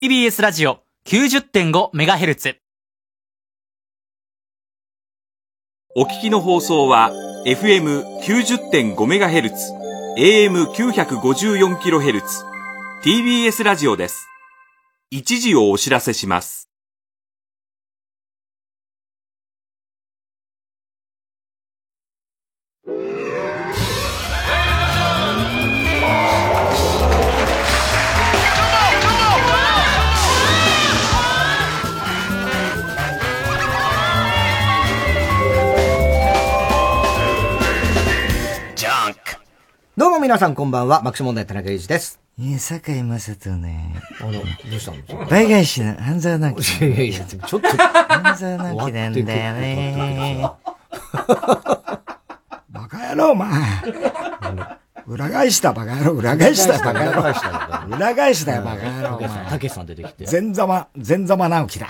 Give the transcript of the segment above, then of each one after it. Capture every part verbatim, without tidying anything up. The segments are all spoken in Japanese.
ティービーエス ラジオ きゅうじゅってんごメガヘルツ。 お聞きの放送は エフエムきゅうじゅってんごメガヘルツ、エーエムきゅうごよんキロヘルツ、ティービーエス ラジオです。一時をお知らせします。 どうも皆さんこんばんは、爆笑問題田中裕二です。 いや、坂井正人ね。 あの、どうしたの？ 倍返しな、半沢直樹。 いやいやいや、ちょっと。 半沢直樹なんだよね。バカ野郎、お前。裏返したバカ野郎、裏返したバカ野郎。裏返したよ、バカ野郎、お前。 たけしさん出てきて。 前座ま、前座ま直樹だ。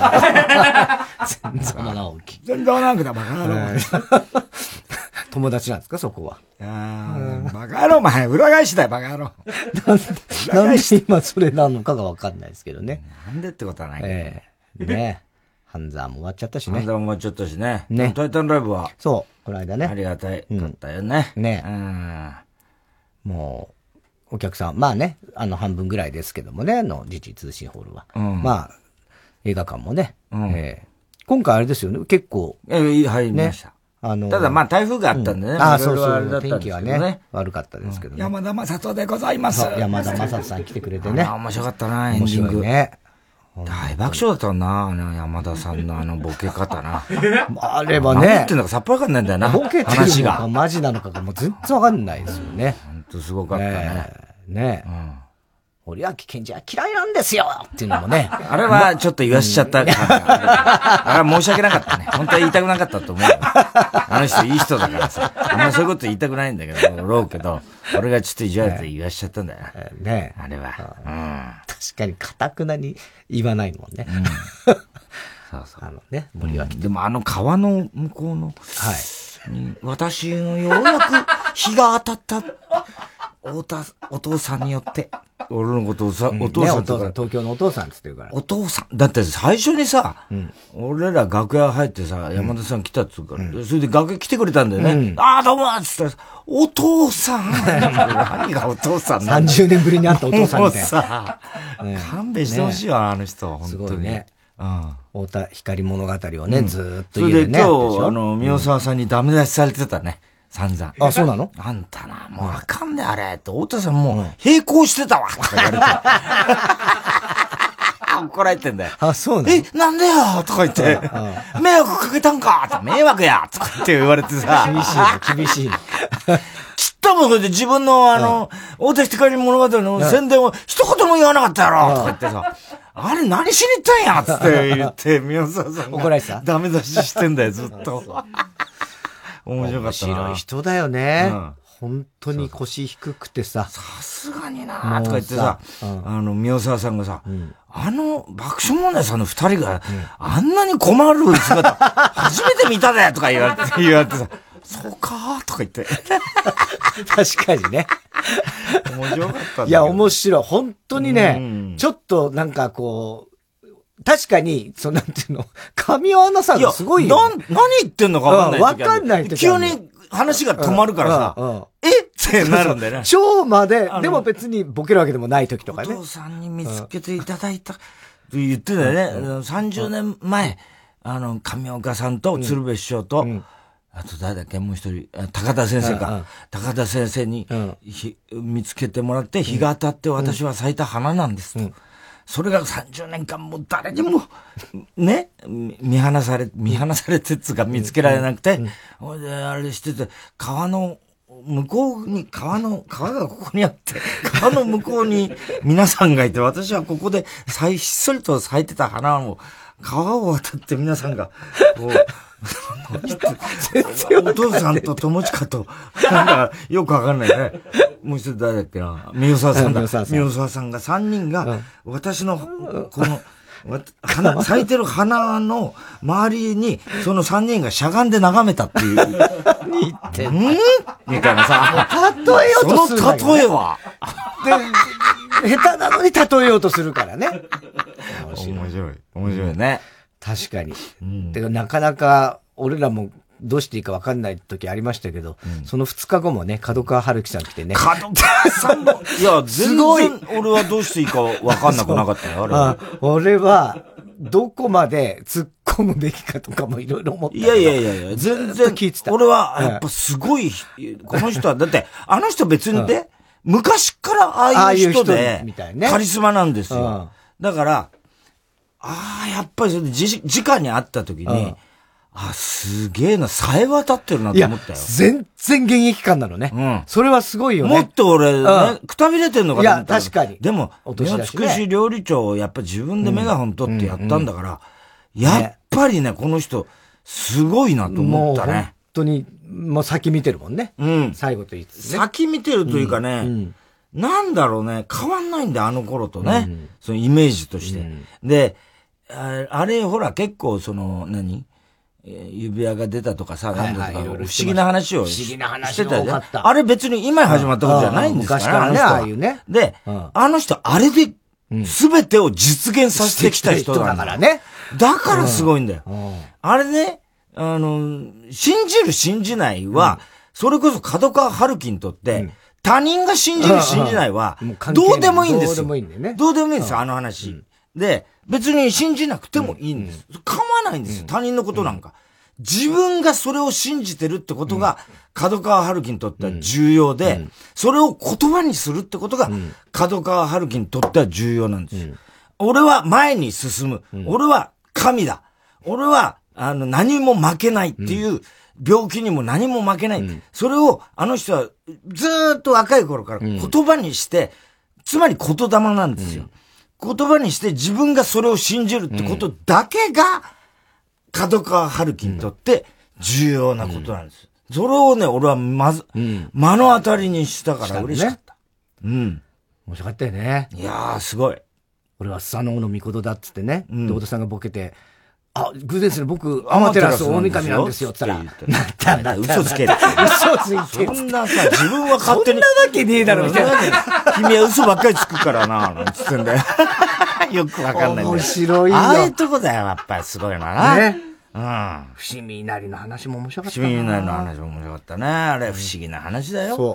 前座ま直樹。 前座ま直樹だ、バカ野郎。 友達なんですか、そこは。 ああ、バカ野郎、お前、裏返しだよ、バカ野郎。 なんで今それなのかがわかんないですけどね。 なんでってことはないけど。 ええ。ね。半沢も終わっちゃったしね。 半沢も終わっちゃったしね。 ね。 タイタンライブは。 そう、この間ね。 ありがたい。かったよね。 ね。うん。もう、お客さん、まあね、あの半分ぐらいですけどもね、の時事通信ホールは。まあ、映画館もね。今回あれですよね、結構。 ええ、入りました。あのー、ただまあ台風があったんでね。うん、 ああ、そうそう。天気はね、悪かったですけどね。 山田正人でございます。 山田正人さん来てくれてね。 ああ、面白かったな、エンディング。ね。大爆笑だったな、あの山田さんのあのボケ方な。 あればね。 何言ってんのかさっぱりわかんないんだよな。 ボケてるのかマジなのかがもう全然わかんないですよね。 ほんとすごかったね。 ねえ。森脇健児は嫌いなんですよっていうのもね。 あれはちょっと言わしちゃった感が。あれは申し訳なかったね。本当は言いたくなかったと思うよ。あの人いい人だからさ。あんまそういうこと言いたくないんだけど、ろうけど、俺がちょっと意地悪で言わしちゃったんだよ。 ねあれは。うん。 確かに堅くなに言わないもんね。 うん。そうそう。 あのね、森脇。 でもあの川の向こうの、はい。私のようやく日が当たった、おた、お父さんによって、俺のことをさ、お父さんとか、 東京のお父さんって言ってるから。 お父さん。だって最初にさ、俺ら楽屋入ってさ、山田さん来たっつうから、それで楽屋来てくれたんだよね。ああ、どうもっつったら、お父さん何がお父さんなんださんじゅうねんぶりに会ったお父さんみたいな。 さ、勘弁してほしいわ、あの人、本当に。 すごいね。うん。太田光物語をね、ずーっと言うね。それで今日、あの、宮沢さんにダメ出しされてたね。散々。 あ、そうなの？ あんたな、もうあかんねあれ。って、太田さんもう、並行してたわとか言われて。怒られてんだよ。 あ、そうなの？ え、なんでよとか言って、迷惑かけたんかって、迷惑やとかって言われてさ。 厳しいね、厳しいね。 ちったもん、それで自分のあの、太田光物語の宣伝を一言も言わなかったやろとか言ってさ。あれ何しに行ったんやつって言って、宮沢さんが。 怒られてた？ ダメ出ししてんだよ、ずっと。面白かったな。 面白い人だよね。うん、本当に腰低くてさ。 さすがになーとか言ってさ、うん、あの、宮沢さんがさ、うん、あの、爆笑問題さんの二人が、うん、あんなに困る姿、初めて見たでとか言われて、言われてさ、そうかーとか言って。 確かにね。 面白かったんだ。 いや、面白い。本当にね、うん、ちょっとなんかこう、確かに、そのなんていうの、神尾アナさんがすごいよ。 いや、な、何言ってんのかわかんない。 わかんない時急に話が止まるからさ、うんうん、えってなるんだよね。 超まで、でも別にボケるわけでもない時とかね。 お父さんに見つけていただいた、と言ってたよね。うん、さんじゅうねんまえ、あの、上岡さんと鶴瓶師匠と、うん、あと誰だっけもう一人、高田先生か。うんうん、高田先生に、うん、見つけてもらって、日が当たって私は咲いた花なんですと。うんうん、それがさんじゅうねんかんも誰にも、ね、見放され、見放されてつが見つけられなくて、ほ、うん、で、あれしてて、川の、向こうに、川の、川がここにあって、川の向こうに皆さんがいて、私はここで、ひっそりと咲いてた花を、川を渡って皆さんが、こう、全然お父さんと友近と、なんか、よくわかんないね。もう一人誰だっけな。宮沢さんだ。宮沢さんがさんにんが、私の、この、 花、咲いてる花の周りに、その三人がしゃがんで眺めたっていう。言ってんみたいなさ。 例えようとするんだよね。 その例えは。 で、下手なのに例えようとするからね。 面白い。面白いね。 確かに。うん、てかなかなか、俺らもどうしていいか分かんない時ありましたけど、うん、その二日後もね、角川春樹さん来てね。 角川さんも、いや、全然俺はどうしていいか分かんなくなかったよ、あれは。 あ、俺は、どこまで突っ込むべきかとかもいろいろ思った。 いやいやいやいや、全然聞いてた。俺は、やっぱすごい、この人は、だって、あの人別にね、うん、昔からああいう人で、カリスマなんですよ。うん、だから、ああ、やっぱりそれでじ、直に会った時に、うん、あ、すげえな、冴え渡ってるなと思ったよ。 全然現役感なのね。うん。それはすごいよね。 もっと俺、ね、うん、くたびれてんのかと思った。 いや、確かに。 でも、目をつくし料理長をやっぱ自分でメガホン取ってやったんだから、うんうんうん、やっぱりね、この人、すごいなと思ったね。 もう本当に、もう先見てるもんね。うん。最後と言いつつね。 先見てるというかね、うんうん、なんだろうね、変わんないんだよ、あの頃とね。うん、そのイメージとして。うん、で、あ, あれ、ほら、結構、その、何指輪が出たとかさ、なんだとか、不思議な話をしてたじゃん。あれ別に今始まったことじゃないんですからね。昔からね、ああいうね。で、あの人、あれで、すべてを実現させてきた人だからね。だからすごいんだよ。あれね、あの、信じる信じないは、それこそ角川春樹にとって、他人が信じる信じないは、どうでもいいんですよ。どうでもいいんだよね。どうでもいいんですよ、あの話。で、別に信じなくてもいいんです。構わないんですよ、他人のことなんか。自分がそれを信じてるってことが、角川春樹にとっては重要で、それを言葉にするってことが、角川春樹にとっては重要なんですよ。俺は前に進む。俺は神だ。俺は、あの、何も負けないっていう、病気にも何も負けない。それを、あの人は、ずーっと若い頃から言葉にして、つまり言霊なんですよ。言葉にして自分がそれを信じるってことだけが、角川春樹にとって重要なことなんです。うん、それをね、俺はまず、うん、目の当たりにしたから嬉しかった。 うん。面白かったよね。 いやー、すごい。 俺はスサノオノミコトだっつってね、うん、堂田さんがボケて、あ、偶然ですね、僕、アマテラス大神なんですよ、つったら。なったんだ、 嘘つける。 嘘ついてる。そんなさ、自分は勝手に。 そんなわけねえだろ、みたいな。 君は嘘ばっかりつくからな、なんつってんだよ。よくわかんないんだよ。 面白いよ。 ああいうとこだよ、やっぱりすごいな。ね。 うん。伏見稲荷の話も面白かったな。 伏見稲荷の話も面白かったね。あれ、不思議な話だよ。そう。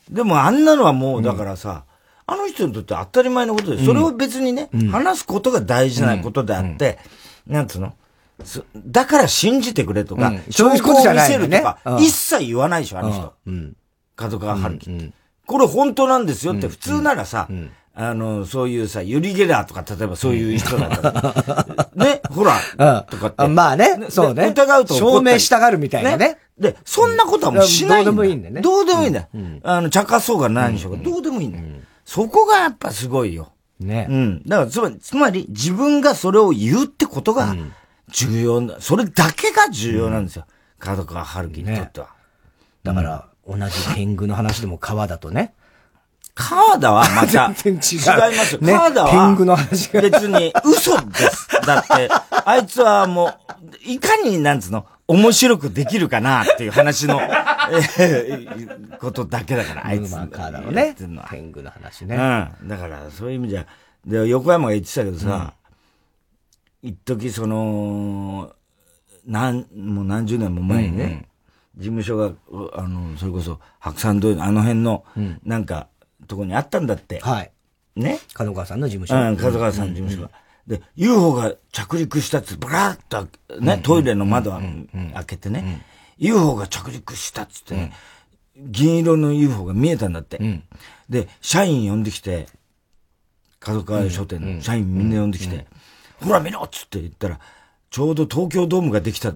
でもあんなのはもう、だからさ、あの人にとって当たり前のことで、それを別にね、話すことが大事なことであって、なんつうのだから信じてくれとか、証拠を見せるとか、一切言わないでしょ、あの人。角川春樹。これ本当なんですよって普通ならさ、あの、そういうさ、ユリ・ゲラーとか、例えばそういう人だったら、ね、ほら、とかって。 まあね、そうね。 疑うと証明したがるみたいなね。 で、そんなことはもうしないんだ。 どうでもいいんだよね。 どうでもいいんだよ。あの、茶化そうが何にしようか、どうでもいいんだよ。そこがやっぱすごいよ。 ね。 うん。だからつまり、つまり自分がそれを言うってことが重要な、それだけが重要なんですよ。角川春樹にとっては。 だから、同じ天狗の話でも川だとね。 川田はまた違いますよ。川田は天狗の話が別に嘘です。だって、あいつはもう、いかになんつうの、面白くできるかなっていう話の、えー、ことだけだから、あいつ。 まあ、川田のね。天狗の話ね。 うん。だから、そういう意味じゃ、で、横山が言ってたけどさ、うん、一時その、何、もう何十年も前にね、うんうん、事務所が、あの、それこそ、白山通りのあの辺の、うん、なんか、とこにあったんだって。 はい。 ね。 角川さんの事務所。 うん、角川さんの事務所が。うんうん、で、ユーフォー が着陸したって、ブラーっと、ね、うん、トイレの窓は開けてね、うん、ユーフォー が着陸したっつってね、うん、銀色の ユーフォー が見えたんだって。うん、で、社員呼んできて、角川書店の社員みんな呼んできて、うんうん、ほら見ろっつって言ったら、ちょうど東京ドームができた。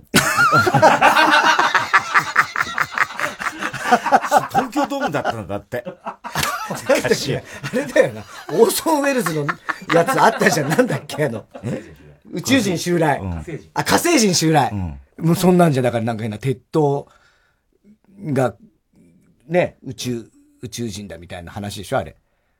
東京ドームだったんだって。 確かに。あれだよな。オーソンウェルズのやつあったじゃん。なんだっけあの。宇宙人襲来。うん、あ、火星人襲来。うん、もうそんなんじゃ、だからなんか変な鉄塔が、ね、宇宙、宇宙人だみたいな話でしょあれ。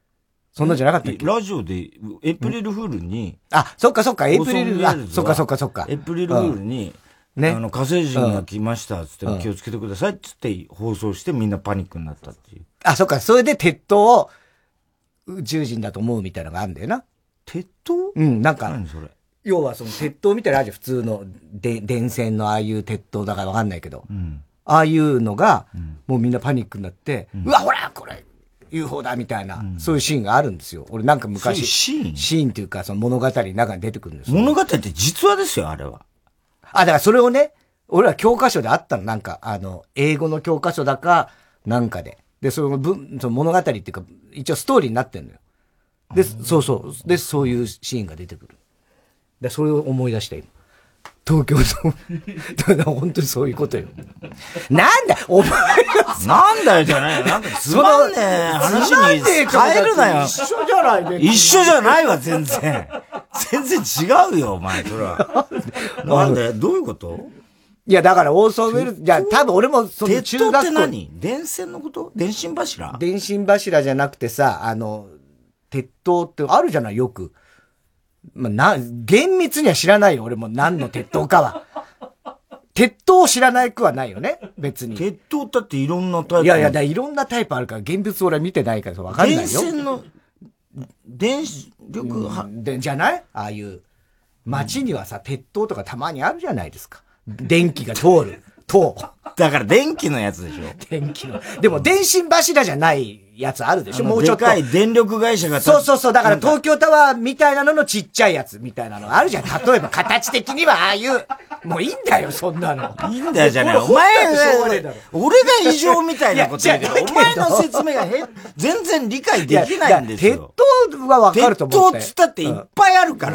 そんなじゃなかったっけ？ ラジオで、エイプリルフールに、 あ、そっかそっか、エイプリル、あ、そっかそっかそっか。 エイプリルフールに、ね、あの、火星人が来ましたっつって、うん、気をつけてくださいっつって放送してみんなパニックになったっていう。 あ、そっか、それで鉄塔を宇宙人だと思うみたいなのがあるんだよな。 鉄塔？ うん、なんか、 何それ？ 要はその鉄塔みたいなのあるじゃん、普通ので電線のああいう鉄塔だからわかんないけど、うん、ああいうのが、うん、もうみんなパニックになって、うん、うわ、ほら、これ、ユーフォー だみたいな、うん、そういうシーンがあるんですよ。俺なんか昔、 そういうシーンシーンっていうか、その物語の中に出てくるんですよ。 物語って実話ですよ、あれは。 あ、だからそれをね、俺は教科書であったの、なんか、あの、英語の教科書だか、なんかで。で、その文、その物語っていうか、一応ストーリーになってんのよ。で、そうそう。で、そういうシーンが出てくる。で、それを思い出した今。東京の、本当にそういうことよ。なんだお前がなんだよじゃないよ。なんだつまんねえ話に変えるなよ。 一緒じゃないね。 一緒じゃないわ、全然。全然違うよ、お前、それは。なんでどういうこと？ いや、だから、オーソンウェルズ、じゃあ、多分俺も、 その中学校。鉄塔って何？電線のこと？電信柱？ 電信柱じゃなくてさ、あの、鉄塔ってあるじゃない、よく。まあ、な、厳密には知らないよ、俺も何の鉄塔かは。鉄塔を知らないくはないよね、別に。 鉄塔だっていろんなタイプ。 いやいや、だいろんなタイプあるから、現物俺は見てないからわかんないよ。 電線の、電力は、 うん、で、じゃないああいう。街にはさ、鉄塔とかたまにあるじゃないですか。電気が通る。塔。 だから電気のやつでしょ。 電気の。でも電信柱じゃないやつあるでしょ、もうちょっと。 でかい電力会社がそうそうそう。だから東京タワーみたいなののちっちゃいやつみたいなのあるじゃん。例えば形的にはああいう、もういいんだよ、そんなの。 いいんだよじゃない。お前が、俺が異常みたいなこと言うけど、お前の説明がへ全然理解できないんですよ。 鉄塔はわかると思う。 鉄塔っつったっていっぱいあるから、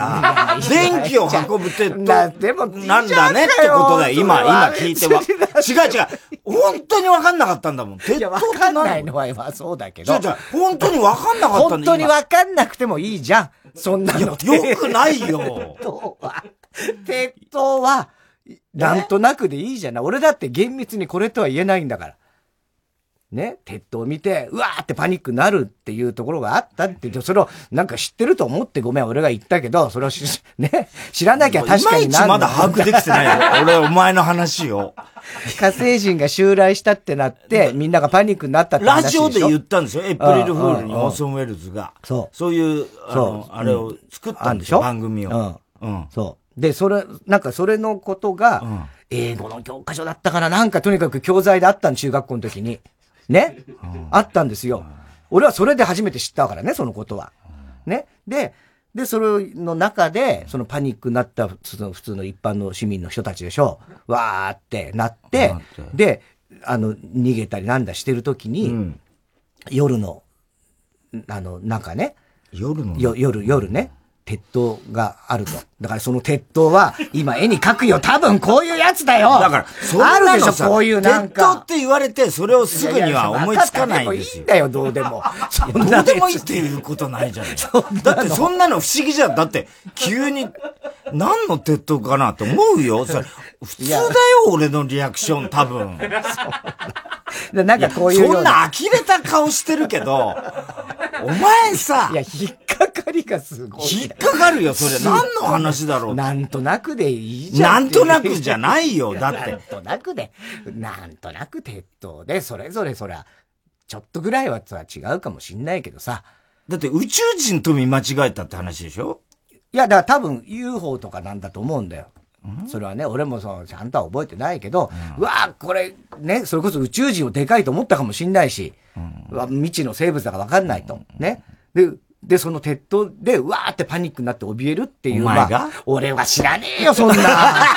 電気を運ぶ鉄塔なんだねってことだよ。今、今聞いては。違う違う。本当にわかんなかったんだもん。 鉄塔わかんないのは今そうだけど。 違う違う。本当にわかんなかったんだ本当にわかんなくてもいいじゃん。そんなの。 よくないよ。 鉄塔は、なんとなくでいいじゃない。俺だって厳密にこれとは言えないんだから。ね、鉄塔を見て、うわーってパニックになるっていうところがあったって言って、それをなんか知ってると思ってごめん、俺が言ったけど、それをし、ね、知らなきゃ確かになんだ。いまいちまだ把握できてないよ。俺、お前の話を。 火星人が襲来したってなって、みんながパニックになったって話でしょ。 ラジオで言ったんですよ。エイプリルフールにオーソンウェルズが。そう。そういう、あの、あれを作ったんでしょ、番組を。 うん。そう。で、それ、なんかそれのことが、英語の教科書だったから、なんかとにかく教材であったの、中学校の時に。ね、うん、あったんですよ。俺はそれで初めて知ったからね、そのことは。ね。で、で、それの中で、そのパニックになった普通の、普通の一般の市民の人たちでしょ。わーってなって、で、あの、逃げたりなんだしてる時に、うん、夜の、あの、なんかね。 夜のよ夜、夜ね。鉄塔があると。だからその鉄塔は、今絵に描くよ。多分こういうやつだよ。 だから、そんなのあるでしょ、こういうなんか。 鉄塔って言われて、それをすぐには思いつかないんですよ。 いいんだよ、どうでも。 そんなどうでもいいっていうことないじゃない。だってそんなの不思議じゃん。だって、急に、何の鉄塔かなって思うよ。それ普通だよ、俺のリアクション、多分。 なんかこういう。 そんな呆れた顔してるけど、お前さ、 いや、引っかかりがすごい。 引っかかるよ、それ。何の話だろう。 なんとなくでいいじゃん。なんとなくじゃないよ、だって。 なんとなくで、なんとなく鉄塔で、それぞれそりゃ、ちょっとぐらいはさ、違うかもしんないけどさ。 だって宇宙人と見間違えたって話でしょ？ いや、だから多分 ユーフォー とかなんだと思うんだよ。それはね、俺もそう、ちゃんとは覚えてないけど、うん、うわぁ、これ、ね、それこそ宇宙人をでかいと思ったかもしんないし、うん、未知の生物だかわかんないと。ね。で、で、その鉄塔で、うわーってパニックになって怯えるっていうのは、 お前が俺は知らねえよ、そんな。そん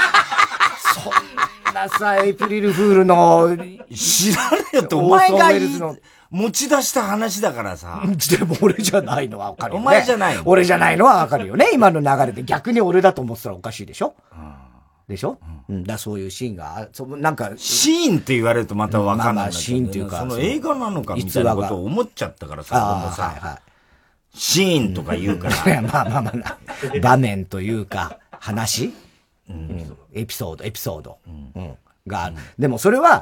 なさ、エイプリルフールの、 知らねえよって、お前が持ち出した話だからさ。 でも俺じゃないのはわかるよね。 お前じゃないの？ 俺じゃないのはわかるよね。今の流れで逆に俺だと思ってたらおかしいでしょ？うんでしょ、うん、うん、だそういうシーンが、そなんか。 シーンって言われるとまたわかんない、まあまあ。 シーンっていうか。 その映画なのかみたいなことを思っちゃったからさ、今度さ、はいはい、シーンとか言うから。 うん、まあまあまあ、場面というか、話、うんうん、エピソード、エピソード、うんうん、がある。でもそれは、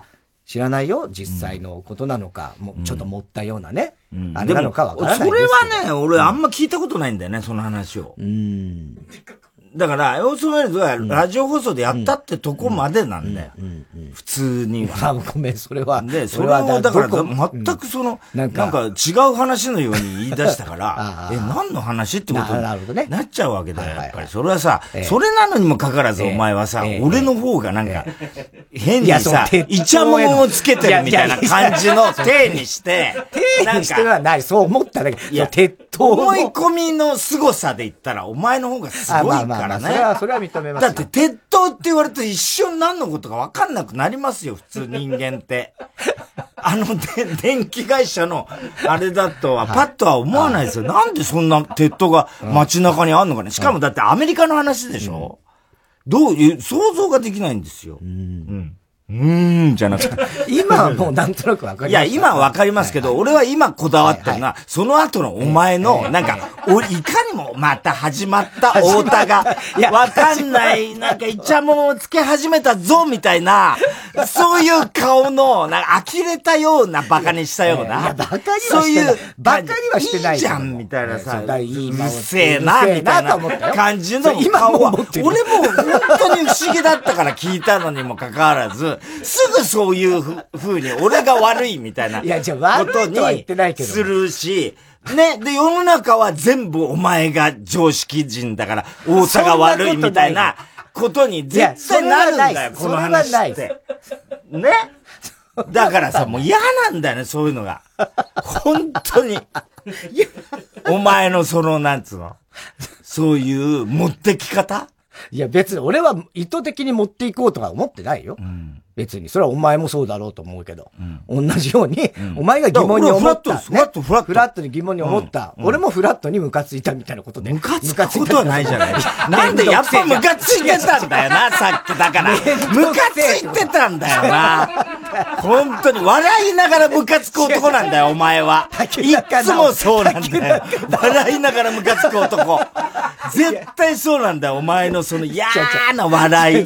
知らないよ、実際のことなのか、うん、もうちょっと持ったようなね、うん、あれなのかわからないですけど。 それはね、俺あんま聞いたことないんだよね、その話を。うんだから、オーソウェルズはラジオ放送でやったってとこまでなんだよ。普通には。 あ、ごめん、それは。 で、それはだから、全くその、なんか違う話のように言い出したから、え、何の話ってことになっちゃうわけだよ、やっぱり。それはさ、それなのにもかかわらずお前はさ、俺の方がなんか、変にさ、イチャモンをつけてるみたいな感じの体にして、 体にしてはない、そう思っただけ。いや、鉄塔思い込みの凄さで言ったら、お前の方がすごいからね。 それは、それは認めます。 だって、鉄塔って言われると一瞬何のことか分かんなくなりますよ、普通人間って。あの、電気会社の、あれだとは、パッとは思わないですよ。なんでそんな鉄塔が街中にあんのかね。しかもだってアメリカの話でしょ、うん、どういう、想像ができないんですよ。うん。うんうーん、じゃなくて。 今はもうなんとなくわかります。 いや、今はわかりますけど、はいはい、俺は今こだわってるのは、はいはい、その後のお前の、なんか、お、いかにもまた始まった太田が、いや、わかんない、なんかイチャモンをつけ始めたぞ、みたいな、そういう顔の、なんか呆れたような、バカにしたような。 いや、バカにはしてない。そういう、 バカにはしてない。いいじゃん、みたいなさ、うるせえな、みたいな感じの顔は、俺も本当に不思議だったから聞いたのにもかかわらず、すぐそういうふうに、俺が悪いみたいなことにするし、ね、で、世の中は全部お前が常識人だから、太田が悪いみたいなことに絶対なるんだよ、この話って。ねだからさ、もう嫌なんだよね、そういうのが。本当に。お前のその、なんつうの、そういう持ってき方？ いや別に俺は意図的に持っていこうとか思ってないよ。うん別に。それはお前もそうだろうと思うけど。うん、同じように、うん、お前が疑問に思った。 フラット、フラット、 フラットに疑問に思った。うん、俺もフラットにムカついたみたいなことで。 ムカつくことはないじゃない。なんでやっぱムカついてたんだよな、さっき。だから。ムカついてたんだよな。本当に笑いながらムカつく男なんだよ、お前は。いつもそうなんだよ。笑いながらムカつく男。絶対そうなんだよ、お前のその嫌な笑い。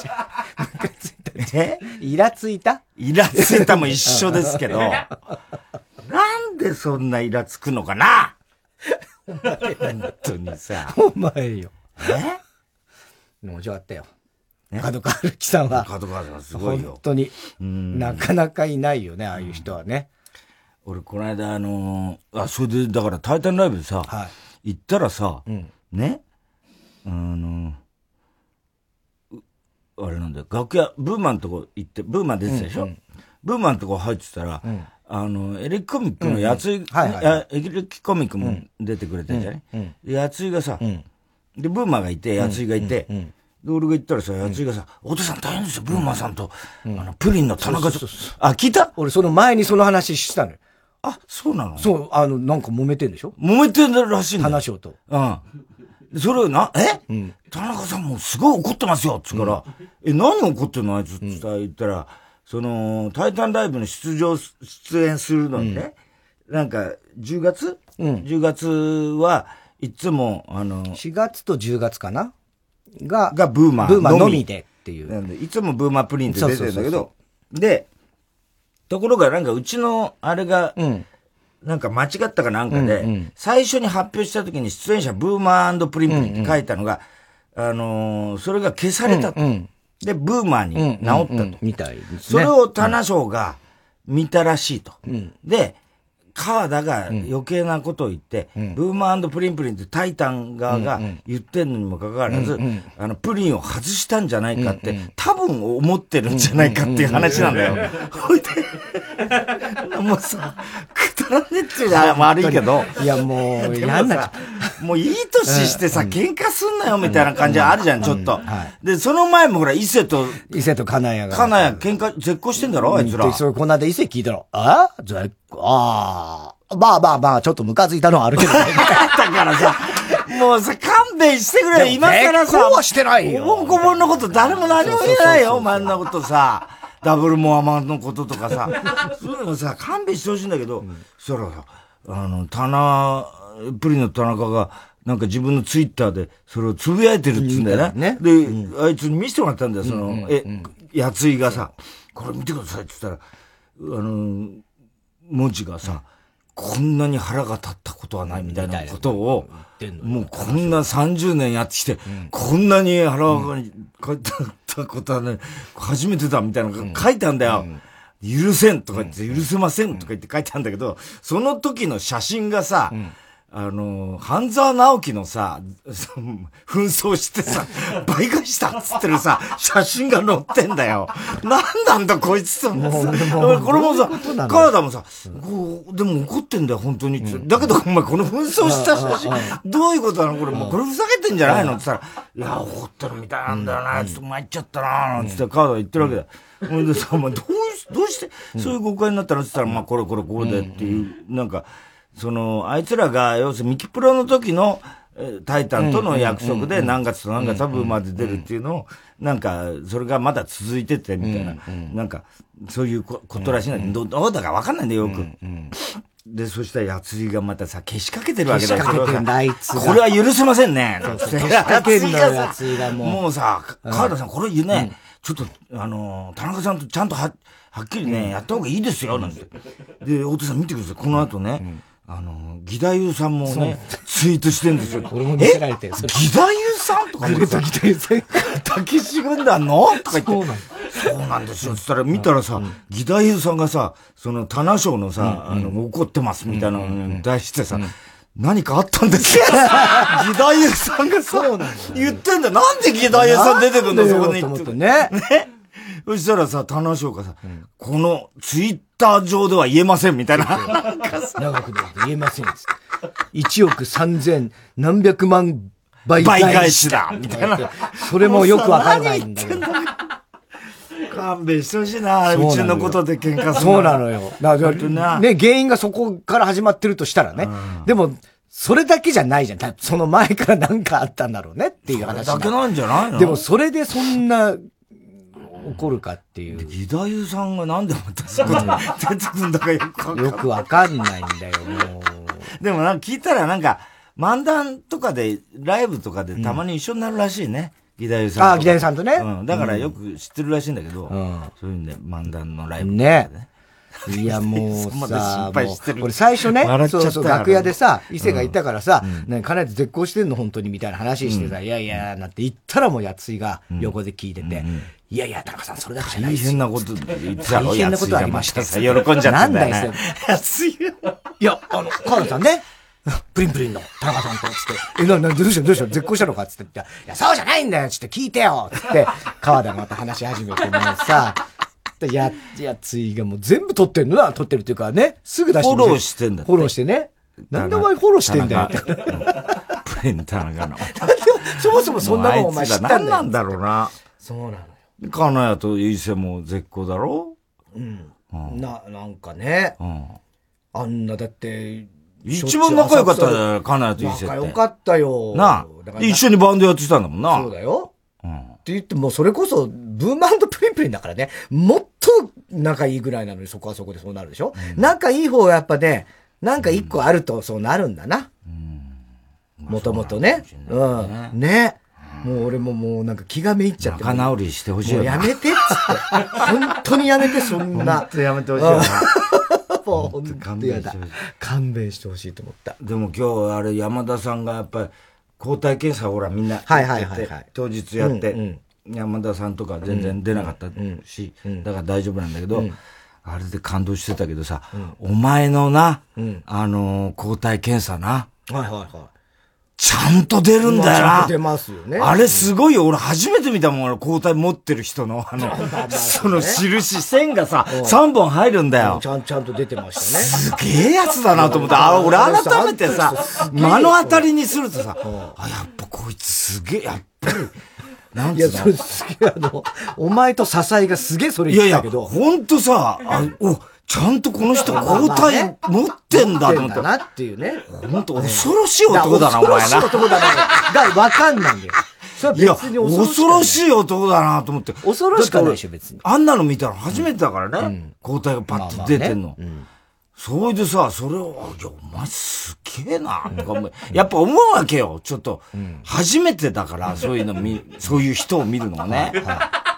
えイラついたイラついたも一緒ですけど、なんでそんなイラつくのかな本当にさ。 お前よ。え面白かったよ。角川春樹さんは。 角川さんすごいよ。 本当に。なかなかいないよね、ああいう人はね。 俺、この間、あのー、あ、それで、だから、タイタンライブでさ、はい、行ったらさ、うん、ね、あのー、あれなんだよ、楽屋、ブーマンのとこ行って、ブーマン出てたでしょ、うんうん、ブーマンのとこ入ってたら、うん、あの、エレキコミックのやつい、うんうんはいはいはい、エレキコミックも出てくれてるじゃない、うんうん、やついがさ、うん、で、ブーマンがいて、やついがいて、うんうんうん、で、俺が行ったらさ、やついがさ、お父さん大変ですよ、ブーマンさんと、うん、あの、プリンの田中さん。あ、聞いた？ 俺その前にその話したのよ。 あ、そうなの？ そう、あの、なんか揉めてんでしょ？ 揉めてるらしいんだよ。 話をと。 うん。それをな、え、うん、田中さんもすごい怒ってますよつから、うん、え、何怒ってんのあいつって言ったら、うん、その、タイタンライブの出場、出演するのにね、うん、なんか、じゅうがつ、うん、じゅうがつはいつも、あの、 しがつとじゅうがつかなが、 がブーマー。 ブーマーのみでっていう。 なんで、いつもブーマープリンって出てるんだけど、そうそうそうそう、で、ところがなんかうちの、あれが、うんなんか間違ったかなんかで、うんうん、最初に発表した時に出演者ブーマー&プリンプリンって書いたのが、うんうん、あのー、それが消されたと。うんうん、で、ブーマーに治ったと。うんうんうん、 みたいですね。 それを棚賞が見たらしいと。うん、で、川田が余計なことを言って、うん、ブーマー&プリンプリンってタイタン側が言ってんのにもかかわらず、うんうん、あの、プリンを外したんじゃないかって、うんうん、多分思ってるんじゃないかっていう話なんだよ。ほいで、もうさ、くだらねえっていうのは悪いけど。 いや、もう、やんなもういい年してさ、うん、喧嘩すんなよみたいな感じはあるじゃん、ちょっと。うんはい、で、その前もほら、伊勢と、 伊勢と金谷が。 金谷喧嘩、絶交してんだろ、あいつら。 で、それこの間伊勢聞いたら、あ絶ああ、まあまあまあ、ちょっとムカついたのはあるけどね。 だからさ、もうさ、勘弁してくれよ、今からさ。 絶交はしてないよ。 おぼんこぼんのこと誰も何も言えないよ、お前のことさ。ダブルモアマンのこととかさ。そういうのさ、勘弁してほしいんだけど、うん、そしたらさ、あの、棚、プリンの田中が、なんか自分のツイッターでそれをつぶやいてるっつうんだよね。ねで、うん、あいつに見せてもらったんだよ、その、うんうんうん、え、やついがさ。 これ見てくださいって言ったら、あの、文字がさ、こんなに腹が立ったことはないみたいなことを、もうこんなさんじゅうねんやってきて、こんなに腹が立ったことはね、初めてだみたいなのが書いてあるんだよ。許せんとか言って、許せませんとか言って書いてあるんだけど、その時の写真がさ、あの、半沢直樹のさ、紛争してさ、倍返したっつってるさ、写真が載ってんだよ。なんなんだこいつと。もうこれもさ、川田もさ、こう、でも怒ってんだよ、本当に。うん、だけど、お前この紛争した写真、どういうことなのこれ、もうこれふざけてんじゃないのって言ったら、いや、怒ってるみたいなんだよな、ちょっと参っちゃったな、なんつって川田が言ってるわけだよ。ほんでさ、お前どう、どうして、そういう誤解になったのって言ったら、まあこれこれこれでっていう、なんか、その、あいつらが、要するにミキプロの時の、タイタンとの約束で何月と何月分まで出るっていうのを、なんか、それがまだ続いてて、みたいな、なんか、そういうことらしいんだけど、どうだかわかんないんだよ、よく。で、そしたらやつりがまたさ、消しかけてるわけだよ。 消しかけてんだ、あいつが。 これは許せませんね。 消しかけるのよ、やつりがもう。 もうさ、川田さん、これ言うね、ちょっと、あの、田中さんとちゃんとは、はっきりね、やった方がいいですよ、なんて。で、大手さん見てください、この後ね、あの、義太夫さんもね、ツイートしてんですよ。 俺も見せられてる。 義太夫さんとかグレタ義太夫さん。 たけし軍団のとか言って。そうなんそうなんですよ。つったら見たらさ、義太夫さんがさ、その、棚賞のさ、あの、怒ってますみたいなのに対してさ、何かあったんですよ。義太夫さんがさ、言ってんだよ。なんで義太夫さん出てくんだよ、そこに。 思ってね。 ね。そしたらさ、棚賞がさ、このツイッター上では言えませんみたいな。 長くなって言えません。いちおくさんぜん何百万倍返しだみたいな。 それもよくわからないんだけど。 勘弁してほしいな、うちのことで喧嘩する。 そうなのよ。だからね、原因がそこから始まってるとしたらね。でも、それだけじゃないじゃん。その前から何かあったんだろうねっていう話。 それだけなんじゃないの？ でもそれでそんな、怒るかっていう。 義太夫さんがなんでまたそこで出てくんだかよくわかんない。 よくわかんないんだよ、もう。でもなんか聞いたらなんか、漫談とかで、ライブとかでたまに一緒になるらしいね。義太夫さん。 ああ、義太夫さんとね。 うん。だからよく知ってるらしいんだけど、うん、そういうんで漫談のライブね。ね。いや、もうさ、もう、俺最初ね、そうそう、楽屋でさ、伊勢がいたからさ、ね、かなり絶好してんの本当にみたいな話してさ、いやいや、なって言ったらもうやついが横で聞いてて、いやいや、田中さん、それだけじゃないですよ。 大変なこと言ってた大変なことありました。 喜んじゃったんだよ。 なんだよ、 やついが。 いや、あの、川田さんね、プリンプリンの田中さんと、つって、え、な、な、どうしたどうした絶好したのかつって言って、いや、そうじゃないんだよつって聞いてよつって、川田がまた話し始めてもうさ、や、やついがもう全部撮ってんのな、撮ってるっていうかね、すぐ出してフォローしてんだって。 フォローしてね。なんでお前フォローしてんだよって。 プリン田中の。 そもそもそんなもんお前知ったんだよ。 何なんだろうな。 そうなのよ。 金谷と伊勢も絶好だろうん。な、なんかね。うん。あんな、だって、 一番仲良かったよ、金谷と伊勢って。 仲良かったよ。 なあ。一緒にバンドやってたんだもんな。 そうだよ。うん。って言っても、それこそ、ブーマンドプリンプリンだからね、もっと仲いいぐらいなのにそこはそこでそうなるでしょ、うん、仲いい方はやっぱね、なんか一個あるとそうなるんだな。もともとね。うん。ね。もう俺ももうなんか気がめいっちゃって。 仲直りしてほしいよ。 もうやめてっつって。本当にやめて、そんな。 本当やめてほしいよな。 もう本当やだ。勘弁してほしいと思った。 でも今日あれ山田さんがやっぱり抗体検査ほらみんなはいはいはいはい、 当日やって、うんうん、山田さんとか全然出なかったし、うんうん、だから大丈夫なんだけど、うん、あれで感動してたけどさ、うん、お前のな、うん、あのー、抗体検査な。 はいはいはい。 ちゃんと出るんだよな。ちゃんと出ますよね。 あれすごいよ。俺初めて見たもん、抗体持ってる人の、あの、その印、線がさ、さんぼん入るんだよ。 ちゃん、ちゃんと出てましたね。すげえやつだなと思って、あ、俺改めてさ、目の当たりにするとさ、あ、やっぱこいつすげえ、やっぱり、なんつうの？いや、 それすげえ、あの、お前と笹井がすげえそれ言ってたけど。 いやいや、ほんとさ、あ、お、ちゃんとこの人抗体持ってんだと思って。 なっていうね。 ほんと恐ろしい男だな、お前な。 恐ろしい男だな。がわかんないんだよ。 それは別に恐ろしい男だなと思って。 恐ろしくないでしょ、別に。 あんなの見たら初めてだからね。抗体がパッと出てんの。それでさ、それを、いや、お前すげえなとか思う。やっぱ思うわけよ。ちょっと、初めてだから、そういうの見、そういう人を見るのがね。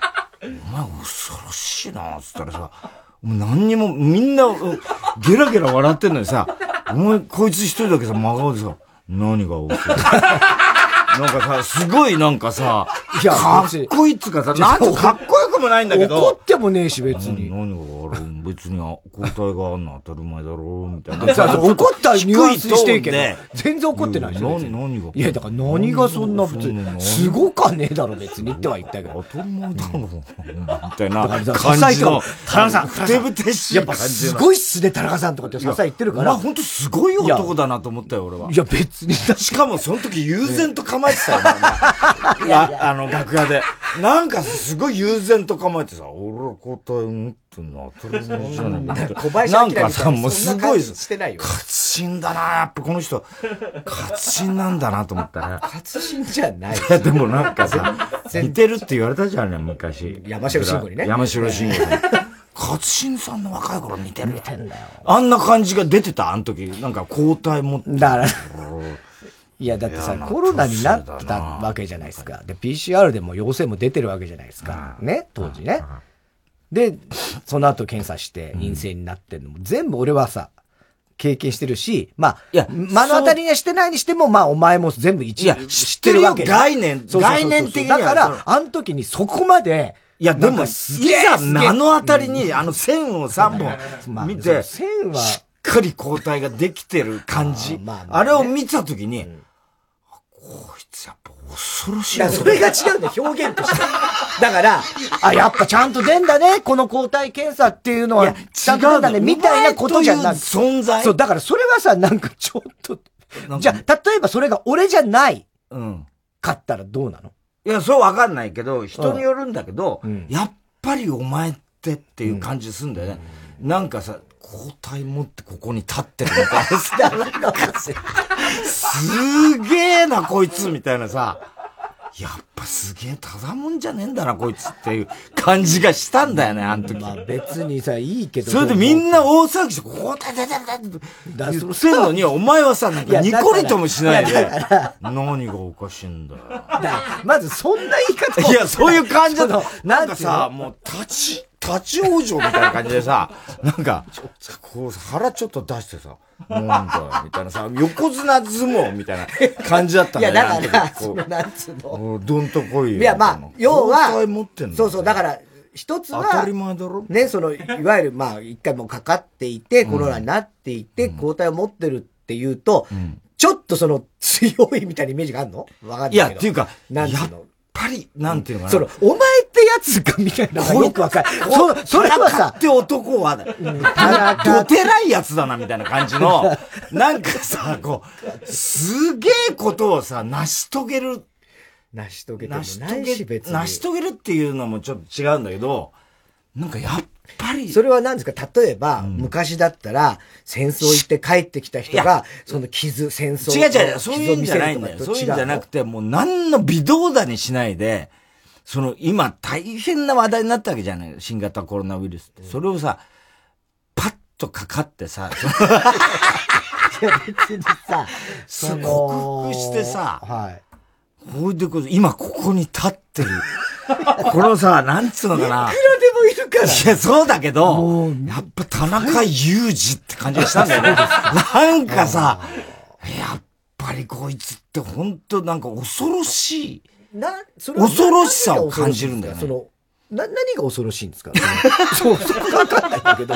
お前恐ろしいな、つったらさ、もう何にも、みんな、ゲラゲラ笑ってんのにさ、お前、こいつ一人だけさ、真顔でさ、何が恐ろしいなんかさ、すごいなんかさ、いやかっこいいっつうかさ、なんとかっこよくもないんだけど。 怒ってもねえし、別に。 何がある別に交代があんの当たり前だろう、みたいな。 さ怒ったニュアンスしてるけど、全然怒ってないし。 何、何がいや、だから何がそんな普通、すごかねえだろ、別にっては言ったけど。 当たり前だろう、みたいな感じの。 田中さん、 ふてぶてしい。 やっぱすごいっすね、田中さんとかってささ言ってるから。 まあほんとすごい男だなと思ったよ、俺は。 いや、別に。 しかもその時悠然と構えてたよ、いや、あの、楽屋で。なんかすごい悠然と構えてさ、俺は交代持ってんの当たり前じゃない。 小林なんかさ、もうすごい、 してないよ。 勝心だな、やっぱこの人、勝心なんだなと思ったら。 勝心じゃない。いや、でもなんかさ、似てるって言われたじゃんね、昔。 山城慎吾にね。 山城慎吾に。勝心さんの若い頃似てる。似てんだよ。あんな感じが出てた、あの時。なんか交代持って。 だから。いや、だってさ、コロナになったわけじゃないですか。で、ピーシーアール でも陽性も出てるわけじゃないですか。ね、当時ね。で、その後検査して陰性になってんのも、全部俺はさ、経験してるし、まあ、いや、目の当たりにはしてないにしても、まあ、お前も全部一応知ってるわけ。 概念、概念的には。 だから、あの時にそこまで、 いや、でも、いざ目の当たりに、あの線をさんぼん見て、 線は、 しっかり交代ができてる感じ。あれを見た時に、こいつやっぱ恐ろしい。 だからそれが違うんだよ、表現として。だから、あ、やっぱちゃんと出んだね、この抗体検査っていうのは、ちゃんと出んだね、みたいなことじゃなくて。 存在。 そう、だからそれはさ、なんかちょっと、じゃあ、例えばそれが俺じゃない、うん。かったらどうなの？ いや、そうわかんないけど、人によるんだけど、うん、やっぱりお前ってっていう感じするんだよね。うん、なんかさ、交代持ってここに立ってるみたいな。なんかすげえな、こいつみたいなさ。やっぱすげえ、ただもんじゃねえんだな、こいつっていう感じがしたんだよね、あの時。 まあ別にさ、いいけど。 それでみんな大騒ぎして、交代出てるって言ってんのに、お前はさ、なんかニコリともしないで、何がおかしいんだよ。 まずそんな言い方いや、そういう感じだと、なんかさ、もう立ち、立ち往生みたいな感じでさ、なんか、こう、腹ちょっと出してさ、なんだみたいなさ、横綱相撲みたいな感じだったんだよ。 いや、だから、その、なんつうの。 どんとこいよ。 いや、まあ、要は、 そうそう、だから、一つは、 当たり前だろね、その、いわゆる、まあ、一回もかかっていて、コロナになっていて、抗体を持ってるっていうと、ちょっとその、強いみたいなイメージがあるのわかんないけど。 いや、っていうか、 なんつうの。 やっぱり、なんていうのかな。 その、お前ってやつかみたいなのがよくわかる。そ、それはさ。 って男は、どてらいやつだな、みたいな感じの、なんかさ、こう、すげえことをさ、成し遂げる。 成し遂げてもないし、別に。 成し遂げるっていうのもちょっと違うんだけど、なんかやっぱり。 それは何ですか？例えば、うん、昔だったら、戦争行って帰ってきた人が、その傷、戦争違う違う、そういうんじゃないんだよ。そういうんじゃなくて、もう何の微動だにしないで、その、今大変な話題になったわけじゃない。新型コロナウイルスって。それをさ、パッとかかってさ、 いや別にさ、 その克服してさ、 はい。 これでこそ、今ここに立ってる。このさ、なんつうのかな。 いくらでもいるから。 いや、そうだけど、やっぱ田中裕二って感じがしたんだよね。なんかさ、やっぱりこいつって本当なんか恐ろしい。な、それ恐ろしさを感じるんだよね。 その、な、何が恐ろしいんですかそう、そこわかんないんだけど。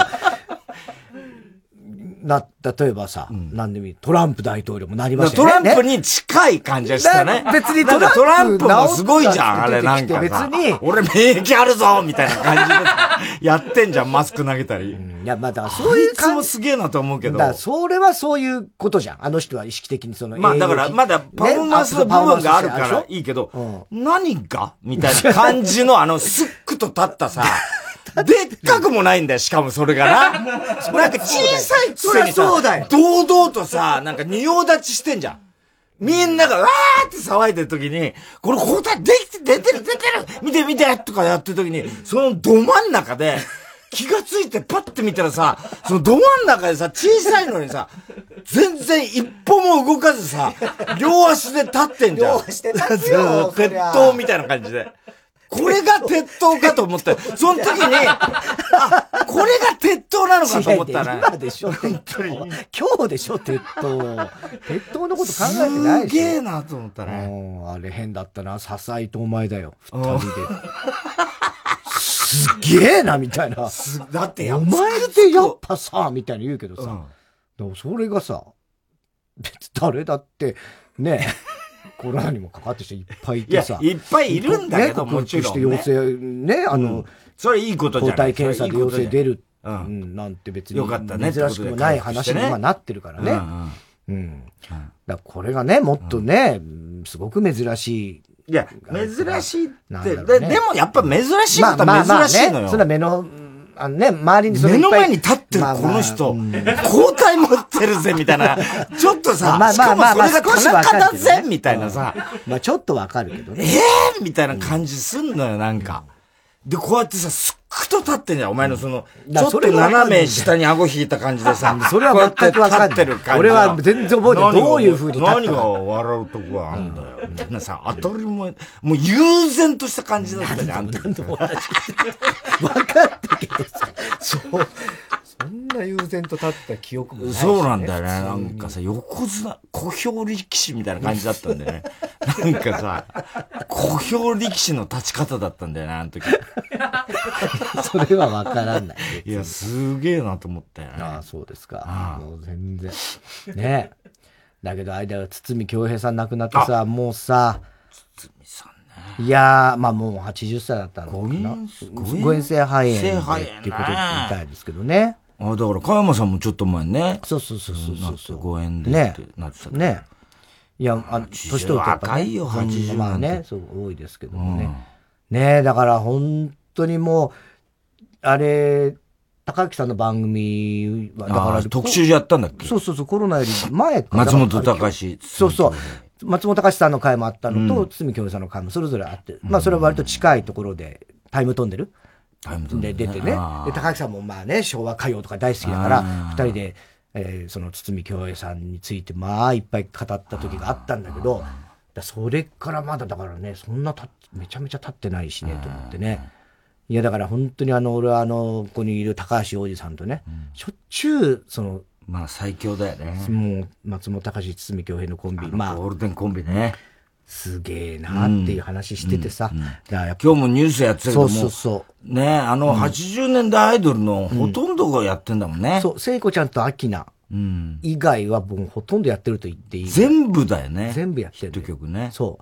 な、例えばさ、うん、なんでもいい。トランプ大統領もなりましたよね。トランプに近い感じがしたね。 別にトランプ。トランプもすごいじゃん、あれなんかさ。別に。俺免疫あるぞみたいな感じでやってんじゃん、マスク投げたり。うん、 いや、まあだからそういう感じもすげえなと思うけど。 だからそれはそういうことじゃん。あの人は意識的にその。 まあだからまだパフォーマンスの部分があるからいいけど、うん、何がみたいな感じのあのスックと立ったさ、でっかくもないんだよ、しかもそれがな。なんか小さいくせにさ、堂々とさ、なんか仁王立ちしてんじゃん。みんながわーって騒いでる時に、この交代できて、出てる出てる見て見てとかやってる時に、そのど真ん中で、気がついてパッて見たらさ、そのど真ん中でさ、小さいのにさ、全然一歩も動かずさ、両足で立ってんじゃん。 両足で立つよ。 鉄塔みたいな感じで。 これが鉄塔かと思った。その時に、あ、これが鉄塔なのかと思ったら。 今でしょ、鉄塔。今日でしょ、鉄塔。鉄塔のこと考えてないし。 すげえなと思ったね。 あれ変だったな。笹井とお前だよ。二人で。すげえな、みたいな。 だってやお前ってやっぱさ、みたいに言うけどさ。でもそれがさ、別誰だって、ね、コロナにもかかってる人いっぱいいてさ。 いや、いっぱいいるんだけど、もちろん。 して陽性、ね、あの、 それいいことじゃない。 抗体検査で陽性出る。うん、なんて別に。 よかったね。 珍しくもない話に今なってるからね。うん。だこれがね、もっとね、すごく珍しい。 いや、珍しいって、でもやっぱ珍しいことは珍しいのよ。 それは目の、あのね、周りにそれ目の前に立ってるこの人、抗体持ってるぜ、みたいな。ちょっとさ、しかもそれが田中だぜ、みたいなさ。 まあちょっとわかるけどね。 ええみたいな感じすんのよ、なんか。で、こうやってさ、すっくと立ってんじゃん。お前のその、ちょっと斜め下に顎引いた感じでさ。 それは全くわかんない。俺は全然覚えてない。どういう風に立ってる何が笑うとこがあるんだよ。みたいなさ、当たり前、もう悠然とした感じだったじゃん。 何度も同じ。わかったけどさ、そう。そんな悠然と立った記憶もないし、ね。 そうなんだよね。なんかさ、横綱、小兵力士みたいな感じだったんだよね。なんかさ、小兵力士の立ち方だったんだよね、あの時。 それはわからない。 いや、すげえなと思ったよね。 ああ、そうですか。ああもう全然。ねえ。だけど、間は堤恭平さん亡くなってさ、もうさ、 堤さんね。いやー、まあもうはちじゅっさいだったのかな。誤嚥性肺炎っていうことみたいですけどね。 ああ、だから、加山さんもちょっと前ね。 そうそうそうそうそう。 誤嚥でってなってたね。ね。いや、あの、年取るとやっぱ、ね、 若いよ、はちじゅう。 まあね、そう、多いですけどもね。うん、ねえ、だから本当にもう、あれ、高木さんの番組は、だから特集やったんだっけ？ そうそうそう、コロナより前か。 松本隆。 そうそう。松本隆さんの回もあったのと、うん、堤恭平さんの回もそれぞれあって、まあそれは割と近いところで、タイム飛んでるタイム飛んでる、ね。で出てね。で、高木さんもまあね、昭和歌謡とか大好きだから、二人で、えー、その堤恭平さんについてまあいっぱい語った時があったんだけど、だそれからまだだからね、そんなためちゃめちゃ経ってないしね、と思ってね。いやだから本当にあの、俺はあの、ここにいる高橋洋二さんとね、うん、しょっちゅう、その、 まあ最強だよね。 もう、松本隆、堤恭平のコンビ。 まあ、ゴールデンコンビね。 すげえなっていう話しててさ。 うんうんうん、だから今日もニュースやってるけども。そうそうそう。ねあの、はちじゅうねんだいアイドルのほとんどがやってんだもんね。 うん、そう、聖子ちゃんとアキナ。うん、以外はもうほとんどやってると言っていい。 全部だよね。 全部やってる。 ヒット曲ね。 そう。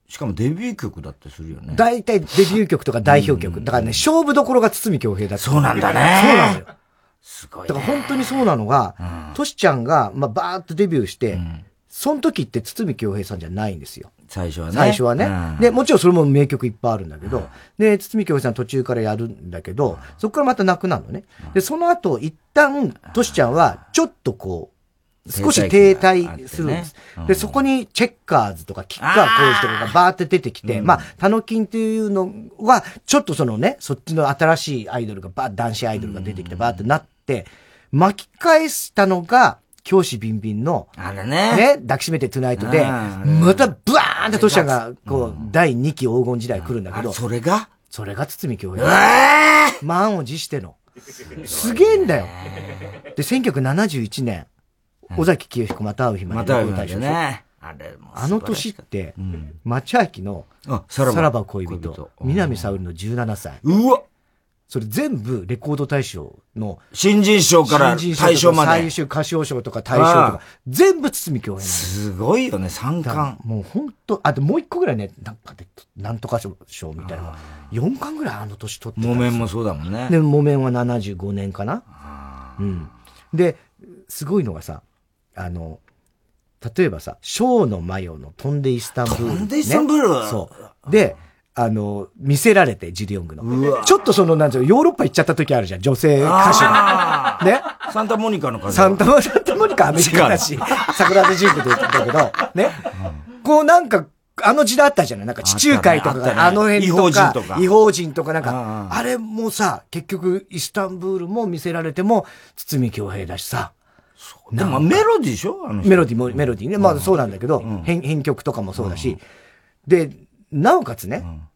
しかもデビュー曲だってするよね。 大体デビュー曲とか代表曲。うん、だからね、勝負どころが堤恭平だって。 そうなんだね。 そうなのよ。 すごい、ね。 だから本当にそうなのが、トシ、うん、ちゃんが、まあ、バーッとデビューして、うん、その時って堤恭平さんじゃないんですよ。 最初はね。 最初はね。うん、で、もちろんそれも名曲いっぱいあるんだけど、うん、で、堤恭平さん途中からやるんだけど、うん、そこからまたなくなるのね。で、その後、一旦、トシちゃんは、ちょっとこう、少し停滞するんです。ねうん、で、そこにチェッカーズとかキッカー工事とかがバーって出てきて、まあ、タノキンっていうのは、ちょっとそのね、そっちの新しいアイドルがバー、男子アイドルが出てきてバーってなって、巻き返したのが、教師ビンビンの、 あれね。 ね、抱きしめてトゥナイトで、またブワーンってトシちゃんが、こう、だいにき黄金時代来るんだけど、 それがそれが堤恭平。満を持しての。すげえんだよ。で、せんきゅうひゃくななじゅういちねん、尾崎清彦また会う日まで。 また会う日までね。 あれもあの年って、うん、町明のさらば恋人、南沙織のじゅうななさい。 うわそれ全部レコード大賞の新人賞から大賞まで。 最優秀歌唱賞とか大賞とか、全部堤恭平。 すごいよね、三冠。 もう本当あともう一個ぐらいね、なんかで、なんとか賞みたいな。よんかんぐらいあの年取ってた。 木綿もそうだもんね。 で、木綿はななじゅうごねんかな。うん。で、すごいのがさ、あの、例えばさ、ショーのマヨの飛んでイスタンブール、ね。 飛んでイスタンブール、 そう。で、あの、見せられて、ジル・ヨングの。ちょっとその、なんていうの、ヨーロッパ行っちゃった時あるじゃん、女性歌手が。ね。 サンタモニカの感じ。 サンタモニカアメリカだし、桜田ジークで言ったけど、ね。こうなんか、あの時代あったじゃないなんか地中海とか、あの辺とか、違法人とか、違法人とかなんか、あれもさ、結局、イスタンブールも見せられても、堤恭平だしさ。 でもメロディーでしょメロディーも、メロディーね。まあそうなんだけど、編曲とかもそうだし。で、なおかつね、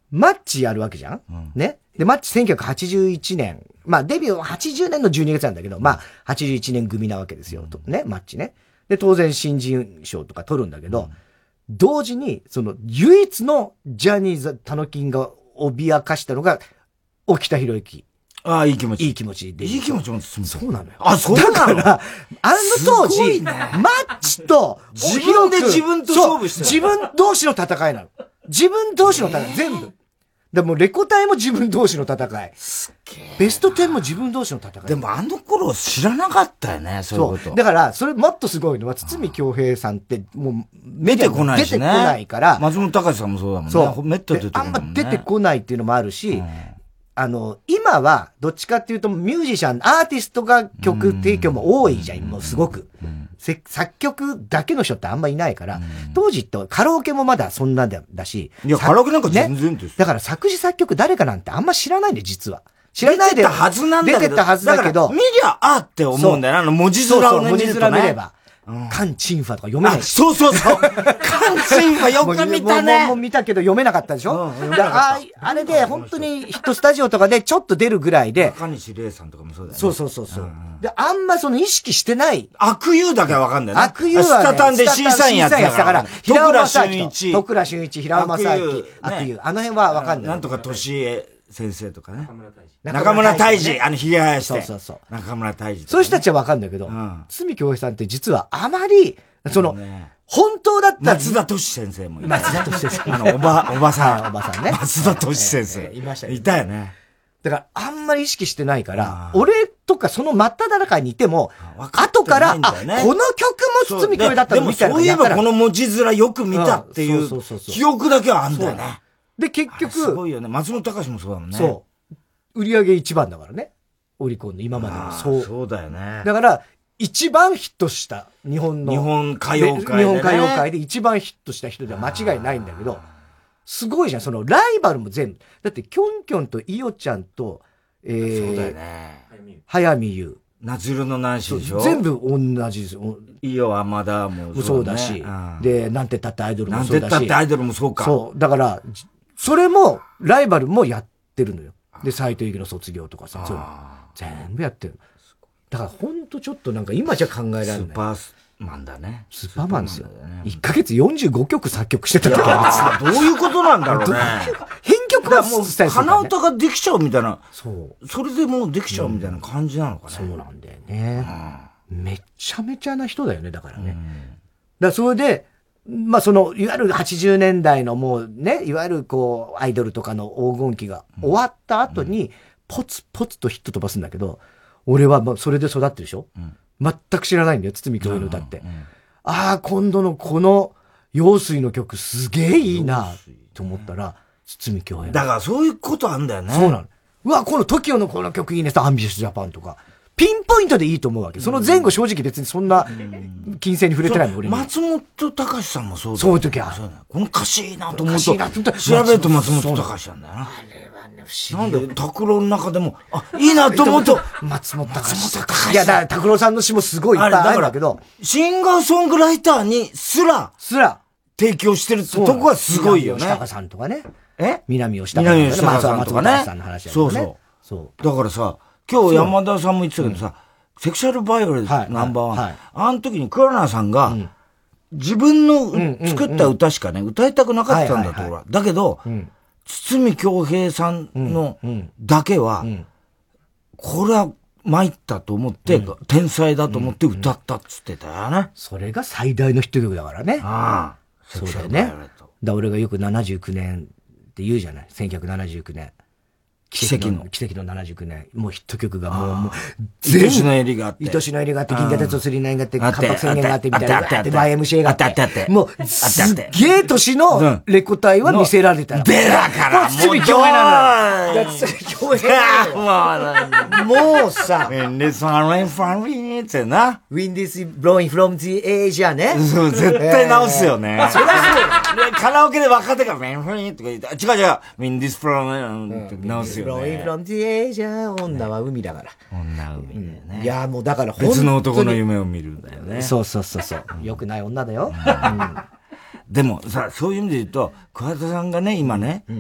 マッチやるわけじゃん、うん、ね。で、マッチせんきゅうひゃくはちじゅういちねん。まあ、デビューははちじゅうねんのじゅうにがつなんだけど、まあ、はちじゅういちねん組なわけですよ。とね、マッチね。で、当然新人賞とか取るんだけど、うん、同時に、その、唯一のジャニーズ、タノキンが脅かしたのが、沖田博之。 ああ、いい気持ち。 いい気持ちで。 いい気持ちもそうなのよ。 あ、そうなの。 だから、あの当時、ね、マッチと、 自分で自分と勝負してる。 自分同士の戦いなの。自分同士の戦い、全部。でも、レコ大も自分同士の戦い。 すっげえ。 ベストテンも自分同士の戦い。 でも、あの頃知らなかったよね、そういうこと。 そう。だから、それもっとすごいのは、堤恭平さんって、もう、 出てこないしね。 出てこないから。 松本隆さんもそうだもんね。 そう。 めった出てこない、 ね。あんま出てこないっていうのもあるし、うん、あの、今は、どっちかっていうと、ミュージシャン、アーティストが曲提供も多いじゃん、もうすごく。うん作曲だけの人ってあんまいないから、うん、当時ってカラオケもまだそんなだし。 いや、カラオケなんか全然です、 ね。だから作詞作曲誰かなんてあんま知らないんで、実は。知らないで。 出てたはずなんだけど。 出てたはずだけど。 見りゃ、あって思うんだよな、あの文字面をね。 文字面見れば。カンチンファとか読めない。 そうそうそう。カンチンファよく見たね。 もう見たけど読めなかったでしょ、うん、あ, あれで本当にヒットスタジオとかでちょっと出るぐらいで。 中西礼さんとかもそうだよね。 そうそうそうそう、うん。で、あんまその意識してない。 悪友だけはわかんないね。 悪友は、ね。 スタタンで C さんやってたから。 平尾正明。徳倉俊一、平尾正明。悪友。あの辺はわかんない。 なんとか年江先生とかね。中村泰治、あの、ひげ生やして。 そうそうそう。 中村泰治、 ね。そういう人たちはわかんないけど、堤恭平さんって実はあまり、その、ね、本当だったら。 松田敏先生もいた。 松田敏先生。 あの、おば、おばさん。 おばさんね。 松田敏先生。 えー、いましたよ、 ね。いたよね。 だから、あんまり意識してないから、俺とかその真っ只中にいても、後から、あ、この曲も堤恭平だったのみたいな。 でもそういえばこの文字面よく見たっていう、記憶だけはあんだよね。 で、結局。すごいよね。松本隆もそうだもんね。 そう。売り上げ一番だからね。オリコンの今までの。 そう。そうだよね。 だから、一番ヒットした日本の。 日本歌謡界で、ね。 日本歌謡界で一番ヒットした人では間違いないんだけど、すごいじゃん。そのライバルも全部。だって、キョンキョンとイオちゃんと、えー、 そうだよね。 早見優。 夏色のナンシーでしょ全部同じですよ。 イオ、天田もそうだし、で、なんてったってアイドルもそうだし。 なんてったってアイドルもそうか。 そう。だから、それも、ライバルもやってるのよ。で、斎藤由貴の卒業とかさ、そう全部やってる。だからほんとちょっとなんか今じゃ考えられない。スーパーマンだね。 スーパーマンですよ。いっかげつよんじゅうごきょく作曲してた時あるんですよ。どういうことなんだろうね。 編曲はもう鼻歌ができちゃうみたいな。 そう。 それでもうできちゃうみたいな感じなのかね。 そうなんだよね。めちゃめちゃな人だよね、だからね。だからそれで、まあその、いわゆるはちじゅうねんだいのもうね、いわゆるこう、アイドルとかの黄金期が終わった後に、ポツポツとヒット飛ばすんだけど、俺はもうそれで育ってるでしょ、うん、全く知らないんだよ、堤恭平の歌って。うんうん、ああ、今度のこの、陽水の曲すげえいいな、と思ったら、堤恭平。 だからそういうことあんだよね。 そうなの。うわ、この トキオ のこの曲いいね、アンビシャスジャパンとか。ピンポイントでいいと思うわけ。その前後正直別にそんな、金星に触れてないの、俺に。 松本隆さんもそうだよ。 そういう時は。 この歌詞いいなと思うと、調べると松本隆なんだよな。なんで、拓郎の中でも、あ、いいなと思うと、 松本隆。松本隆。いや、だから拓郎さんの詩もすごいいっぱいあるんだけど。 シンガーソングライターにすら、 すら、 提供してるってとこはすごいよね。 南吉高さんとかね。 え南吉高さん。南吉高さんとかね。 そうそう。そう。だからさ、今日山田さんも言ってたけどさ、セクシャルバイオレンスナンバーワン。あの時にクラナさんが、自分の作った歌しかね、歌いたくなかったんだと、俺は。だけど、堤恭平さんのだけは、これは参ったと思って、天才だと思って歌ったっつってたよね。 それが最大のヒット曲だからね。 ああ。 そうだよね。だ俺がよくななじゅうきゅうねんって言うじゃない。せんきゅうひゃくななじゅうきゅうねん。奇跡の。奇跡のななじゅうきゅうねん。もうヒット曲がもう、もう、 全部。愛しの襟があって。 愛しの襟があって、銀河鉄道スリーナインがあって、関白宣言があって、みたいな。あって、ワイエムシーエー があって。あってあって。もう、すっげえ年のレコ大は見せられた。 でだから、もう、 堤恭平なのよ。堤恭平なのよ。もうさ、 When this one rain from me ってな。 Wind is blowing from the Asia ね。 そう、絶対直すよね。そりゃそう。カラオケで若手が Rain from me とか言って、違う違う、Wind is from me って直すよね。 Blowing from the Asia 女は海だから。 女は海だよね。 いや、もうだから別の男の夢を見るんだよね。 そうそうそうそう。良くない女だよ。 でもさ、そういう意味で言うと、桑田さんがね、今ね、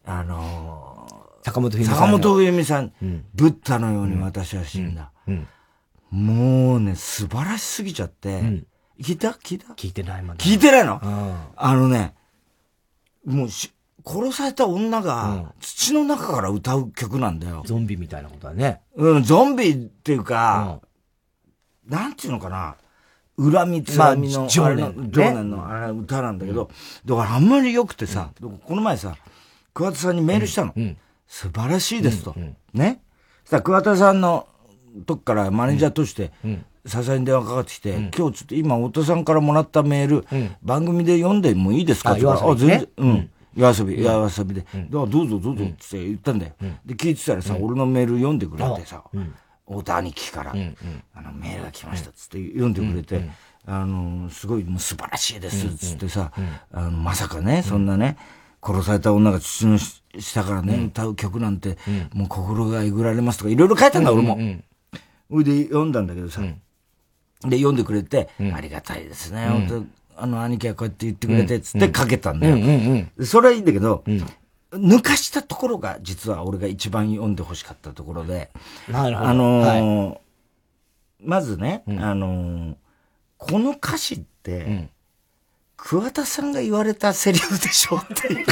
あのー、坂本冬美さん。坂本冬美さん、うん、ブッダのように私は死んだ。うんうん、もうね、素晴らしすぎちゃって、うん、聞いた聞いた聞いてないまで。聞いてないの、うん、あのね、もうし、殺された女が土の中から歌う曲なんだよ。 ゾンビみたいなことだね。 うん、ゾンビっていうか、うん、なんていうのかな。恨みつらみの、 情念、 ね、情念のあれ歌なんだけど、うん、だからあんまり良くてさ、うん、この前さ、桑田さんにメールしたの。うん、素晴らしいですと。うん、ね。そしたら桑田さんのとこからマネージャーとして、笹井に電話かかってきて、うん、今日ちょっと今、太田さんからもらったメール、うん、番組で読んでもいいですかって言ったら、あ、全然、うん。夜遊び、夜遊びで、うん、どうぞどうぞって言ったんだよ。うん、で、聞いてたらさ、うん、俺のメール読んでくれてさ、うん、太田兄貴から、うん、あの、メールが来ましたっつって読んでくれて、うん、あの、すごいもう素晴らしいですっつってさ、うん、あの、まさかね、そんなね、殺された女が土の下からね、うん、歌う曲なんて、うん、もう心がえぐられますとか、いろいろ書いたんだ、俺も。それで読んだんだけどさ、うん、で、読んでくれて、うん、ありがたいですね、うん、あの、兄貴がこうやって言ってくれて、つってかけたんだよ。うんうんうん、それはいいんだけど、うん、抜かしたところが、実は俺が一番読んで欲しかったところで、 なるほど。 あのーはい、まずね、うん、あのー、この歌詞って、うん、桑田さんが言われたセリフでしょっていう。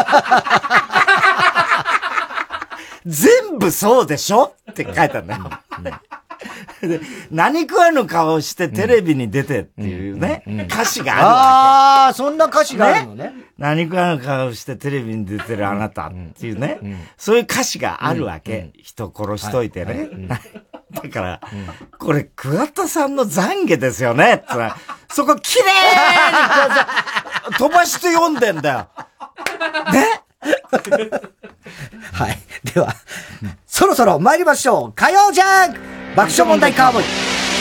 全部そうでしょって書いたんだよ。で何食わぬ顔してテレビに出てっていうね、うんうんうん、歌詞があるわけ。 ああ、そんな歌詞があるのね。 ね、何食わぬ顔してテレビに出てるあなたっていうね、うんうん、そういう歌詞があるわけ。うんうん、人殺しといてね。はいはいうん、だから、うん、これ桑田さんの懺悔ですよねってそこ綺麗に飛ばして読んでんだよ。ねはい。では、そろそろ参りましょう。火曜ジャンク爆笑問題カーボーイ。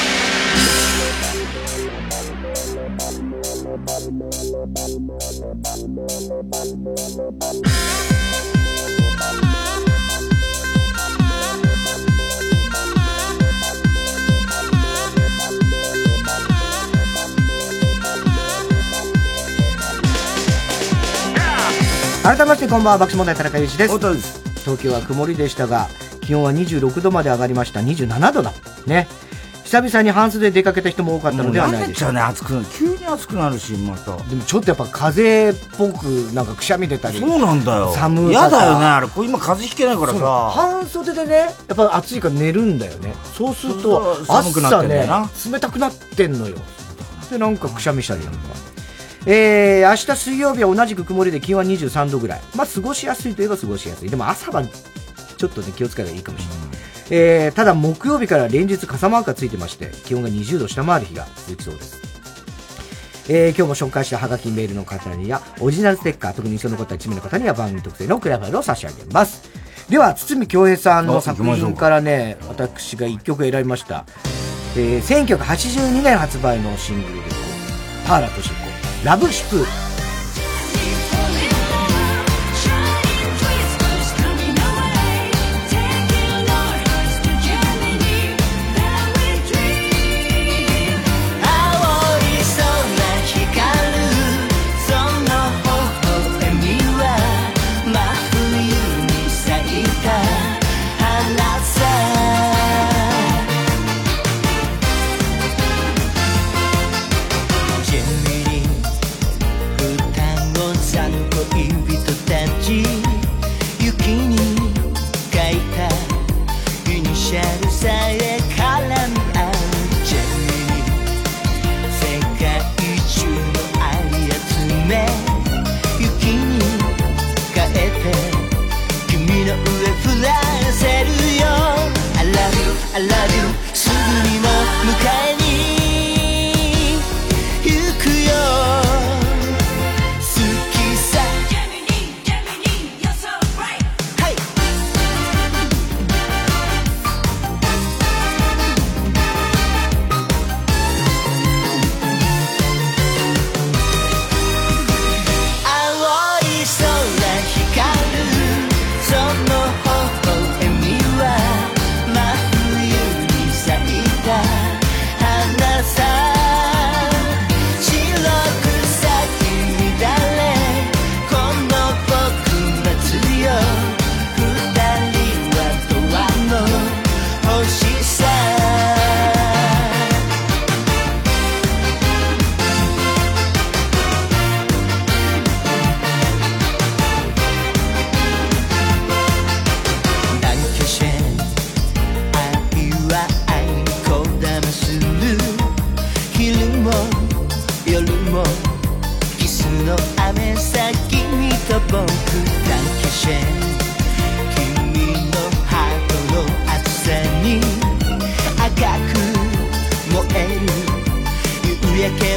改めましてこんばんは、爆笑問題田中裕二です。 太田です。 東京は曇りでしたが、気温はにじゅうろくどまで上がりました。にじゅうななどだ。ね。久々に半袖で出かけた人も多かったのではないでしょうか。 ね、暑くなる。急に暑くなるし、また。 でもちょっとやっぱ風邪っぽく、なんかくしゃみ出たり。 そうなんだよ。 寒さ。 嫌だよね、あれ。これ今風邪ひけないからさ。 半袖でね、やっぱ暑いから寝るんだよね。そうすると、朝ね、冷たくなってんのよ。で、なんかくしゃみしたりなんか。えー、明日水曜日は同じく曇りで気温はにじゅうさんどぐらい。まあ、過ごしやすいといえば過ごしやすい。でも朝晩、ちょっとね、気をつけたらいいかもしれない。えー、ただ木曜日から連日傘マークがついてまして、気温がにじゅうど下回る日が続きそうです。えー、今日も紹介したハガキメールの方には、オリジナルステッカー、特に印象に残ったいちめいの方には番組特製のクリアファイルを差し上げます。では、堤恭平さんの作品からね、私がいっきょく選びました。えー、せんきゅうひゃくはちじゅうにねん発売のシングルで、田原俊彦。ラブシプー。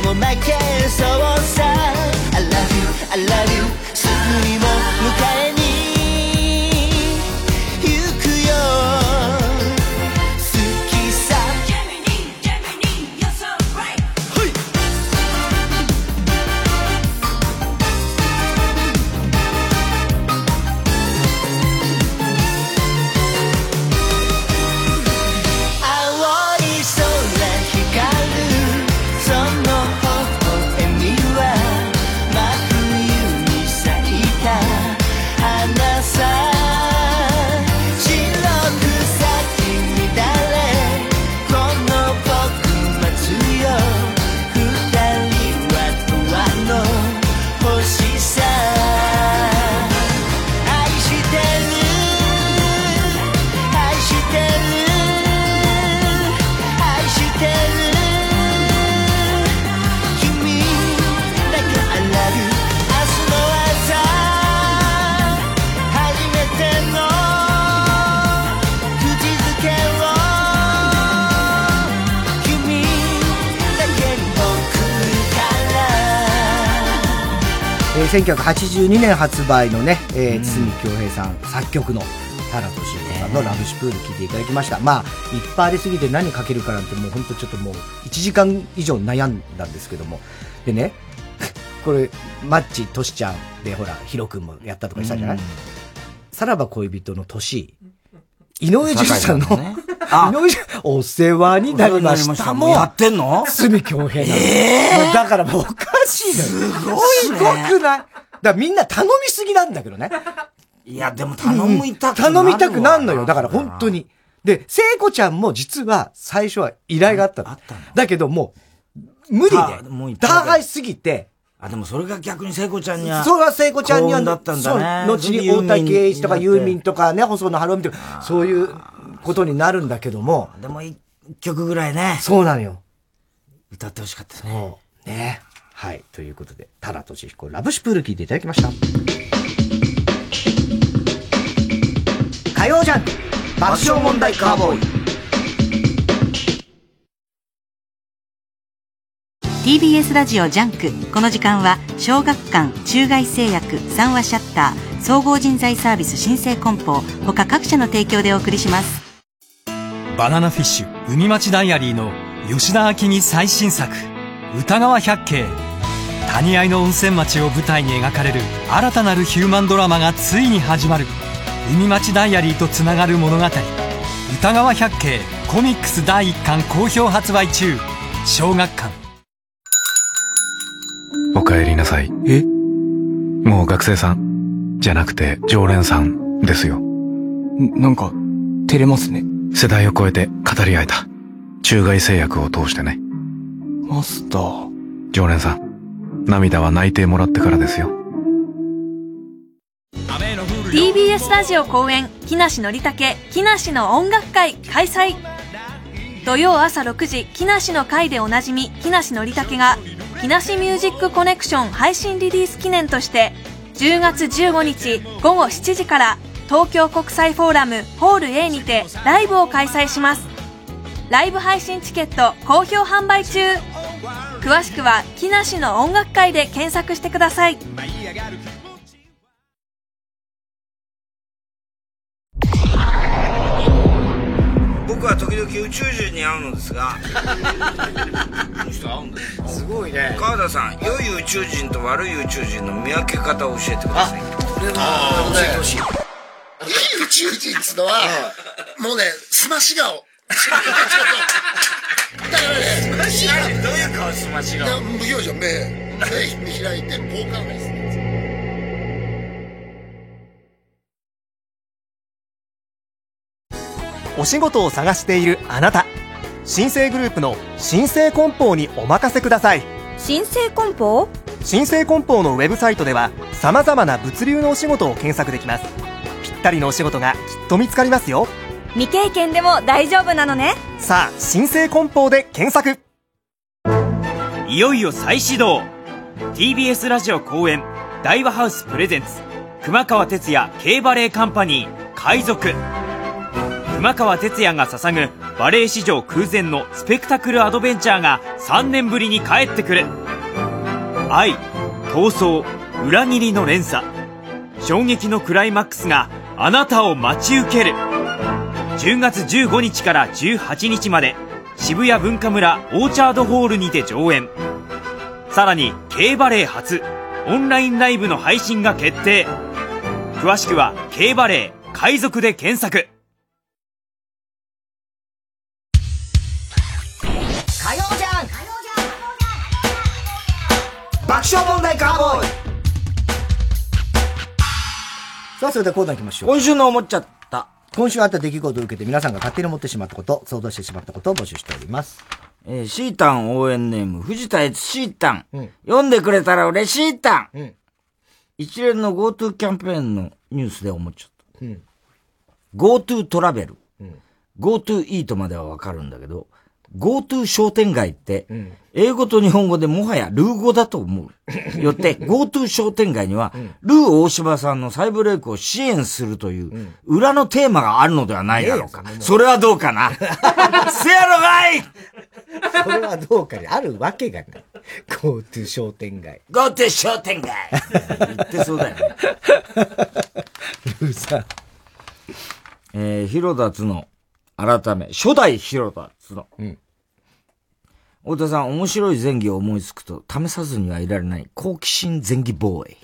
も負けそうさ I love you, I love you すぐにも迎えに行くよ好きさ Gemini, Gemini, you're so right はい青い空光るその微笑みは真冬に咲いた花さ白く咲き乱れこの僕待つよ二人は永遠の星さ愛してる愛してる愛してる君だけ I love you 明日の朝初めての口づけを君だけに送るからえー、せんきゅうひゃくはちじゅうにねん発売のね、えー、堤恭平さん作曲の原俊彦さんのラブシュプール聴いていただきました。まあ、いっぱいありすぎて何かけるかなんてもうほんとちょっともういちじかん以上悩んだんですけども。でね、これ、マッチ、トシちゃんでほら、ヒロ君もやったとかしたじゃない、うん、さらば恋人のトシ、井上順さんの、ね、井上順、お世話になりましたもん。 やってんの堤恭平なの。 えー、 だからもうおかしいのよ。 すごいね。 すごくない？だからみんな頼みすぎなんだけどね。 いや、でも頼みたくなる、 うん、頼みたくなるのよ。だから本当に。で、聖子ちゃんも実は最初は依頼があったの。あったのだけどもう、無理で、ダーハイすぎて。 あ、でもそれが逆に聖子ちゃんには。 そうは聖子ちゃんには、 だったんだね。 後に大竹栄一とかユーミンとかね、細野晴臣とか、そういうことになるんだけども。 でも一曲ぐらいね。 そうなのよ。 歌ってほしかったね。 そうね。はい。ということで、原俊彦、ラブシュプール聴いていただきました。火曜ジャンク爆笑問題カーボーイティービーエス ラジオジャンク。この時間は小学館、中外製薬、三話シャッター、総合人材サービス新生梱包他各社の提供でお送りします。 バナナフィッシュ海町ダイアリーの吉田明美最新作歌川百景。谷合の温泉町を舞台に描かれる新たなるヒューマンドラマがついに始まる。海町ダイアリーとつながる物語歌川百景コミックスだいいっかん好評発売中。小学館。 お帰りなさい。え？もう学生さんじゃなくて常連さんですよ。 なんか照れますね。 世代を超えて語り合えた。中外製薬を通してね。 マスター。 常連さん、涙は内定もらってからですよ。 ティービーエス ラジオ公演木梨憲武木梨の音楽会開催。土曜朝ろくじ木梨の会でおなじみ木梨憲武が木梨ミュージックコネクション配信リリース記念としてじゅうがつじゅうごにちごごしちじから東京国際フォーラムホール A にてライブを開催します。ライブ配信チケット好評販売中。詳しくは木梨の音楽会で検索してください。 僕は時々宇宙人に会うのですがこの人会うんですか？すごいね。 川田さん、良い宇宙人と悪い宇宙人の見分け方を教えてください。 これは教えてほしい。いい宇宙人っつのはもうね、すまし顔。だからね、 スマシ顔どういう顔？スマシ顔。 無表情、目目見開いてポーカーフェイス。 お仕事を探しているあなた、新生グループの新生梱包にお任せください。 新生梱包？ 新生梱包のウェブサイトでは様々な物流のお仕事を検索できます。ぴったりのお仕事がきっと見つかりますよ。 未経験でも大丈夫なのね。 さあ、新生梱包で検索。 いよいよ再始動。 ティービーエス ラジオ公演大和ハウスプレゼンツ熊川哲也 K バレエカンパニー海賊。熊川哲也が捧ぐバレエ史上空前のスペクタクルアドベンチャーがさんねんぶりに帰ってくる。 愛、闘争、裏切りの連鎖。衝撃のクライマックスがあなたを待ち受ける。じゅうがつじゅうごにちからじゅうはちにちまで渋谷文化村オーチャードホールにて上演。さらに K バレエ初オンラインライブの配信が決定。詳しくは K バレエ海賊で検索。 火曜じゃん爆笑問題カーボーイ。さあ、それではコーナー行きましょう。 今週の思っちゃった。 今週あった出来事を受けて皆さんが勝手に思ってしまったこと、想像してしまったことを募集しております。 えー、シータン応援ネーム、藤田悦シータン、うん。読んでくれたら嬉しいタン、うん、一連の GoTo キャンペーンのニュースで思っちゃった。うん、GoTo トラベル、うん、GoTo イートまではわかるんだけど、GoTo 商店街って、うん、英語と日本語でもはやルー語だと思う。よって、GoTo 商店街には、うん、ルー大柴さんの再ブレイクを支援するという、裏のテーマがあるのではないだろうか。うん、それはどうかな。せやろがいそれはどうかにあるわけがない。GoTo 商店街。 GoTo 商店街言ってそうだよね。 ルーさん。 えー、広田つの、改め、初代広田つの。うん。太田さん、面白い前戯を思いつくと、試さずにはいられない好奇心前戯ボーイ。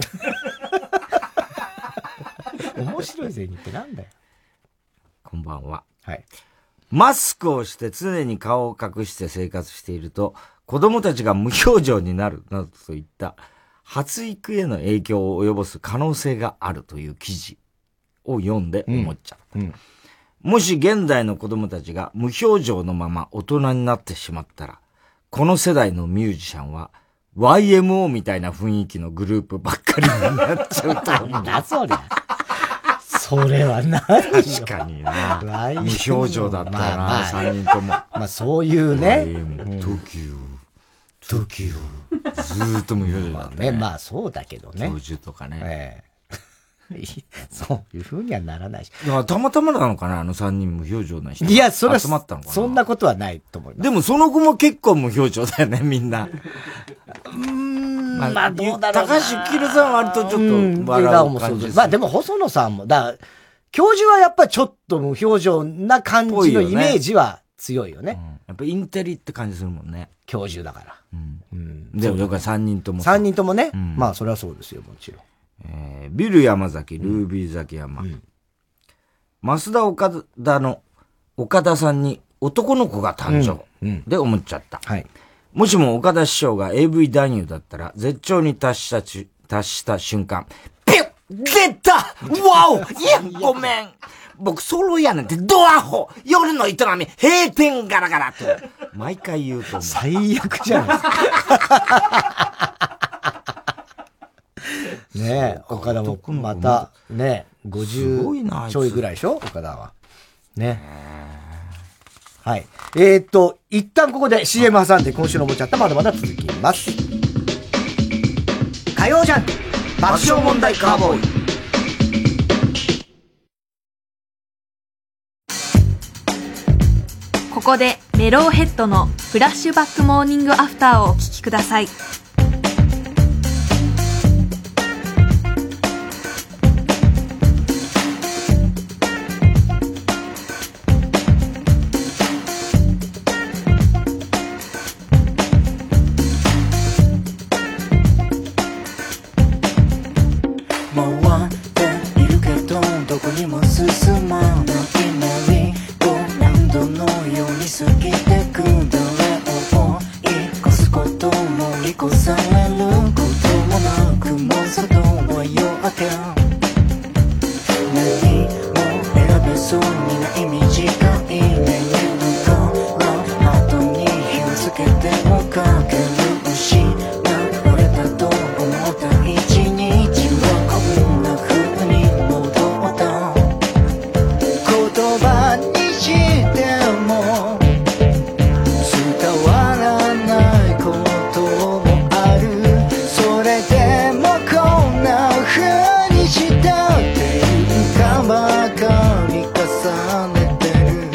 面白い前戯ってなんだよ。 こんばんは。 はい。 マスクをして常に顔を隠して生活していると、子供たちが無表情になるなどといった発育への影響を及ぼす可能性があるという記事を読んで思っちゃった。うんうん、もし現代の子供たちが無表情のまま大人になってしまったら、この世代のミュージシャンは ワイエムオー みたいな雰囲気のグループばっかりになっちゃうと思う。 なんだそりゃ。それは何よ。 確かにな。無表情だったな、まあまあ、さんにんとも。 まあそういうね。 トキュー、トキュー。ずーっと無表情だったね。 まあね、まあそうだけどね。 教授とかね。ええそういう風にはならないし。 いや、たまたまなのかな、あの三人無表情な人。 いや、それは、 集まったのかな。 そんなことはないと思います。 でもその後も結構無表情だよね、みんな。 うーん、まあ、まあ、どうだろうな。 高橋きるさんは割とちょっと笑う感じです。 まあでも細野さんも、だ教授はやっぱりちょっと無表情な感じのイメージは強いよね。 うん、やっぱインテリって感じするもんね。 教授だから。 うんうん、でも、だから三人とも。 三人ともね。うん、まあそれはそうですよ、もちろん。 えー、ビル山崎、ルービー崎山。うん、増田岡田の岡田さんに男の子が誕生で思っちゃった。 うんうん、はい。 もしも岡田師匠が エーブイ 男優だったら絶頂に達したち、達した瞬間、ピュッ出たわおいや、ごめん僕ソロやねんってドアホ夜の営み閉店ガラガラと毎回言うと思う。 最悪じゃないですか。ねえ、岡田もまた、ね、ごじゅうちょいぐらいでしょ岡田は。ね。はい。えー、っと、一旦ここで シーエム 挟んで今週のおもちゃったまだまだ続きます。火曜ジャンク爆笑問題カーボーイ。 ここでメローヘッドのフラッシュバックモーニングアフターをお聴きください。 重ねてる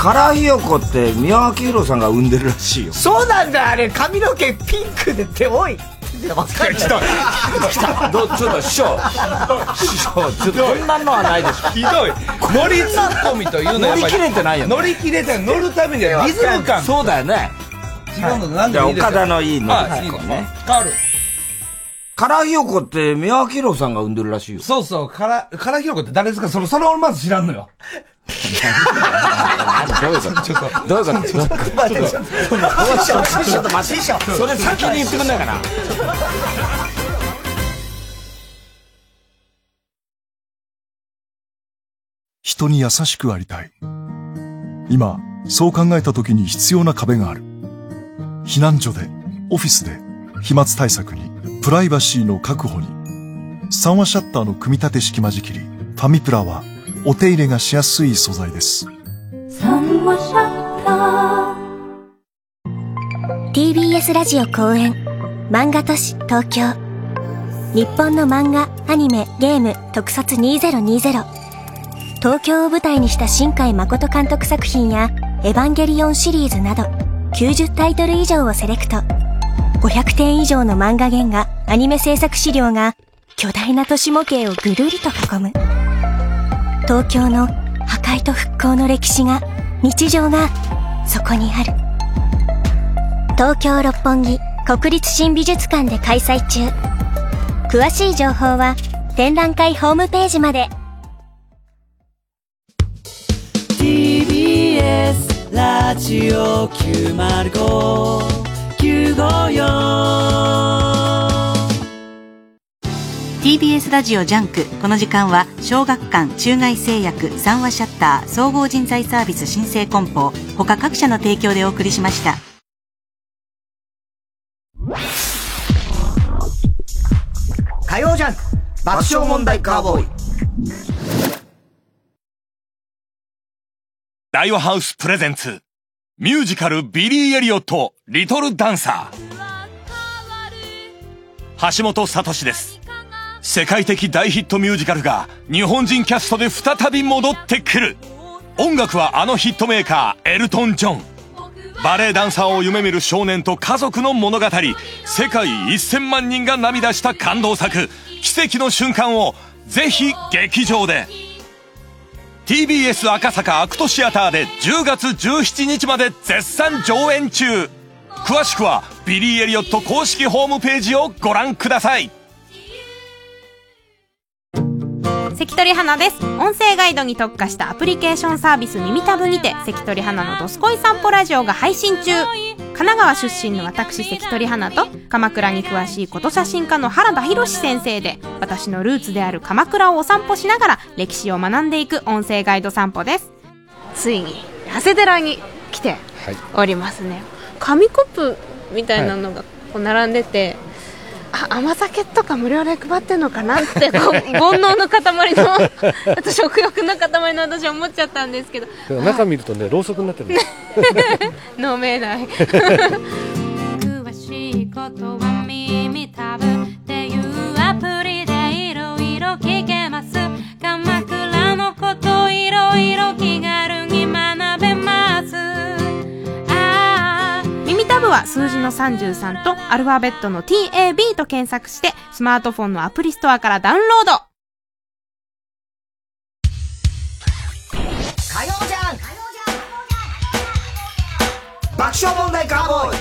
カラーひよこって宮脇宏さんが産んでるらしいよ。 そうなんだ、あれ髪の毛ピンクでって多い。わかる。 来た来た。どちょっと師匠師匠ちょっとこんなのはないでしょ。 ひどい。乗りツッコミというのは乗り切れてないよね。 乗り切れて乗るためにはリズム感。 そうだよね。 違うのなんでもいいですよ。 じゃあ岡田のいいのはいいいのね。変わる。 カラーひよこって宮脇宏さんが産んでるらしいよ。 そうそう。カラカラーひよこって誰ですか。そのそれ俺まず知らんのよ。 どういうことちょっとどういうことちょっと待ってちょっと待ってそれ先に言ってくんないかな。 人に優しくありたい。今そう考えた時に必要な壁がある。避難所でオフィスで飛沫対策にプライバシーの確保に三話シャッターの組み立て式間仕切りファミプラはお手入れがしやすい素材です。 三話シャッター ティービーエス ラジオ公演漫画都市東京。日本の漫画、アニメ、ゲーム、特撮にせんにじゅう。東京を舞台にした新海誠監督作品やエヴァンゲリオンシリーズなどきゅうじゅうタイトル以上をセレクト。ごひゃくてん以上の漫画原画、アニメ制作資料が巨大な都市模型をぐるりと囲む。東京の破壊と復興の歴史が、日常がそこにある。東京六本木国立新美術館で開催中。詳しい情報は展覧会ホームページまで。 ティービーエス ラジオきゅうまるご きゅうごよん。 ティービーエス ラジオジャンク。この時間は小学館、中外製薬、三話シャッター、総合人材サービス新生梱包他各社の提供でお送りしました。 火曜ジャンク爆笑問題カーボーイ。 大和ハウスプレゼンツミュージカルビリー・エリオットリトルダンサー。橋本聡です。世界的大ヒットミュージカルが日本人キャストで再び戻ってくる。音楽はあのヒットメーカーエルトン・ジョン。バレエダンサーを夢見る少年と家族の物語。世界せんまん人が涙した感動作奇跡の瞬間をぜひ劇場で。 ティービーエス 赤坂アクトシアターでじゅうがつじゅうしちにちまで絶賛上演中。詳しくはビリー・エリオット公式ホームページをご覧ください。 関取花です。音声ガイドに特化したアプリケーションサービス耳たぶにて関取花のどすこい散歩ラジオが配信中。神奈川出身の私関取花と鎌倉に詳しいこと写真家の原田博先生で私のルーツである鎌倉をお散歩しながら歴史を学んでいく音声ガイド散歩です。ついに長谷寺に来ておりますね。紙コップみたいなのがこう並んでて、あ、甘酒とか無料で配ってんのかなってこう煩悩の塊の私食欲の塊の私は思っちゃったんですけど、 中見るとねろうそくになってる飲めない詳しいことは耳たぶっていうアプリでいろいろ聞けます。鎌倉のこといろいろ気軽に学べます。耳たぶは数字のさんじゅうさんとアルファベットの ティーエービー と検索してスマートフォンのアプリストアからダウンロード。 火曜ジャンク爆笑問題カーボーイ。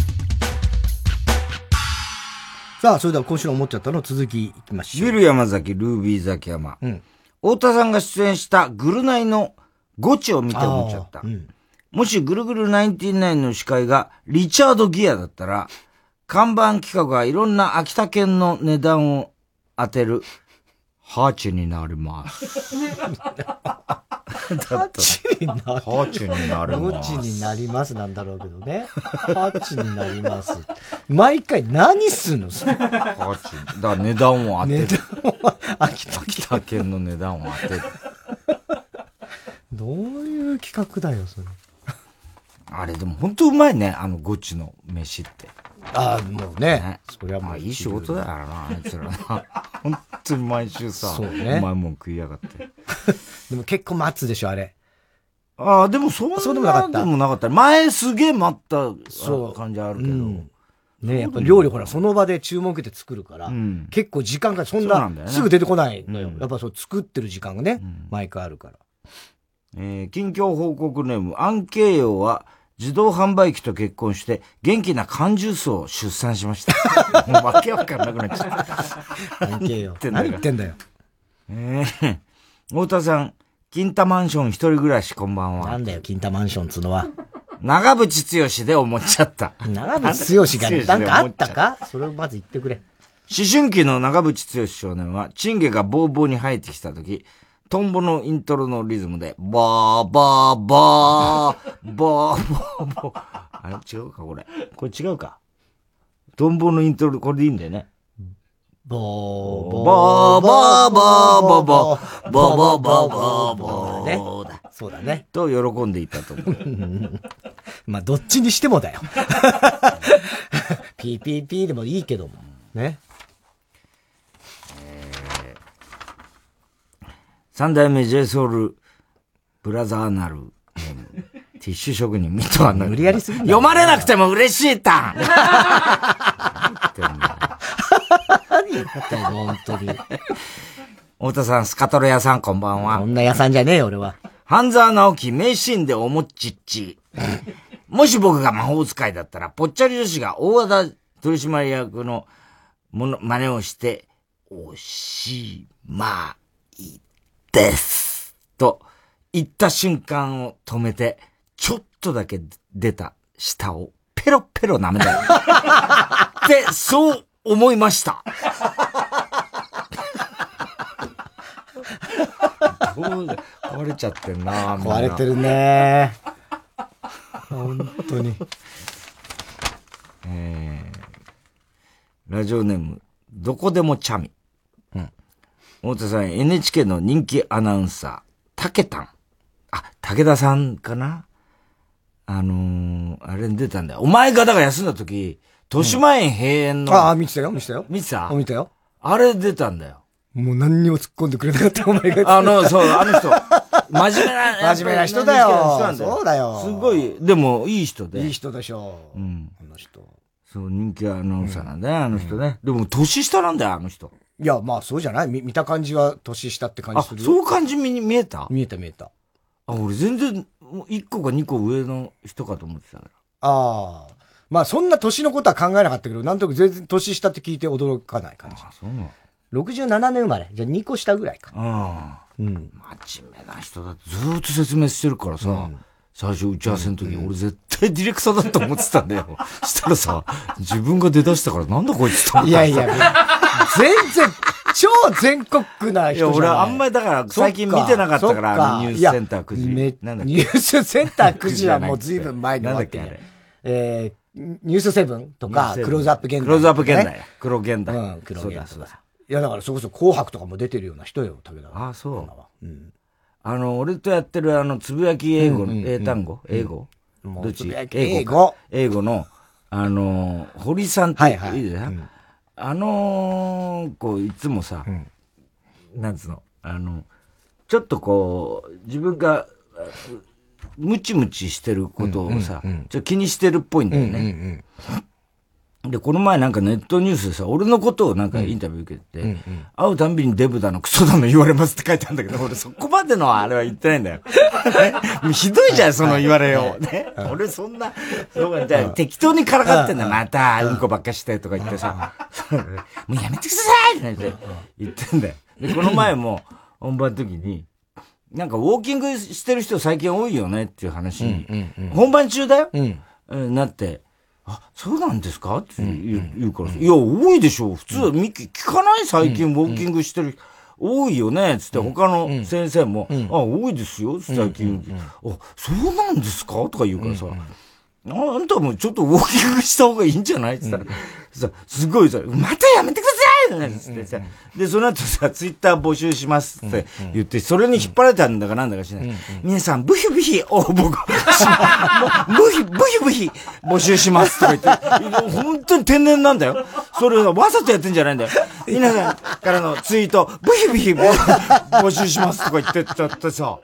さあ、それでは今週の思っちゃったの続きいきましょう。 ビル山崎、ルービーザキヤマ。 うん。 太田さんが出演したグルナイのゴチを見て思っちゃった。うん、もしぐるぐるナインティナインの司会がリチャード・ギアだったら、看板企画はいろんな秋田県の値段を当てる。ハーチになります。 ハーチになる。 ハーチになります。 ハーチになりますなんだろうけどね。ハーチになります。毎回何すんのそれ。ハーチ。だから値段を当てる。 値段を秋田秋田県の値段を当てる。 どういう企画だよ、それ。 あれでも本当うまいね、あのゴチの飯って。 ああ、もうね。ねそれはもういい仕事だよな、あいつらな。本当に毎週さ、そうね、うまいもん食いやがって。 でも結構待つでしょ、あれ。 ああ、でもそんなそうでもなかった。 でもなかった。前すげえ待った感じあるけど。 うんね、やっぱ料理ほら、その場で注文受けて作るから、うん、結構時間がそんな、ね、すぐ出てこないのよ。うん、やっぱそう作ってる時間がね、うん、毎回あるから。 えー、近況報告ネーム、アンケイヨは自動販売機と結婚して元気な缶ジュースを出産しました。もうわけわかんなくなっちゃった。 アンケイヨ。何言ってんだよ。 えー、太田さん、金太マンション一人暮らしこんばんは。 なんだよ、金太マンションつうのは。 長渕剛で思っちゃった。 長渕剛がね、なんかあったかそれをまず言ってくれ。 思春期の長渕剛少年は、チンゲがボーボーに生えてきたとき、トンボのイントロのリズムで、バーバーバー、バーバーバー。あれ違うかこれ。これ違うか。トンボのイントロ、これでいいんだよね。 バーバーバーバーバーバーバーバーバーバーバーバーだ。そうだね。 と喜んでいたと思う。 まあ、どっちにしてもだよ。ピーピーピー でもいいけども。ね。 えー、三代目 J ソウルブラザーなるティッシュ職人ミトアナル。 無理やりすぎ読まれなくても嬉しいたん。 何言ってんの本当に。 太田さん、スカトロ屋さんこんばんは。 こんな屋さんじゃねえよ、俺は。 半沢直樹名シーンでおもっちっち。もし僕が魔法使いだったら、ぽっちゃり女子が大和田取締役のもの、真似をして、おしまいです。と言った瞬間を止めて、ちょっとだけ出た舌をペロペロ舐めたよ。って、そう思いました。どうだ壊れちゃってんな。 壊れてるね。本当に。 えー、ラジオネーム、どこでもチャミ。うん。太田さん、エヌエイチケー の人気アナウンサー、たけたん。あ、武田さんかなあのー、あれに出たんだよ。お前がだから休んだ時、豊島園閉園の、うん。 ああ、見てたよ、見てたよ。 見てた見たよ。 あれ出たんだよ。 もう何にも突っ込んでくれなかった、お前が。 あの、そう、あの人。真面目な、 真面目な人だよ。そうだよ。 すごい、でも、いい人で。 いい人でしょう。うん。あの人。 そう、人気アナウンサーなんだよ、あの人ね。でも、年下なんだよ、あの人。 いや、まあ、そうじゃない見、見た感じは年下って感じするよ。あ、そう感じ見、見えた見えた見えた。 あ、俺全然、いっこかにこ上の人かと思ってたから。 ああ。まあ、そんな年のことは考えなかったけど、なんとなく全然年下って聞いて驚かない感じ。 あ、そうなのろくじゅうななねん生まれ。じゃあにこ下ぐらいか。 ああ。うん。真面目な人だってずーっと説明してるからさ、うん、最初打ち合わせの時に俺絶対ディレクターだと思ってたんだよ。したらさ、自分が出だしたからなんだこいつと思った。 いやいや、全然、超全国区な人じゃない。いや、 俺あんまりだから最近見てなかったから、ニュースセンターくじ。 なんだっけニュースセンターくじはもう随分前に終わって。なんだっけえー、ニュースセブンとか、クローズアップ現代、ね。 クローズアップ現代。黒現代。 うん、黒現代。そうだ。いや、だからそこそ紅白とかも出てるような人よ、武田。 ああ、そう。うん。あの、俺とやってるあの、つぶやき英語の、英単語英語どっち英語英語の、あの、堀さんっていいじゃん。あの子、いつもさ、なんつうの、あの、ちょっとこう、自分が、ムチムチしてることをさ、ちょっと気にしてるっぽいんだよね。で、この前なんかネットニュースでさ、俺のことをなんかインタビュー受けて、うんうんうん、会うたんびにデブだのクソだの言われますって書いてあるんだけど、俺そこまでのあれは言ってないんだよ。ひどいじゃん、その言われよう。ね、俺そんな、そうじゃ適当にからかってんだよ。また、うんこばっかしてとか言ってさ、もうやめてくださいって言ってんだよ。で、この前も本番の時に、なんかウォーキングしてる人最近多いよねっていう話に、うんうんうん、本番中だよ、うん、なって、あ、そうなんですかって言う、うん、言うから、いや、多いでしょ。普通は聞かない最近ウォーキングしてる、多いよねつって他の先生も、うん、あ、多いですよ最近、うん、あ、そうなんですかとか言うからさ、うん、あんたもちょっとウォーキングした方がいいんじゃないって言ったら、さ、すごいさ、またやめてくださいつってさ、で、その後さ、ツイッター募集しますって言って、それに引っ張られたんだかなんだかしない。皆さん、ブヒブヒ応募、ブヒ、ブヒブヒ募集しますとか言って、本当に天然なんだよ。それをわざとやってんじゃないんだよ。皆さんからのツイート、ブヒブヒ募集しますとか言ってちゃってさ、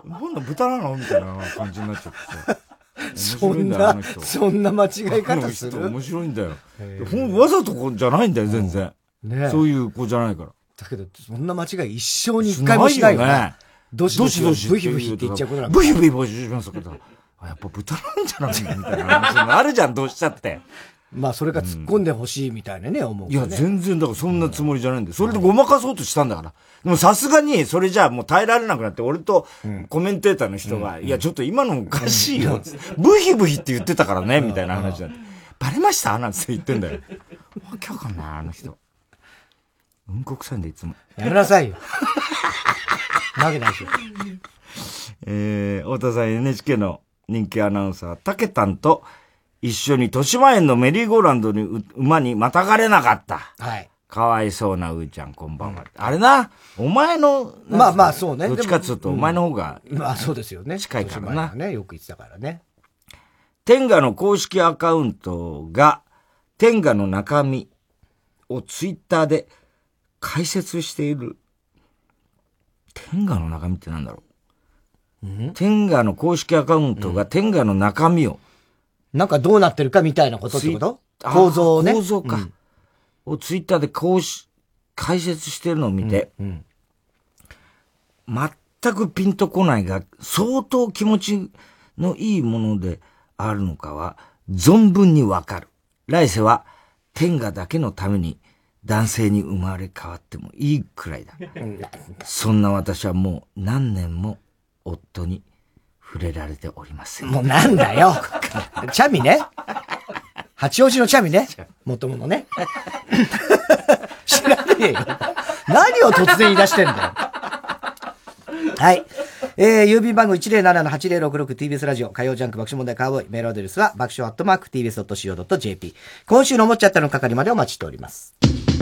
なんだ豚なのみたいな感じになっちゃってさ。 そんな、そんな間違い方する？ 面白いんだよ。わざとこじゃないんだよ、全然。ね、そういう子じゃないから。 だけど、そんな間違い一生に一回もしないよね。どしどしどし、ブヒブヒって言っちゃうことなんだ。 ブヒブヒブヒしますけど、やっぱ豚なんじゃないみたいな話あるじゃん、どうしちゃって。 まあ、それが突っ込んでほしいみたいなね、思う、ね。 いや、全然、だからそんなつもりじゃないんだよ。それでごまかそうとしたんだから。でもさすがに、それじゃあもう耐えられなくなって、俺とコメンテーターの人が、うん、いや、ちょっと今のおかしいよ。ブヒブヒって言ってたからね、みたいな話だ。バレましたなんて言ってんだよ。わけわかんない、あの人。うんこ臭いんだ、いつも。 やめなさいよ。なわけないでしょ。 えー、太田さん エヌエイチケー の人気アナウンサー、たけたんと一緒に豊島園のメリーゴーランドに馬にまたがれなかった。 はい。 かわいそうなうーちゃん、こんばんは。あれな、お前の、 まあまあそうね。 どっちかっつうと、お前の方が、 まあそうですよね。 近いからな。 ね、よく言ってたからね。 天下の公式アカウントが、天下の中身をツイッターで解説している。天下の中身ってなんだろう、うん、天下の公式アカウントが天下の中身を、 うん、なんかどうなってるかみたいなことってこと？構造をね。 構造か。うん、をツイッターでこうし、解説してるのを見て、うんうん、全くピンとこないが、相当気持ちのいいものであるのかは、存分にわかる。来世は天下だけのために男性に生まれ変わってもいいくらいだ。そんな私はもう何年も夫に触れられておりません。 もうなんだよ。チャミね。八王子のチャミね。もとものね。知らねえよ。何を突然言い出してんだよ。はい。えー、郵便番号 いちまるななのはちまるろくろく ティービーエス ラジオ火曜ジャンク爆笑問題カーボーイ。メールアドレスは爆笑アットマーク ティービーエスドットシーオードットジェーピー。今週の思っちゃったの係までお待ちしております。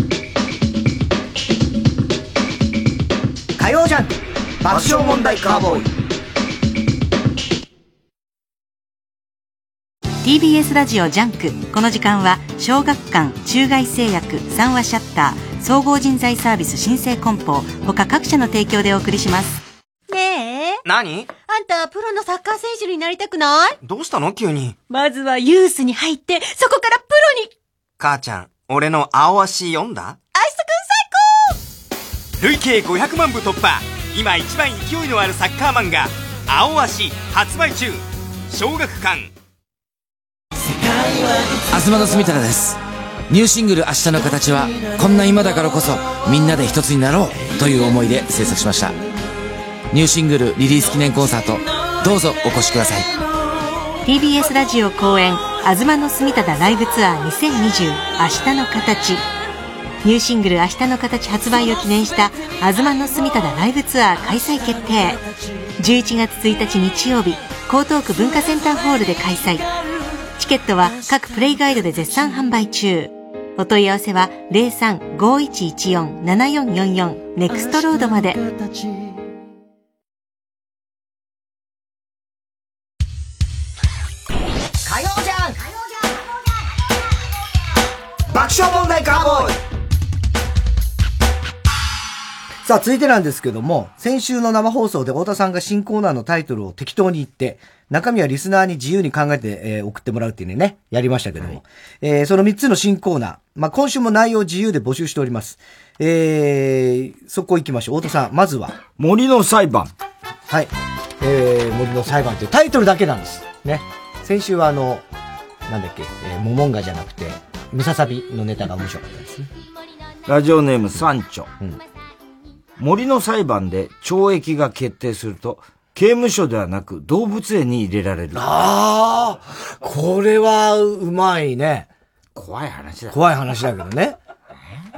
火曜ジャンク爆笑問題カーボーイ。 ティービーエス ラジオジャンク。この時間は小学館、中外製薬、三話シャッター、総合人材サービス新生梱包他各社の提供でお送りします。 ねえ。 何？ あんたプロのサッカー選手になりたくない？ どうしたの急に。 まずはユースに入ってそこからプロに。 母ちゃん、俺の青足読んだ？ アイスくん最高。 累計ごひゃくまんぶ突破。今一番勢いのあるサッカー漫画青足発売中。小学館。 東野住太です。ニューシングル明日の形はこんな今だからこそみんなで一つになろうという思いで制作しました。ニューシングルリリース記念コンサートどうぞお越しください。 ティービーエス ラジオ公演東野住太ライブツアーにせんにじゅう明日の形。ニューシングル明日の形発売を記念した東野住太ライブツアー開催決定。じゅういちがつついたち日曜日、江東区文化センターホールで開催。チケットは各プレイガイドで絶賛販売中。お問い合わせは ゼロさん ごいちいちよん ななよんよんよん ネクストロードまで。 火曜じゃん爆笑問題カーボーイ。さあ続いてなんですけども、先週の生放送で太田さんが新コーナーのタイトルを適当に言って中身はリスナーに自由に考えて、えー、送ってもらうっていうね、ねやりましたけども、はい、えー、そのみっつの新コーナー、まあ、今週も内容自由で募集しております。えー、そこ行きましょう。太田さん、まずは森の裁判。 はい、えー、森の裁判というタイトルだけなんですね。先週はあのなんだっけ、えー、モモンガじゃなくてムササビのネタが面白かったですね。 ラジオネームサンチョ、うん、森の裁判で懲役が決定すると刑務所ではなく動物園に入れられる。 ああ、これはうまいね。 怖い話だ。 怖い話だけどね。うん。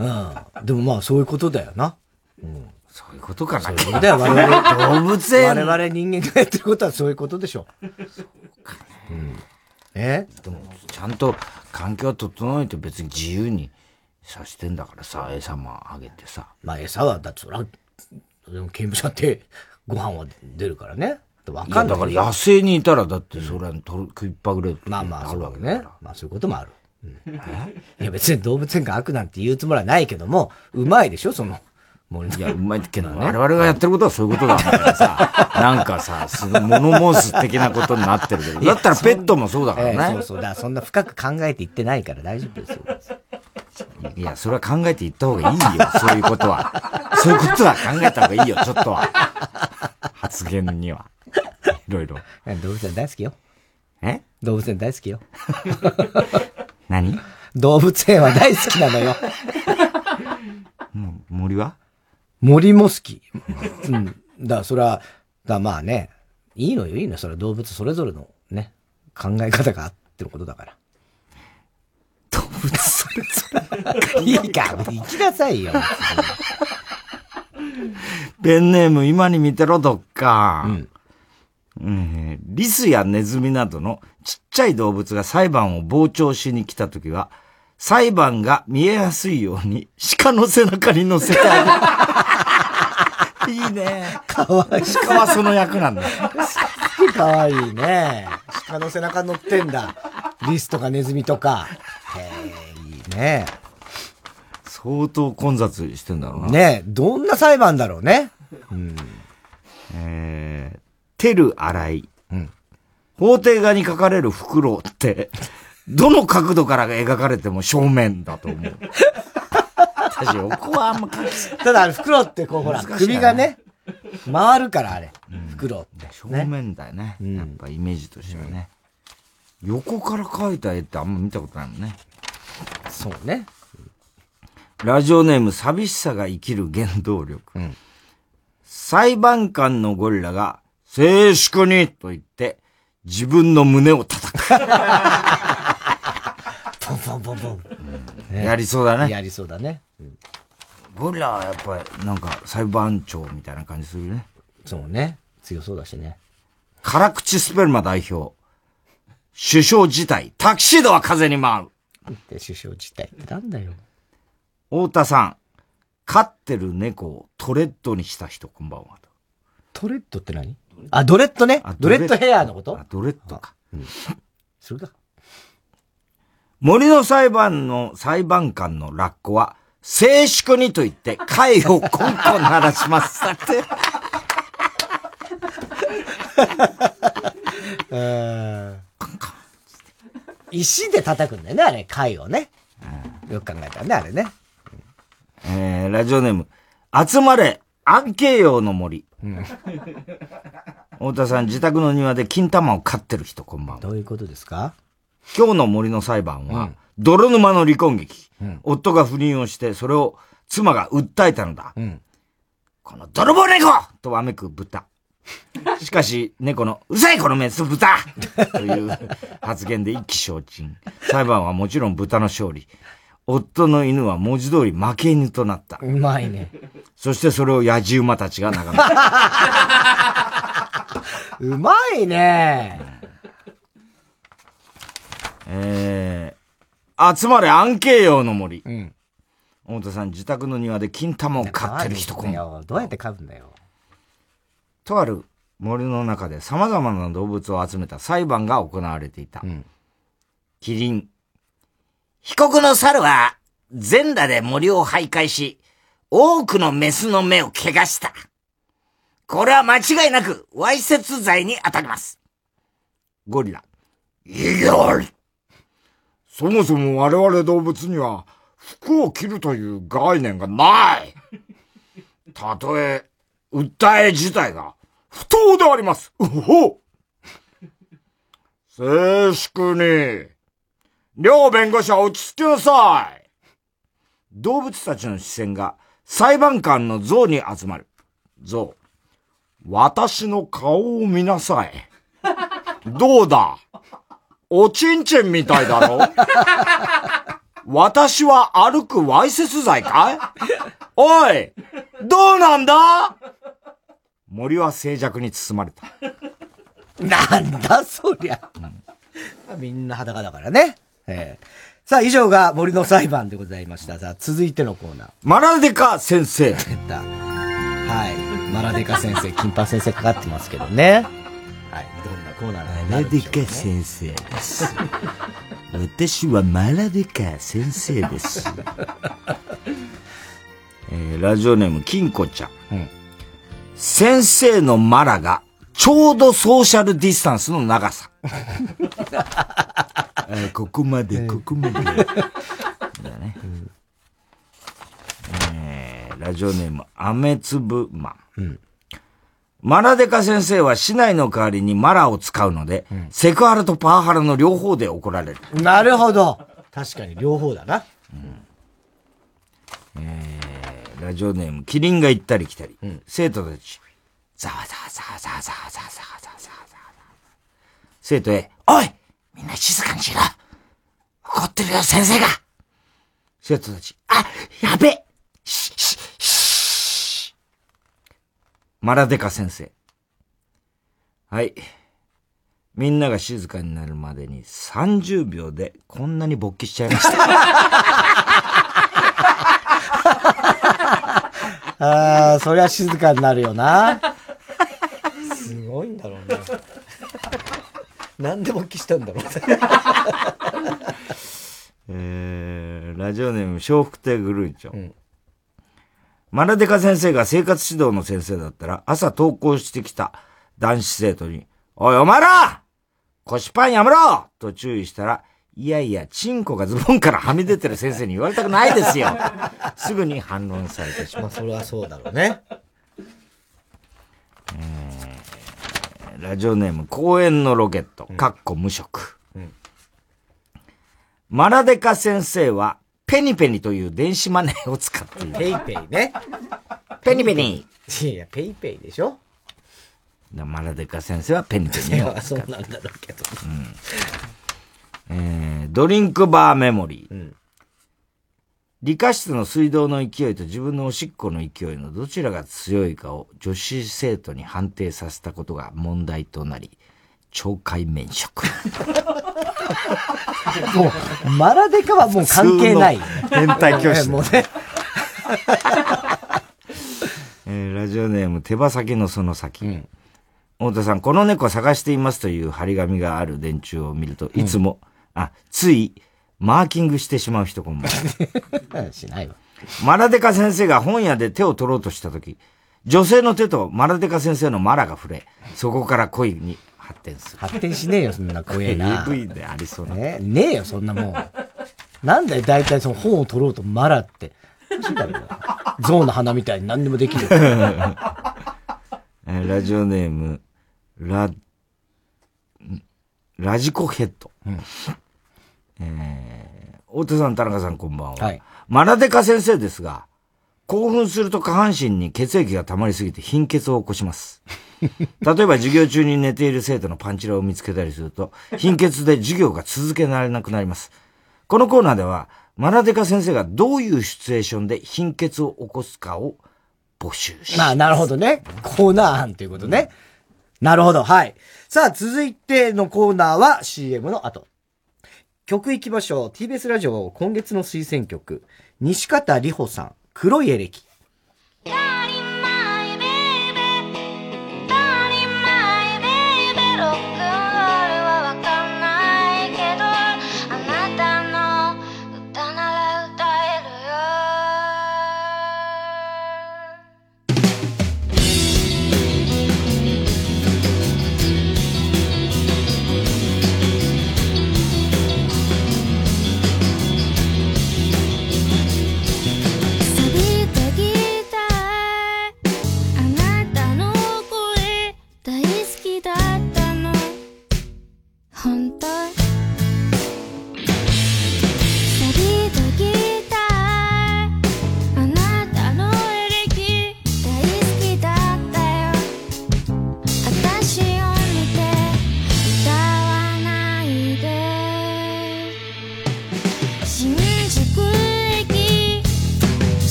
でもまあそういうことだよな。うん。 そういうことかな。 そういうことだよ。我々 動物園。 我々人間がやってることはそういうことでしょ。そうかね。うん。え？ でもちゃんと環境を整えて別に自由にさしてんだからさ、餌もあげてさ。 まあ餌はだってそらでも刑務所ってご飯は出るからね。 わかんない。だから野生にいたらだってそれは食いっぱぐれる。 まあまあそうだね。まあそういうこともある。うん、いや別に動物園が悪なんて言うつもりはないけども、うまいでしょその森の。 いや、うまいけど、我々がやってることはそういうことだからさ、なんかさ、すごい物申す的なことになってるけど、だったらペットもそうだからね。 えー、そうそう。だからそんな深く考えて言ってないから大丈夫ですよ。 いや、それは考えて言った方がいいよ、そういうことは。そういうことは考えた方がいいよ、ちょっとは。発言には。いろいろ。 動物園大好きよ。 え動物園大好きよ。 何動物園は大好きなのよ。 森は森も好き。うん。だからそれは、だまあね、いいのよ、いいのよ。それは動物それぞれのね、考え方があってのことだから。 動物それぞれ。 いいか、行きなさいよ。 ペンネーム今に見てろ、どっか。うんうん、リスやネズミなどのちっちゃい動物が裁判を傍聴しに来たときは、裁判が見えやすいように鹿の背中に乗せてあげる。いいね。 かわいい。 鹿はその役なんだ。 かわいいね。鹿の背中乗ってんだ。リスとかネズミとか。へえ、いいね。 相当混雑してんだろうな。 ねえ、どんな裁判だろうね。うん。 えー、テル洗い。うん。法廷画に書かれるフクロウって、どの角度から描かれても正面だと思う。私、横はあんま描きただ、フクロウってこう、ほら、首がね、回るからあれ。フクロウって。 正面だよね。やっぱイメージとしてはね。横から描いた絵ってあんま見たことないもんね。 そうね。 ラジオネーム、寂しさが生きる原動力。うん、裁判官のゴリラが、静粛にと言って、自分の胸を叩く。 ポンポンポンポン。 うん、やりそうだね。 やりそうだね。うん、 ゴリラはやっぱり、なんか裁判長みたいな感じするね。 そうね。強そうだしね。 辛口スペルマ代表。首相自体、タキシードは風に舞う。 で首相自体ってなんだよ。 太田さん、飼ってる猫をトレッドにした人、こんばんは。 トレッドって何？あ、ドレッドね。ドレッドヘアのこと？ あ、ドレッドか。うん。 それか。 森の裁判の裁判官のラッコは、静粛にと言って、貝をコンコン鳴らします。だって。 石で叩くんだよね、あれ、貝をね。よく考えたらね、あれね。 えー、ラジオネーム、集まれ、安慶陽の森。うん、太田さん、自宅の庭で金玉を飼ってる人、こんばんは。 どういうことですか？ 今日の森の裁判は、うん、泥沼の離婚劇、うん。夫が不倫をして、それを妻が訴えたのだ。うん、この泥棒猫とわめく豚。しかし、猫の、うるさいこのメス豚という発言で一気消沈。裁判はもちろん豚の勝利。夫の犬は文字通り負け犬となった。 うまいね。 そしてそれを野じ馬たちが眺めた。うまいね。 えー、集まれ安慶陽の森。うん。太田さん、自宅の庭で金玉を飼ってる人こん。 どうやって飼うんだよ。 とある森の中で様々な動物を集めた裁判が行われていた。うん、キリン。被告の猿は全裸で森を徘徊し、多くのメスの目を怪我した。これは間違いなくわいせつ罪に当たります。ゴリラ。いや、そもそも我々動物には服を着るという概念がない。たとえ訴え自体が不当であります。うほ静粛に。両弁護士は落ち着きなさい。動物たちの視線が裁判官の象に集まる。象。私の顔を見なさい。どうだ？おちんちんみたいだろ？私は歩くわいせつ罪かい？おい！どうなんだ？森は静寂に包まれた。 なんだそりゃ。うん、みんな裸だからね。えー、さあ、以上が森の裁判でございました。さあ、続いてのコーナー。 マラデカ先生。 出た。はい。マラデカ先生、金八先生かかってますけどね。はい。どんなコーナーになるでしょうね。マラデカ先生です。私はマラデカ先生です。 えー、ラジオネーム、金子ちゃん。うん、先生のマラが、ちょうどソーシャルディスタンスの長さ。えー、ここまで、ここまで。だね。うんえー、ラジオネーム、アメツブマン。うん、マラデカ先生は市内の代わりにマラを使うので、うん、セクハラとパワハラの両方で怒られる。 なるほど。確かに両方だな。 うんえー、ラジオネーム、キリンが行ったり来たり。うん、生徒たち、ざわざわざわざわざわざわざわざわざわ。生徒へ、おいみんな静かにしろ怒ってるよ先生が生徒たち、あ、やべし、し、しマラデカ先生。はい。みんなが静かになるまでにさんじゅうびょうでこんなに勃起しちゃいました。 ああ、そりゃ静かになるよな。すごいんだろうね。なんで勃起したんだろうね。 えー、ラジオネーム、笑福亭グルーチョ。うん、マラデカ先生が生活指導の先生だったら、朝登校してきた男子生徒に、おいお前ら腰パンやめろと注意したら、いやいや、チンコがズボンからはみ出てる先生に言われたくないですよ。すぐに反論されてしまう。 まあ、それはそうだろうね。 えー、ラジオネーム、公園のロケット、かっこ無職。うんうん、マラデカ先生は、ペニペニという電子マネーを使っている。 ペイペイね。 ペニペニ。 いや、ペイペイでしょ。 マラデカ先生はペニペニを使っている。 そうなんだろうけど。 うんえー、ドリンクバーメモリー、うん。理科室の水道の勢いと自分のおしっこの勢いのどちらが強いかを女子生徒に判定させたことが問題となり、懲戒免職。 もう、マラデカはもう関係ない。 変態教師。もうねえー、ラジオネーム、手羽先のその先。うん太田さん、この猫探していますという張り紙がある電柱を見ると、いつも、うん、あ、つい、マーキングしてしまう人こんばんは。しないわ。 マラデカ先生が本屋で手を取ろうとしたとき、女性の手とマラデカ先生のマラが触れ、そこから恋に発展する。 発展しねえよ、そんな怖えな。 エーブイ でありそうな。 ねえ、ねえよ、そんなもん。なんだよ、大体その本を取ろうとマラって。象の花みたいに何でもできる。 えー、ラジオネーム、ラ、ラジコヘッド。うん、えー、大手さん、田中さん、こんばんは。はい、マラデカ先生ですが、興奮すると下半身に血液が溜まりすぎて貧血を起こします。例えば授業中に寝ている生徒のパンチラを見つけたりすると、貧血で授業が続けられなくなります。このコーナーでは、マラデカ先生がどういうシチュエーションで貧血を起こすかを募集します。 まあ、なるほどね。コーナー案ということね。うんなるほど。はい。さあ、続いてのコーナーは シーエム の後。曲行きましょう。ティービーエス ラジオ今月の推薦曲。西方里穂さん、黒いエレキ。 錆びた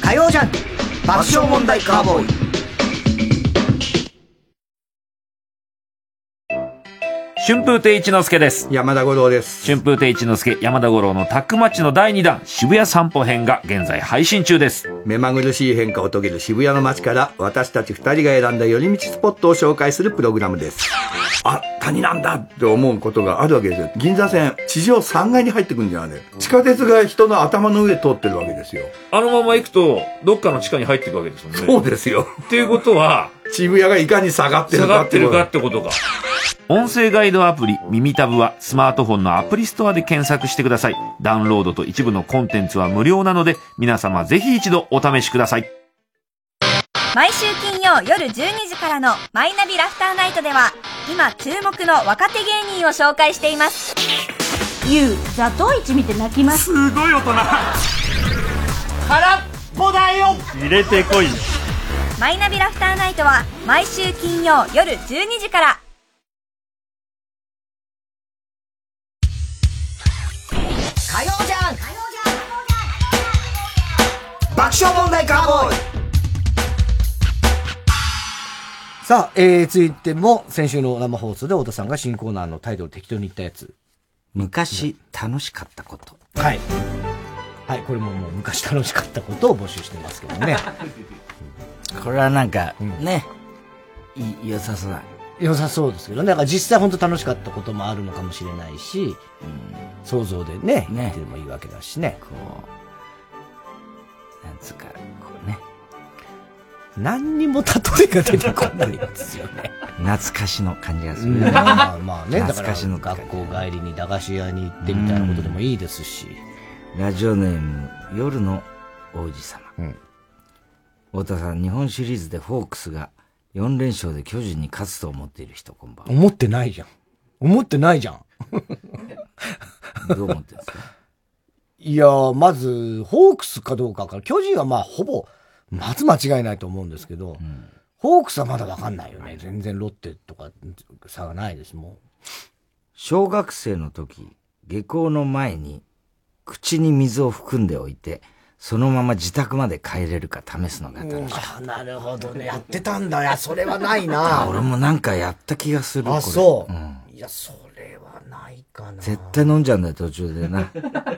火曜ジャンク爆笑問題カーボーイ。 春風亭一之輔です。 山田五郎です。 春風亭一之輔、山田五郎のタッグマッチのだいにだん、渋谷散歩編が現在配信中です。 目まぐるしい変化を遂げる渋谷の街から私たち二人が選んだ寄り道スポットを紹介するプログラムです。あ、谷なんだって思うことがあるわけですよ。銀座線、地上さんがいに入ってくるんじゃない。地下鉄が人の頭の上通ってるわけですよ。 あのまま行くと、どっかの地下に入っていくわけですよね。 そうですよ。 っていうことは、 渋谷がいかに下がってるか下がってるかってことか。音声ガイドアプリ耳タブはスマートフォンのアプリストアで検索してください。ダウンロードと一部のコンテンツは無料なので、皆様ぜひ一度お試しください。 毎週金曜夜じゅうにじからのマイナビラフターナイトでは、今注目の若手芸人を紹介しています。 ゆう、ザトウイチ見て泣きます。 すごい大人。 空っぽだよ。 入れてこい。 マイナビラフターナイトは毎週金曜夜じゅうにじから。 火曜ジャンク爆笑問題カーボーイ。さあ、えー、続いても先週の生放送で太田さんが新コーナーのタイトルを適当に言ったやつ。 昔楽しかったこと。 はい。はい、これももう昔楽しかったことを募集してますけどね。 これはなんか、ね、い良さそうだ。 良さそうですけどね。だから実際本当楽しかったこともあるのかもしれないし、うん、想像でね、言ってもいいわけだしね。こう、なんつうか、こうね。 何にも例えが出てこないんですよね。 懐かしの感じがする、 ね。うん、まあまあね、 懐かしの学校帰りに駄菓子屋に行ってみたいなことでもいいですし。 ラジオネーム、夜の王子様。うん、太田さん、日本シリーズでフォークスがよんれんしょうで巨人に勝つと思っている人、こんばんは。 思ってないじゃん。思ってないじゃん。 どう思ってるんですか？ いやー、まず、ホークスかどうかから、巨人はまあ、ほぼ、まず間違いないと思うんですけど、うん、ホークスはまだわかんないよね。全然ロッテとか差がないです、もう。 小学生の時、下校の前に、口に水を含んでおいて、そのまま自宅まで帰れるか試すのが楽しかった。 なるほどね。やってたんだ。いや、それはないな。 俺もなんかやった気がする。 あ、そう、うん。いや、それはないかな。 絶対飲んじゃうんだよ、途中でな。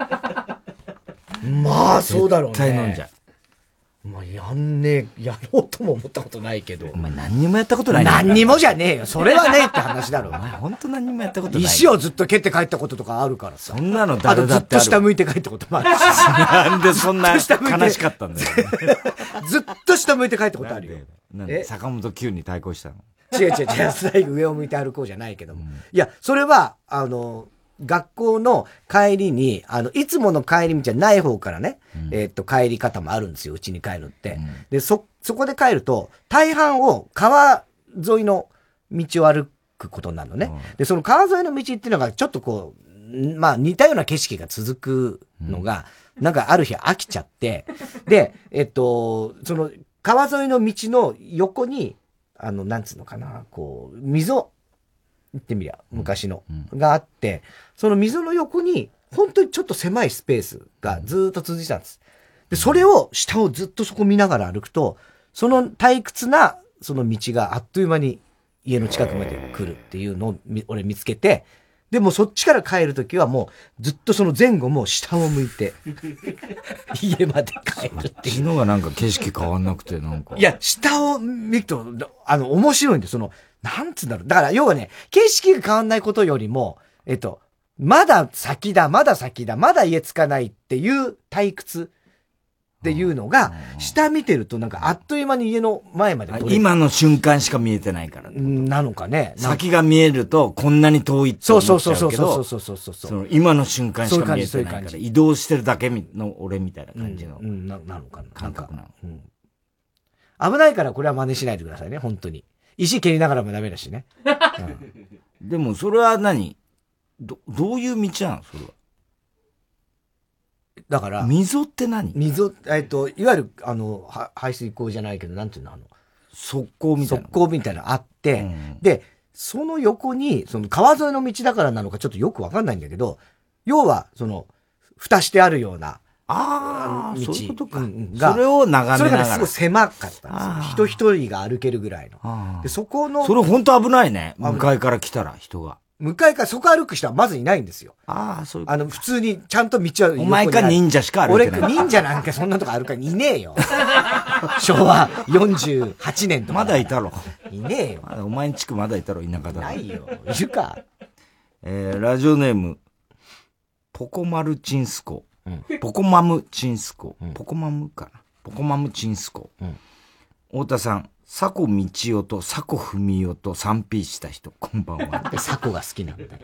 まあ、そうだろうね。 絶対飲んじゃう。 まあ、やんねえ、やろうとも思ったことないけど。 お前何にもやったことないんだよ。 何にもじゃねえよ。それはねえって話だろ。お前ほんと何にもやったことない。 石をずっと蹴って帰ったこととかあるからさ。 そんなの誰だってある。 あとずっと下向いて帰ったこともあるし。 なんでそんな悲しかったんだよ。 ずっと下向いて帰ったことあるよ。 なんで坂本九に対抗したの？ 違う違う違う。最後上を向いて歩こうじゃないけども。うん、いや、それは、あの、学校の帰りに、あの、いつもの帰り道じゃない方からね、うん、えー、っと、帰り方もあるんですよ、うちに帰るって、うん。で、そ、そこで帰ると、大半を川沿いの道を歩くことになるのね。うん、で、その川沿いの道っていうのが、ちょっとこう、まあ、似たような景色が続くのが、うん、なんかある日飽きちゃって、で、えっと、その、川沿いの道の横に、あの、なんつうのかな、こう、溝、言ってみりゃ、昔の、うん、があって、その溝の横に、本当にちょっと狭いスペースがずーっと続いてたんです。で、それを、下をずっとそこ見ながら歩くと、その退屈な、その道があっという間に家の近くまで来るっていうのを、俺見つけて、でもそっちから帰るときはもう、ずっとその前後も下を向いて、家まで帰るっていう。 昨日がなんか景色変わんなくて、なんか。 いや、下を見ると、あの、面白いんで、その、なんつうんだろう。だから、要はね、景色が変わんないことよりも、えっと、まだ先だ、まだ先だ、まだ家つかないっていう退屈っていうのが、下見てるとなんかあっという間に家の前まで来る。 今の瞬間しか見えてないから。 なのかね。 先が見えると、こんなに遠いって思っちゃうけど。 そうそうそうそうそうそうそう。 その今の瞬間しか見えてないから、移動してるだけの俺みたいな感じの。 うん、うん、な、なのかな。感覚なの、うん。危ないからこれは真似しないでくださいね、本当に。石蹴りながらもダメだしね。 うん、でも、それは何ど、どういう道なのそれは。 だから。 溝って何溝、えっと、いわゆる、あの、は排水溝じゃないけど、なんていうのあの、 側溝みたいな。 側溝みたいなのあって、うん、で、その横に、その川沿いの道だからなのかちょっとよくわかんないんだけど、要は、その、蓋してあるような、 ああ、 道そういうことか。 うんそれを眺めながら。 それがね、すごい狭かったんですよ。人一人が歩けるぐらいの。で、そこの。 それ本当危ないね。向かいから来たら、人が。 向かいからそこ歩く人はまずいないんですよ。 ああ、そういうあの、普通にちゃんと道は。 お前か忍者しか歩けない。 俺、忍者なんかそんなとこ歩かいねえよ。しょうわよんじゅうはちねんとか。 まだいたろ。 いねえよ。 まだお前んちくまだいたろ、田舎だ。 ないよ。いるか。 えー、ラジオネーム、ポコマルチンスコ。うん、ポコマムチンスコ。うん、ポコマムかな。ポコマムチンスコ。うん、太田さん、佐古道夫と佐古文夫と スリーピー した人、こんばんは。 佐古が好きなんだよ。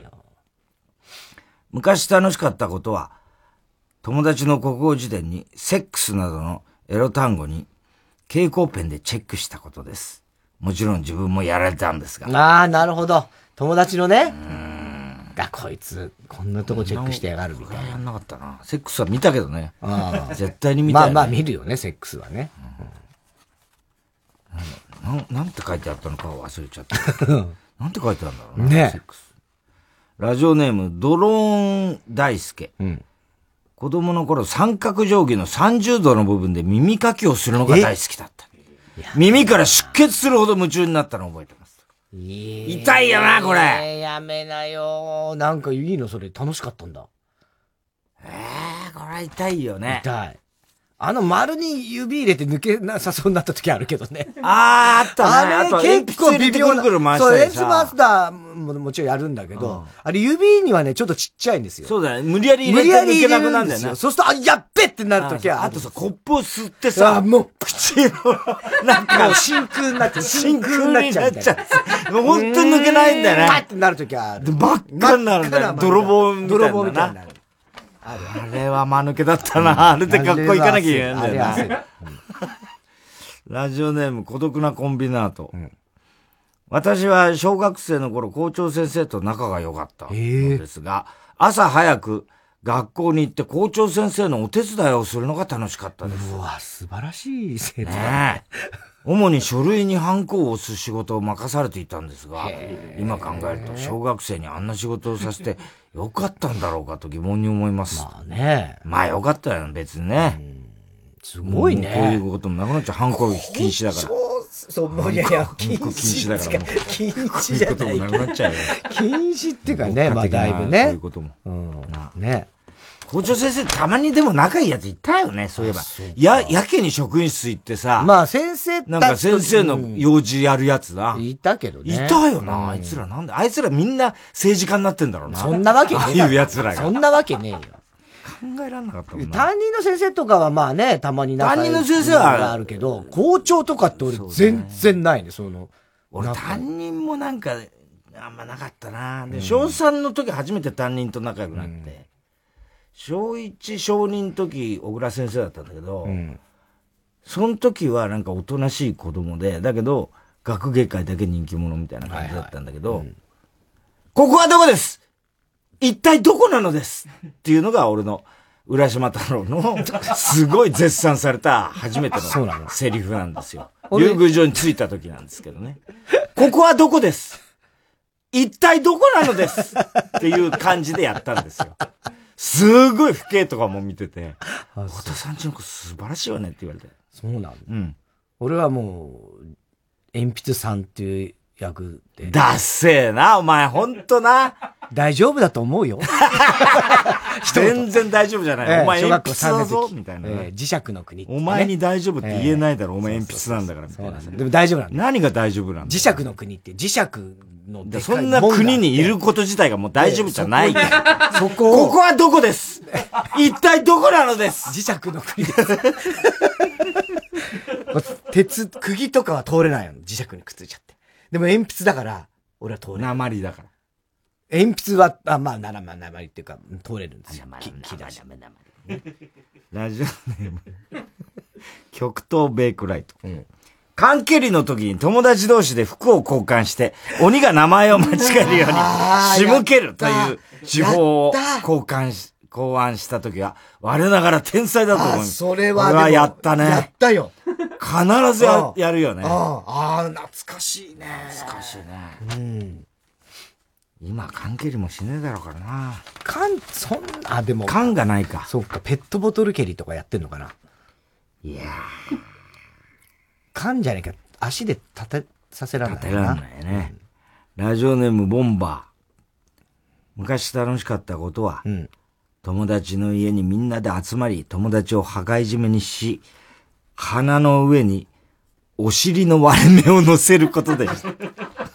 昔楽しかったことは、友達の国語辞典にセックスなどのエロ単語に蛍光ペンでチェックしたことです。もちろん自分もやられたんですが。 ああ、なるほど。友達のね。が、こいつ、こんなとこチェックしてやがるみたいな。 やんなかったな。セックスは見たけどね。 あ絶対に見たよ、ね。 まあまあ見るよね、セックスはね。 うん、な, なんて書いてあったのか忘れちゃった。なんて書いてあるんだろうな。 ねセックス。ラジオネーム、ドローン大輔。うん、子供の頃、三角定規のさんじゅうどの部分で耳かきをするのが大好きだった。耳から出血するほど夢中になったのを覚えてます。痛いよな、これ。 やめなよ。なんかいいのそれ、楽しかったんだ。 ええー、これは痛いよね。 痛い。あの丸に指入れて抜けなさそうになった時あるけどね。 あー、あったね。 あれあと結構微妙な。 くる回そう、 したエンスマスターももちろんやるんだけど、あれ指にはね、ちょっとちっちゃいんですよ。 そうだね。無理やり入れて抜けなくなるんだよね。 そうすると、あ、やっべってなる時は。 あとさ、コップを吸ってさ、 もう、 口の、なんか、 真空になっちゃう。 真空になっちゃうみたいな。もう本当に抜けないんだよね。 パッってなる時は。 真っ赤になるんだよ。泥棒みたいな。 泥棒みたいな。 あれは間抜けだったな。あれで学校行かなきゃいけないんだよな。ラジオネーム孤独なコンビナート。私は小学生の頃校長先生と仲が良かったのですが、朝早く学校に行って校長先生のお手伝いをするのが楽しかったです。 うわ、素晴らしい生徒だね。主に書類にハンコを押す仕事を任されていたんですが、今考えると小学生にあんな仕事をさせてよかったんだろうかと疑問に思います。 まあね。 まあよかったよ、別にね。 すごいね。 こういうこともなくなっちゃう。ハンコ禁止だから。 そう、そう、もういやいや、 禁止だから。 禁止じゃない。 こういうこともなくなっちゃうよ。 禁止っていうかね、まあだいぶね。 そういうことも。 うん。ね。 校長先生たまにでも仲いいやついたよね、そういえば。や、やけに職員室行ってさ。 まあ先生なんか先生の用事やるやつだ。 いたけどね。 いたよな、あいつらなんで。あいつらみんな政治家になってんだろうな。 そんなわけねえ。 ああいう奴らが。 そんなわけねえよ。 考えられなかったもんな。 担任の先生とかはまあね、たまに仲いい。 担任の先生はあるけど、校長とかって俺全然ないね、その。 俺担任もなんか、あんまなかったな。で、小さんの時初めて担任と仲良くなって。小一、小二の時、小倉先生だったんだけど、うん、その時はなんかおとなしい子供で、だけど、学芸会だけ人気者みたいな感じだったんだけど、はいはいうん、ここはどこです一体どこなのですっていうのが俺の浦島太郎のすごい絶賛された初めてのセリフなんですよ。遊具場に着いた時なんですけどね。ここはどこです一体どこなのですっていう感じでやったんですよ。すごい父兄とかも見てて、太田さんちの子素晴らしいわねって言われて。 そうなんだ。 うん。 俺はもう、鉛筆さんっていう役で。 だっせーな、お前ほんとな。 大丈夫だと思うよ。 全然大丈夫じゃない。えー、お前鉛筆だぞみたいな、ねえー。磁石の国、 ね。お前に大丈夫って言えないだろ、えー、お前鉛筆なんだからみたいな。 でも大丈夫なんだ。 何が大丈夫なんだ。 磁石の国って磁石のでかいそんな国にいること自体がもう大丈夫じゃないから。 そこここはどこです一体どこなのです磁石の国です。鉄、釘とかは通れないの。磁石にくっついちゃって。でも鉛筆だから、俺は通れない。 鉛だから。 鉛筆は、あ、まあ、ならまあ、鉛っていうか、通れるんですよ。木、木だし。 ラジオネーム。極東ベイクライト。うん缶蹴りの時に友達同士で服を交換して、鬼が名前を間違えるように仕向けるという手法を交換し、考案した時は、我ながら天才だと思います。 それは、 俺はやったね。 やったよ。 必ず や, やるよね。 ああ、懐かしいね。 懐かしいね。 うん。 今、缶蹴りもしねえだろうからな。 缶、そんな、あ、でも。 缶がないか。 そっか、ペットボトル蹴りとかやってんのかな。 いやー。 缶じゃねえか、足で立てさせられないな。 立てられないね。うん、ラジオネームボンバー。昔楽しかったことは、うん、友達の家にみんなで集まり、友達を羽交い締めにし、鼻の上にお尻の割れ目を乗せることでした。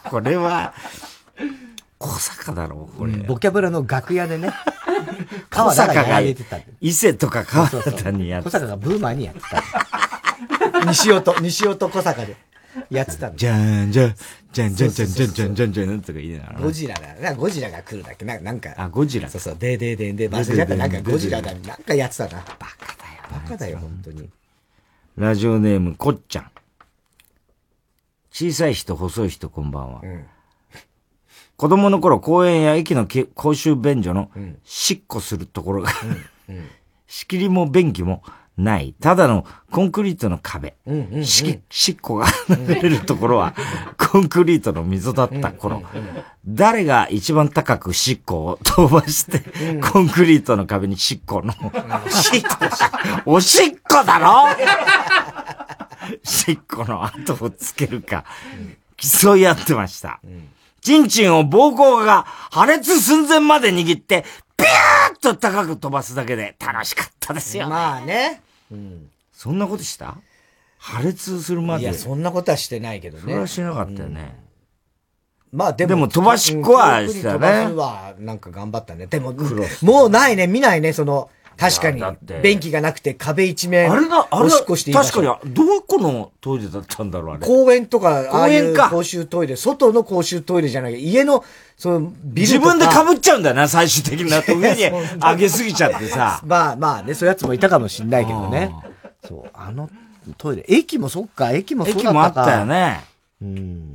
これは、小坂だろう、これ。 ボキャブラの楽屋でね。 小坂が伊勢とか川田にやってた。小坂がブーマーにやってた。西尾と、西尾と小坂でやってたんじゃんじゃん、じゃんじゃんじゃんじゃんじゃんじゃんじゃんとか言いながら。 ゴジラが、ゴジラが来るだけ、なんか。 あ、ゴジラ。 そうそう、でででで、バスジャックなんかゴジラだ、なんかやってたな。バカだよ。バカだよ、本当に。 ラジオネーム、こっちゃん。小さい人、細い人、こんばんは。うん、子供の頃、公園や駅の公衆便所の、しっこするところが、うんうん、仕切りも便器もない。ただのコンクリートの壁。うんうんうん、し, しっこが流れるところは、コンクリートの溝だった頃、うんうんうん、誰が一番高くしっこを飛ばして、うん、コンクリートの壁にしっこの、うん、しっこ、おしっこだろしっこの跡をつけるか、競い合ってました。チンチンを膀胱が破裂寸前まで握って、ピューッと高く飛ばすだけで楽しかったですよ。 まあね。 うん、そんなことした破裂するまで。 いや、そんなことはしてないけどね。 それはしなかったよね。 うん、まあでも。 でも飛ばしっこはしたね。飛ばすはなんか頑張ったね。でも、もうないね、見ないね、その、確かに、便器がなくて壁一面、 あれだ、あれおしっこしていい。 確かに、どこのトイレだったんだろう、あれ。 公園とか、ああいう公衆トイレ、外の公衆トイレじゃない、家の、その、ビルとか。自分で被っちゃうんだよな、最終的になって上に上げすぎちゃってさ。 まあまあね、そういうやつもいたかもしんないけどね。そう、あのトイレ、駅もそっか、駅もそうだったか。 駅もあったよね。うん。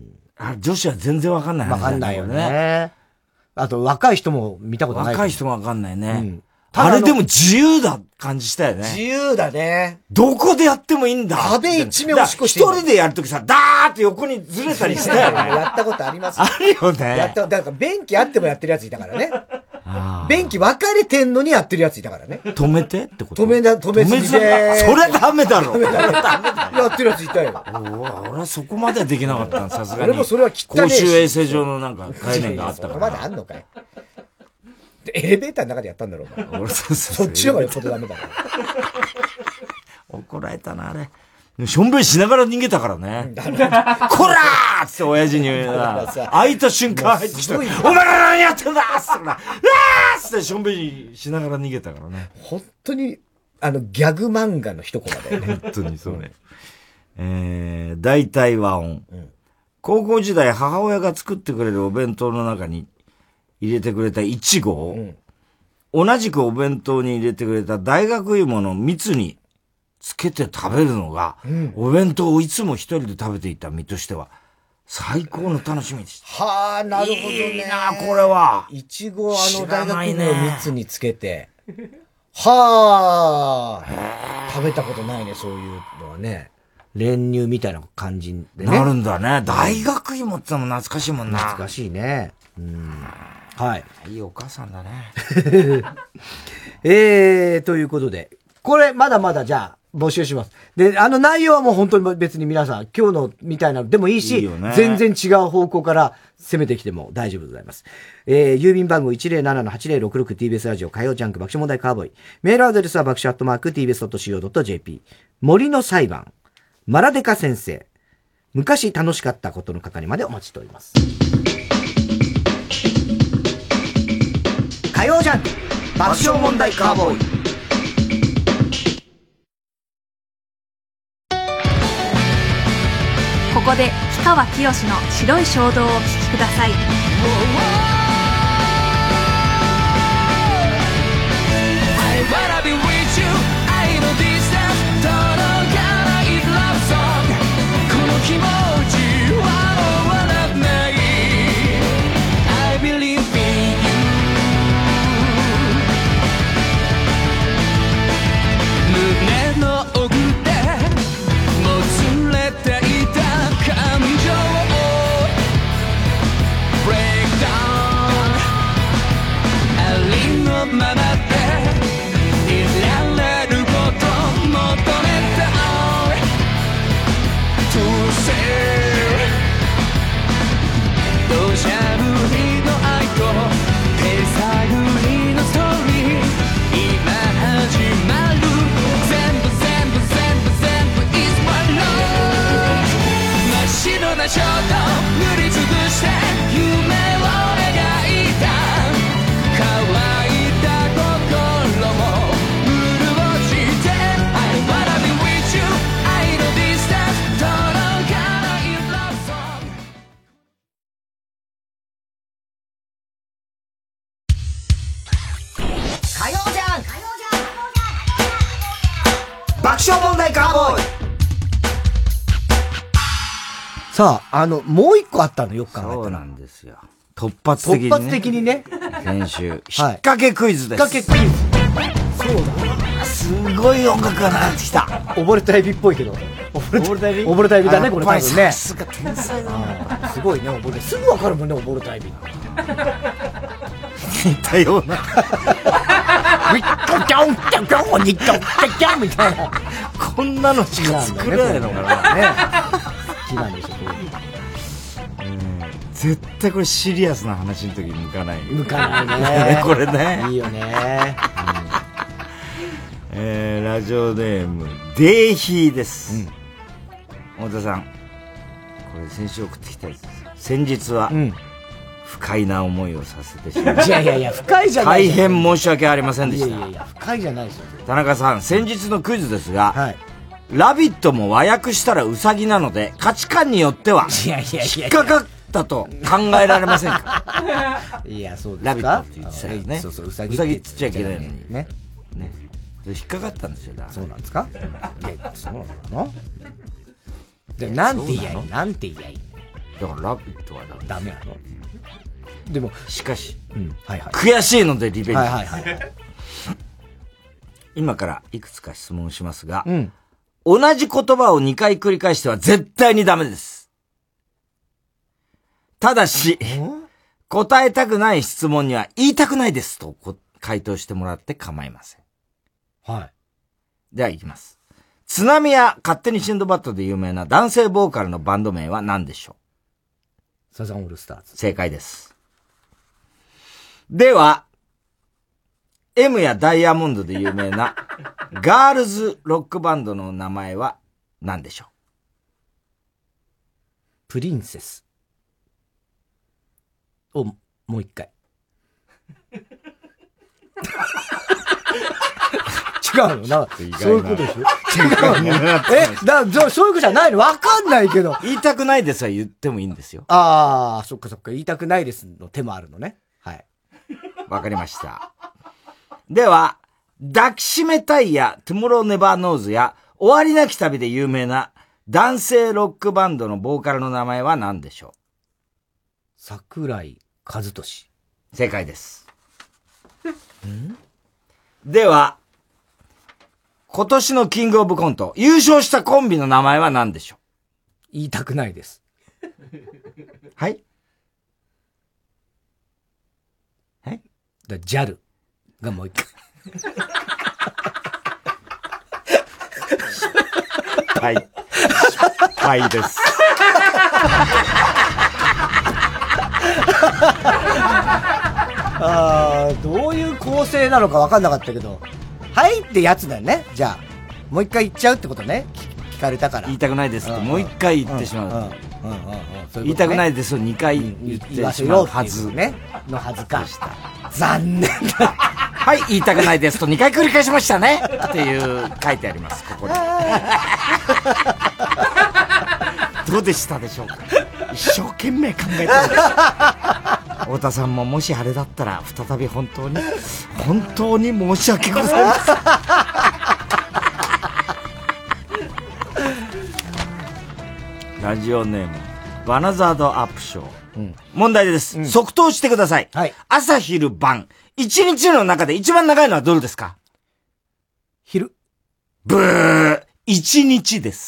あ、女子は全然わかんないわかんないよね。あと、若い人も見たことない。 若い人もわかんないね。うんあれでも自由だ感じしたよね。 自由だね。 どこでやってもいいんだ。 壁一面押し越して。 一人でやるときさ、ダーって横にずれたりしたよね。 やったことあります。 あるよね。 やった、だから便器あってもやってるやついたからね。便器分かれてんのにやってるやついたからね。 止めてってこと止めだ、止めすぎて。 それダメだろ。 やってるやついたよ。 俺はそこまではできなかったん、さすがに。 俺もそれは汚い。 公衆衛生上のなんか概念があったから。 そこまであんのかい。エレベーターの中でやったんだろう、お前。俺そうそう。そっちの方がよっぽどダメだから。 怒られたな、あれ。しょんべんしながら逃げたからね。こらーって親父に、開いた瞬間入ってきた。お前ら何やってんだーっつったら、うわーってしょんべんしながら逃げたからね。 本当に、あの、ギャグ漫画の一コマだよね。 本当にそうね。えー、大体和音。高校時代、母親が作ってくれるお弁当の中に、入れてくれたイチゴを、うん、同じくお弁当に入れてくれた大学芋の蜜につけて食べるのが、うん、お弁当をいつも一人で食べていた身としては、最高の楽しみでした。 はあ、なるほどね。 いいな、これは。 イチゴをあの大学芋の蜜につけて。はあ、食べたことないね、そういうのはね。練乳みたいな感じでね。 なるんだね。大学芋ってのも懐かしいもんな。 懐かしいね。うん。はい。 いいお母さんだね。 えー、ということで、これまだまだじゃあ募集します。で、あの内容はもう本当に別に皆さん、今日のみたいなのでもいいし、いいよね、全然違う方向から攻めてきても大丈夫でございます。えー、郵便番号 いちゼロななのはちゼロろくろく ティービーエス ラジオ火曜ジャンク爆笑問題カーボーイ。メールアドレスは爆笑アットマーク ティービーエスドットシーオードットジェーピー。森の裁判、マラデカ先生、昔楽しかったことの係までお待ちしております。火曜ジャンク爆笑問題カーボーイ。 ここで氷川きよしの白い衝動をお聴きください。気持ちは終わらない I believe in you 胸の奥でもつれていた感情を Break down 笑問題カーボーイ。 さあ、あの、もう一個あったの、よく考えたら。 そうなんですよ。突発的にね。 突発的にね。 先週、引っ掛けクイズです。 引っ掛けクイズ。そうだ。 すごい音楽が流れてきた。 溺れたエビっぽいけど。溺れたエビ溺れたエビだね、これ多分ね。 さすが天才だな。 すごいね、溺れ。すぐわかるもんね、溺れたエビ。 似たような。ウィットキョンキョンキョンニットキョンみたいな。こんなのしか作れないのかな。ね。 好きなんでしょ、こういう。 絶対これシリアスな話の時に向かない。 向かないね。 これね。 いいよね。 えー、ラジオネーム、デーヒーです。太田さん、これ先週送ってきたやつです。先日は、不快な思いをさせてしまいました。 いやいやいや、不快じゃない。 大変申し訳ありませんでした。 いやいやいや、不快じゃないですよ。 田中さん、先日のクイズですが、はい、ラビットも和訳したらウサギなので、価値観によっては、引っかかったと考えられませんか？ いや、そうですか。 ラビットって言ってたよね。 そうそう、ウサギ。 ウサギって言っちゃいけないのに。 ね。 ね。引っかかったんですよ、だから。 そうなんですか？いや、そうなの？で、なんて言いやいいなんて言いやいいだからラビットはダメなの？でも、 しかし、 うんはいはい、 悔しいのでリベンジ。 はいはいはい、 今からいくつか質問しますが、 うん、 同じ言葉をにかい繰り返しては絶対にダメです。ただし、答えたくない質問には言いたくないですと回答してもらって構いません。 はい。 では行きます。津波や勝手にシンドバッドで有名な男性ボーカルのバンド名は何でしょう？サザンオールスターズ。 正解です。では、M やダイヤモンドで有名なガールズロックバンドの名前は何でしょう？ プリンセス。を、もう一回。違うのな。そういうことでしょ？違うのえだ、そういうことじゃないの？わかんないけど。 言いたくないですは言ってもいいんですよ。 ああ、そっかそっか。言いたくないですの手もあるのね。はい。 わかりました。では、抱きしめたいや、トゥモローネバーノーズや、終わりなき旅で有名な男性ロックバンドのボーカルの名前は何でしょう？ 桜井和俊。 正解です。んでは、今年のキングオブコント、優勝したコンビの名前は何でしょう？ 言いたくないです。 はいはいだジャルがもう一回。はい。はいです。 ああ、どういう構成なのか分かんなかったけど、はいってやつだよね。じゃあ、もう一回言っちゃうってことね。聞かれたから。 言いたくないですって、もう一回言ってしまう。言いたくないですをにかい言ってしまうはず。 ね。のはずか。残念だ。 はい、言いたくないですとにかい繰り返しましたね。っていう書いてあります、ここに。どうでしたでしょうか？一生懸命考えたんです。太田さんももしあれだったら再び本当に本当に申し訳ございません。ラジオネームバナザードアップショー、うん、問題です、うん、即答してください、はい、朝昼晩一日の中で一番長いのはどれですか？ 昼。 ブー一日です。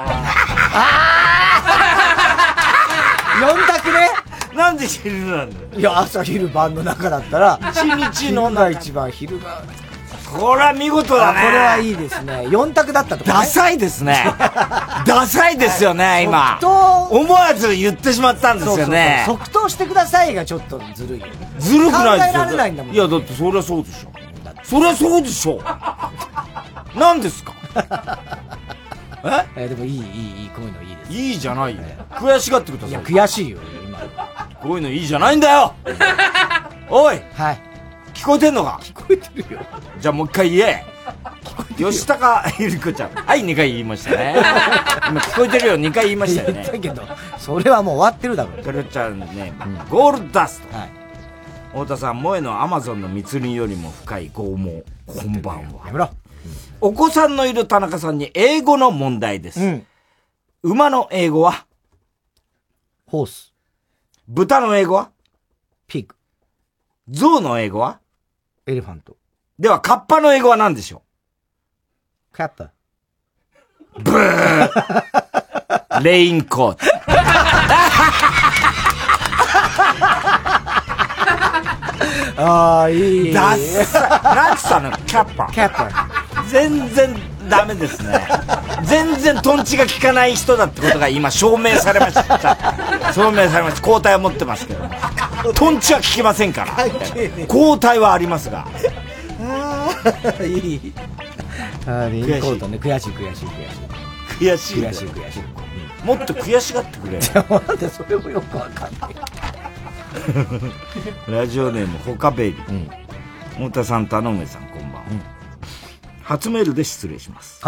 よん択ね。 なんで昼なんだよ。 いや、朝昼晩の中だったら、 一日のが一番昼が。 これは見事だね。 これはいいですね。よん択だったとか、ね。 ダサいですね。ダサいですよね、今。思わず言ってしまったんですよね。 そうそうそう即答してくださいがちょっとずるいよ。 ずるくないですよ。 考えられないんだもん。 いや、だってそりゃそうでしょ。そりゃそうでしょ。何ですか？ ええでもいい、いい、いい、こういうのいいです。 いいじゃないよ。悔しがってください。いや、悔しいよ、今。 こういうのいいじゃないんだよ。おい。 はい。 聞こえてんのか？ 聞こえてるよ。 じゃあもう一回言え。吉高由里子ちゃん。はい、二回言いましたね。今聞こえてるよ、二回言いましたよね。 言ったけど、それはもう終わってるだろ。 それちゃんね、ゴールダスト。はい。太田さん、萌えのアマゾンの密林よりも深い剛毛。こんばんは。 やめろ。 お子さんのいる田中さんに英語の問題です。うん、馬の英語はホース。 豚の英語はピッグ。 象の英語はエレファント。 では、カッパの英語は何でしょう？カッパ。 ブーレインコート。 ああ、いい。 ダッサ。なんつったの？キャッパ。 キャッパ。 全然ダメですね。全然トンチが効かない人だってことが今証明されました。証明されました。抗体を持ってますけど。トンチは効きませんから。抗体はありますが。 ああ、いい。あレインコートね。悔しい悔しい悔しい。 悔しい。 悔しい悔しい。 もっと悔しがってくれ。 なんでそれもよくわかんない。 ラジオネーム、ホカベイビー。うん。太田さん、田上さん、こんばんは。うん、初メールで失礼します。 はい。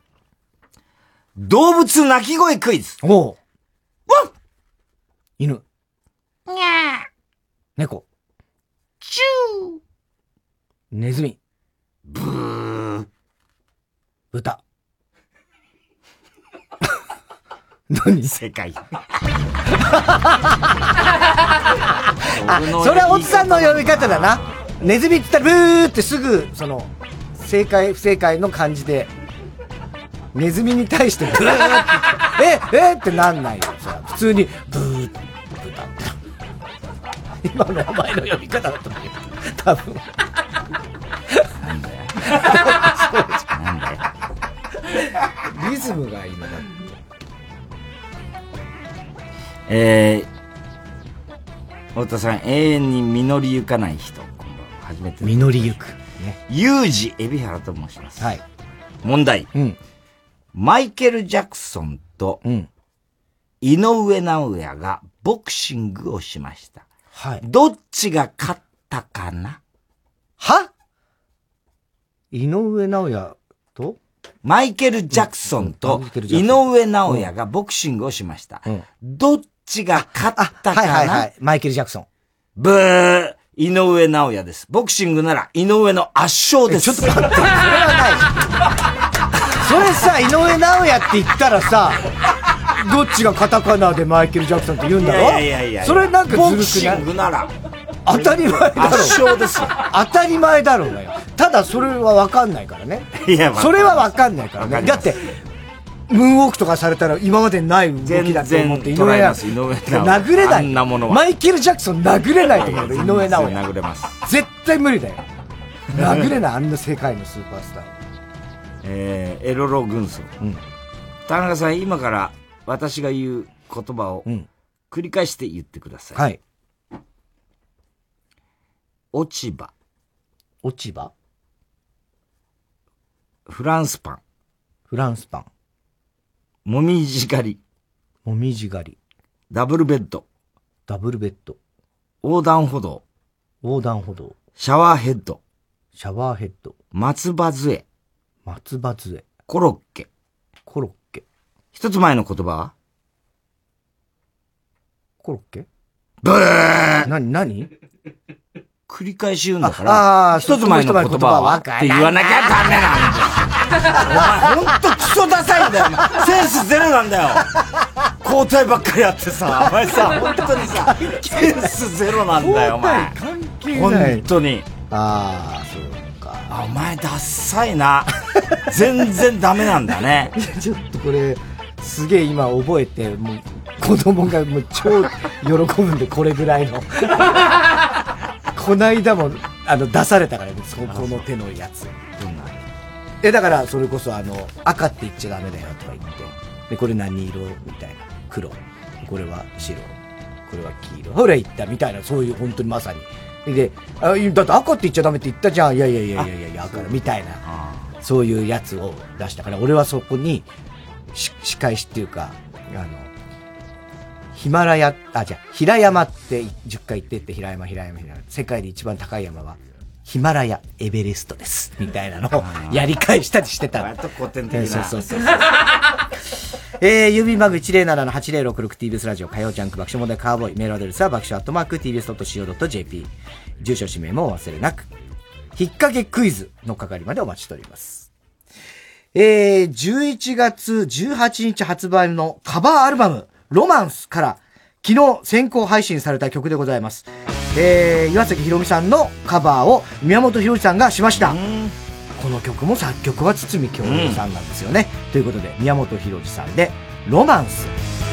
動物鳴き声クイズ。 おう。 ワン犬。 にゃー。 猫。 チュー。 ネズミ。 ブー。 豚。何正解。 あ、それはおっさんの読み方だな。ネズミって言ったらブーってすぐ、その、正解、不正解の感じで、ネズミに対してブーって、え、えってなんないよ。さ、普通に、ブーって、豚って。今のお前の読み方だと思うよ。多分。 なんだよ。 なんだよ。リズムがいいのだ。 えー、太田さん、永遠に実りゆかない人。こんばんは。初めて。 実りゆく。 ね。ユージ・エビハラと申します。 はい。 問題。 うん。 マイケル・ジャクソンと、 うん。 井上尚弥がボクシングをしました。 はい。 どっちが勝ったかな？ は？井上尚弥とマイケル・ジャクソンと井上尚弥がボクシングをしました。うん、どっちが勝ったかな？ はいはいはい。マイケル・ジャクソン。 ブー井上尚弥です。ボクシングなら井上の圧勝です。 ちょっと待って。それはない。それさ、井上尚弥って言ったらさ、どっちがカタカナでマイケル・ジャクソンって言うんだろ？ いやいやいやいや。 それなんかずるくない？ ボクシングなら。 当たり前だろ。 圧勝ですよ。 当たり前だろうがよ。ただそれは分かんないからね。 いや、 それは分かんないからね。だって、ムーンウォークとかされたら今までにない動きだと思って井上尚弥。殴れない。 なものはマイケル・ジャクソン殴れないと思う。井上尚弥。 殴れます。 絶対無理だよ。殴れない。あんな世界のスーパースター。 えー、エロロ軍曹。うん。田中さん、今から私が言う言葉を繰り返して言ってください。 はい。 落ち葉。 落ち葉？ フランスパン。 フランスパン。 もみじ狩り。 もみじ狩り。 ダブルベッド。 ダブルベッド。 横断歩道。 横断歩道。 シャワーヘッド。 シャワーヘッド。 松葉杖。 松葉杖。 コロッケ。 コロッケ。 一つ前の言葉はコロッケ？ ブー！ なになに？ 繰り返し言うんだから、あ一つ前の言葉はって言わなきゃダメなんだよ。お前ほんとクソダサいんだよ。センスゼロなんだよ。交代ばっかりやってさ、お前さ、本当にさ、センスゼロなんだよ、お前。 関係ない。 本当に。 ああ、そうか。 あ、お前ダッサいな。全然ダメなんだね。 ちょっとこれ、すげえ今覚えて、もう子供がもう超喜ぶんで、これぐらいの。こないだも、あの、出されたからね、そこの手のやつ。どんなえ、だから、それこそ、あの、赤って言っちゃダメだよとか言って。で、これ何色みたいな。黒。これは白。これは黄色。ほら言ったみたいな、そういう、本当にまさに。で、あ、だって赤って言っちゃダメって言ったじゃん。いやいやいやいやいやいや、赤みたいな。そういうやつを出したから、俺はそこに、し、仕返しっていうか、あの、ヒマラヤ、あ、じゃあ、平山ってじゅっかい言ってって、平山、平山、平山。世界で一番高い山は、ヒマラヤ、エベレストです。みたいなのをやり返したりしてた。 割と古典的な。 そうそうそう。えー、郵便番号 いちゼロななのはちゼロろくろく ティービーエス ラジオ火曜ジャンク爆笑問題カーボーイ。メールアドレスは爆笑アットマーク ティービーエスドットシーオードットジェーピー。住所氏名もお忘れなく。引っ掛けクイズの係までお待ちしております。 えー、じゅういちがつじゅうはちにち発売のカバーアルバム、ロマンスから昨日先行配信された曲でございます。えー、岩崎宏美さんのカバーを宮本浩次さんがしました。この曲も作曲は堤恭平さんなんですよね。ということで、宮本浩次さんで、ロマンス。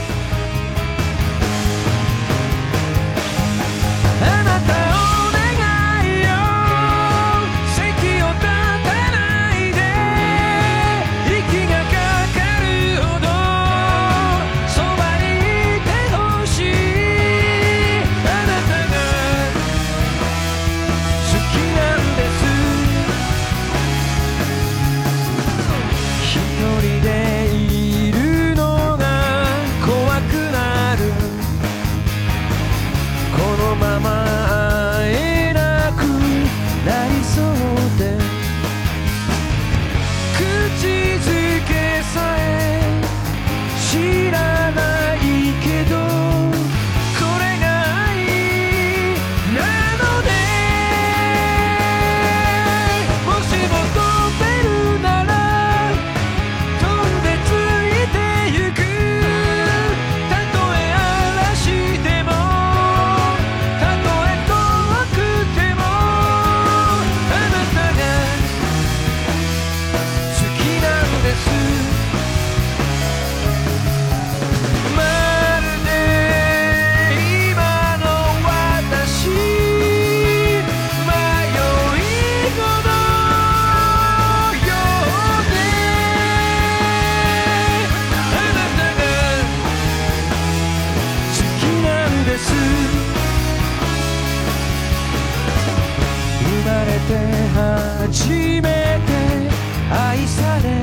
初めて愛されて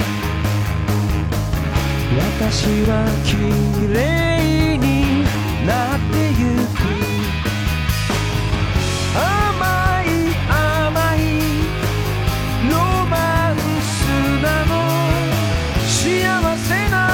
私は綺麗になってゆく甘い甘いロマンスなの幸せな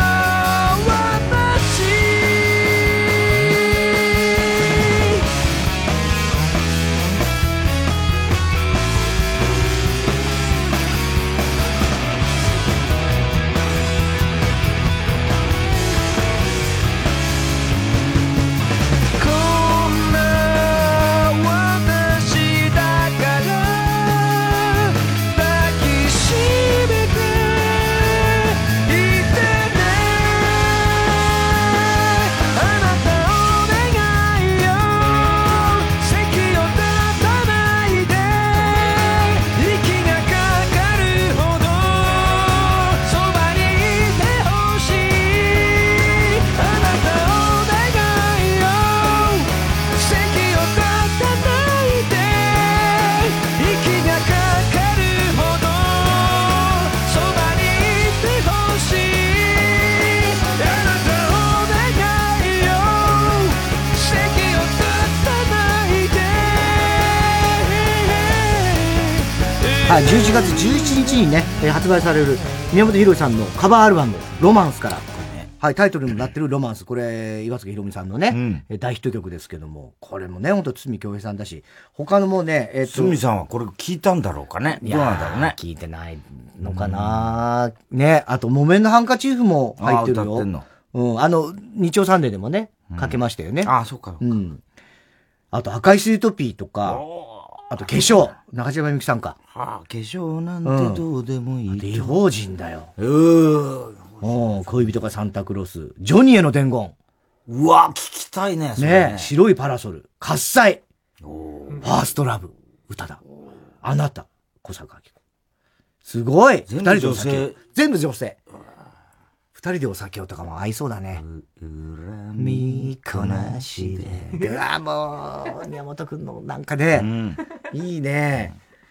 はい、じゅういちがつじゅういちにちにね、えー、発売される宮本浩次さんのカバーアルバム「ロマンス」から、はい、タイトルにもなってる「ロマンス」、これ岩崎宏美さんのね、うん、大ヒット曲ですけども、これもね本当堤恭平さんだし、他のもね、 えー、と堤さんはこれ聞いたんだろうかね。どうなんだろうね。 聞いてないのかな、うん、ね。あと木綿のハンカチーフも入ってるよ。あ、歌ってんの。うん、あの日曜サンデーでもね、うん、かけましたよね。 ああ、そうか。 うん。あと赤いスイートピーとか、あと化粧、中島みゆきさんか。 はあ、化粧なんてどうでもいい、うん。 異邦人だよ。うーん。恋人がサンタクロース。ジョニーへの伝言。 うわ、聞きたいね。 それね。ね、白いパラソル。喝采。ファーストラブ。歌だ。あなた。小坂明子。すごい。 全部女性。 全部女性。二人でお酒をとかも合いそうだね。 恨みこなしで。 うわ、もう、宮本くんのなんかね、うん、いいね。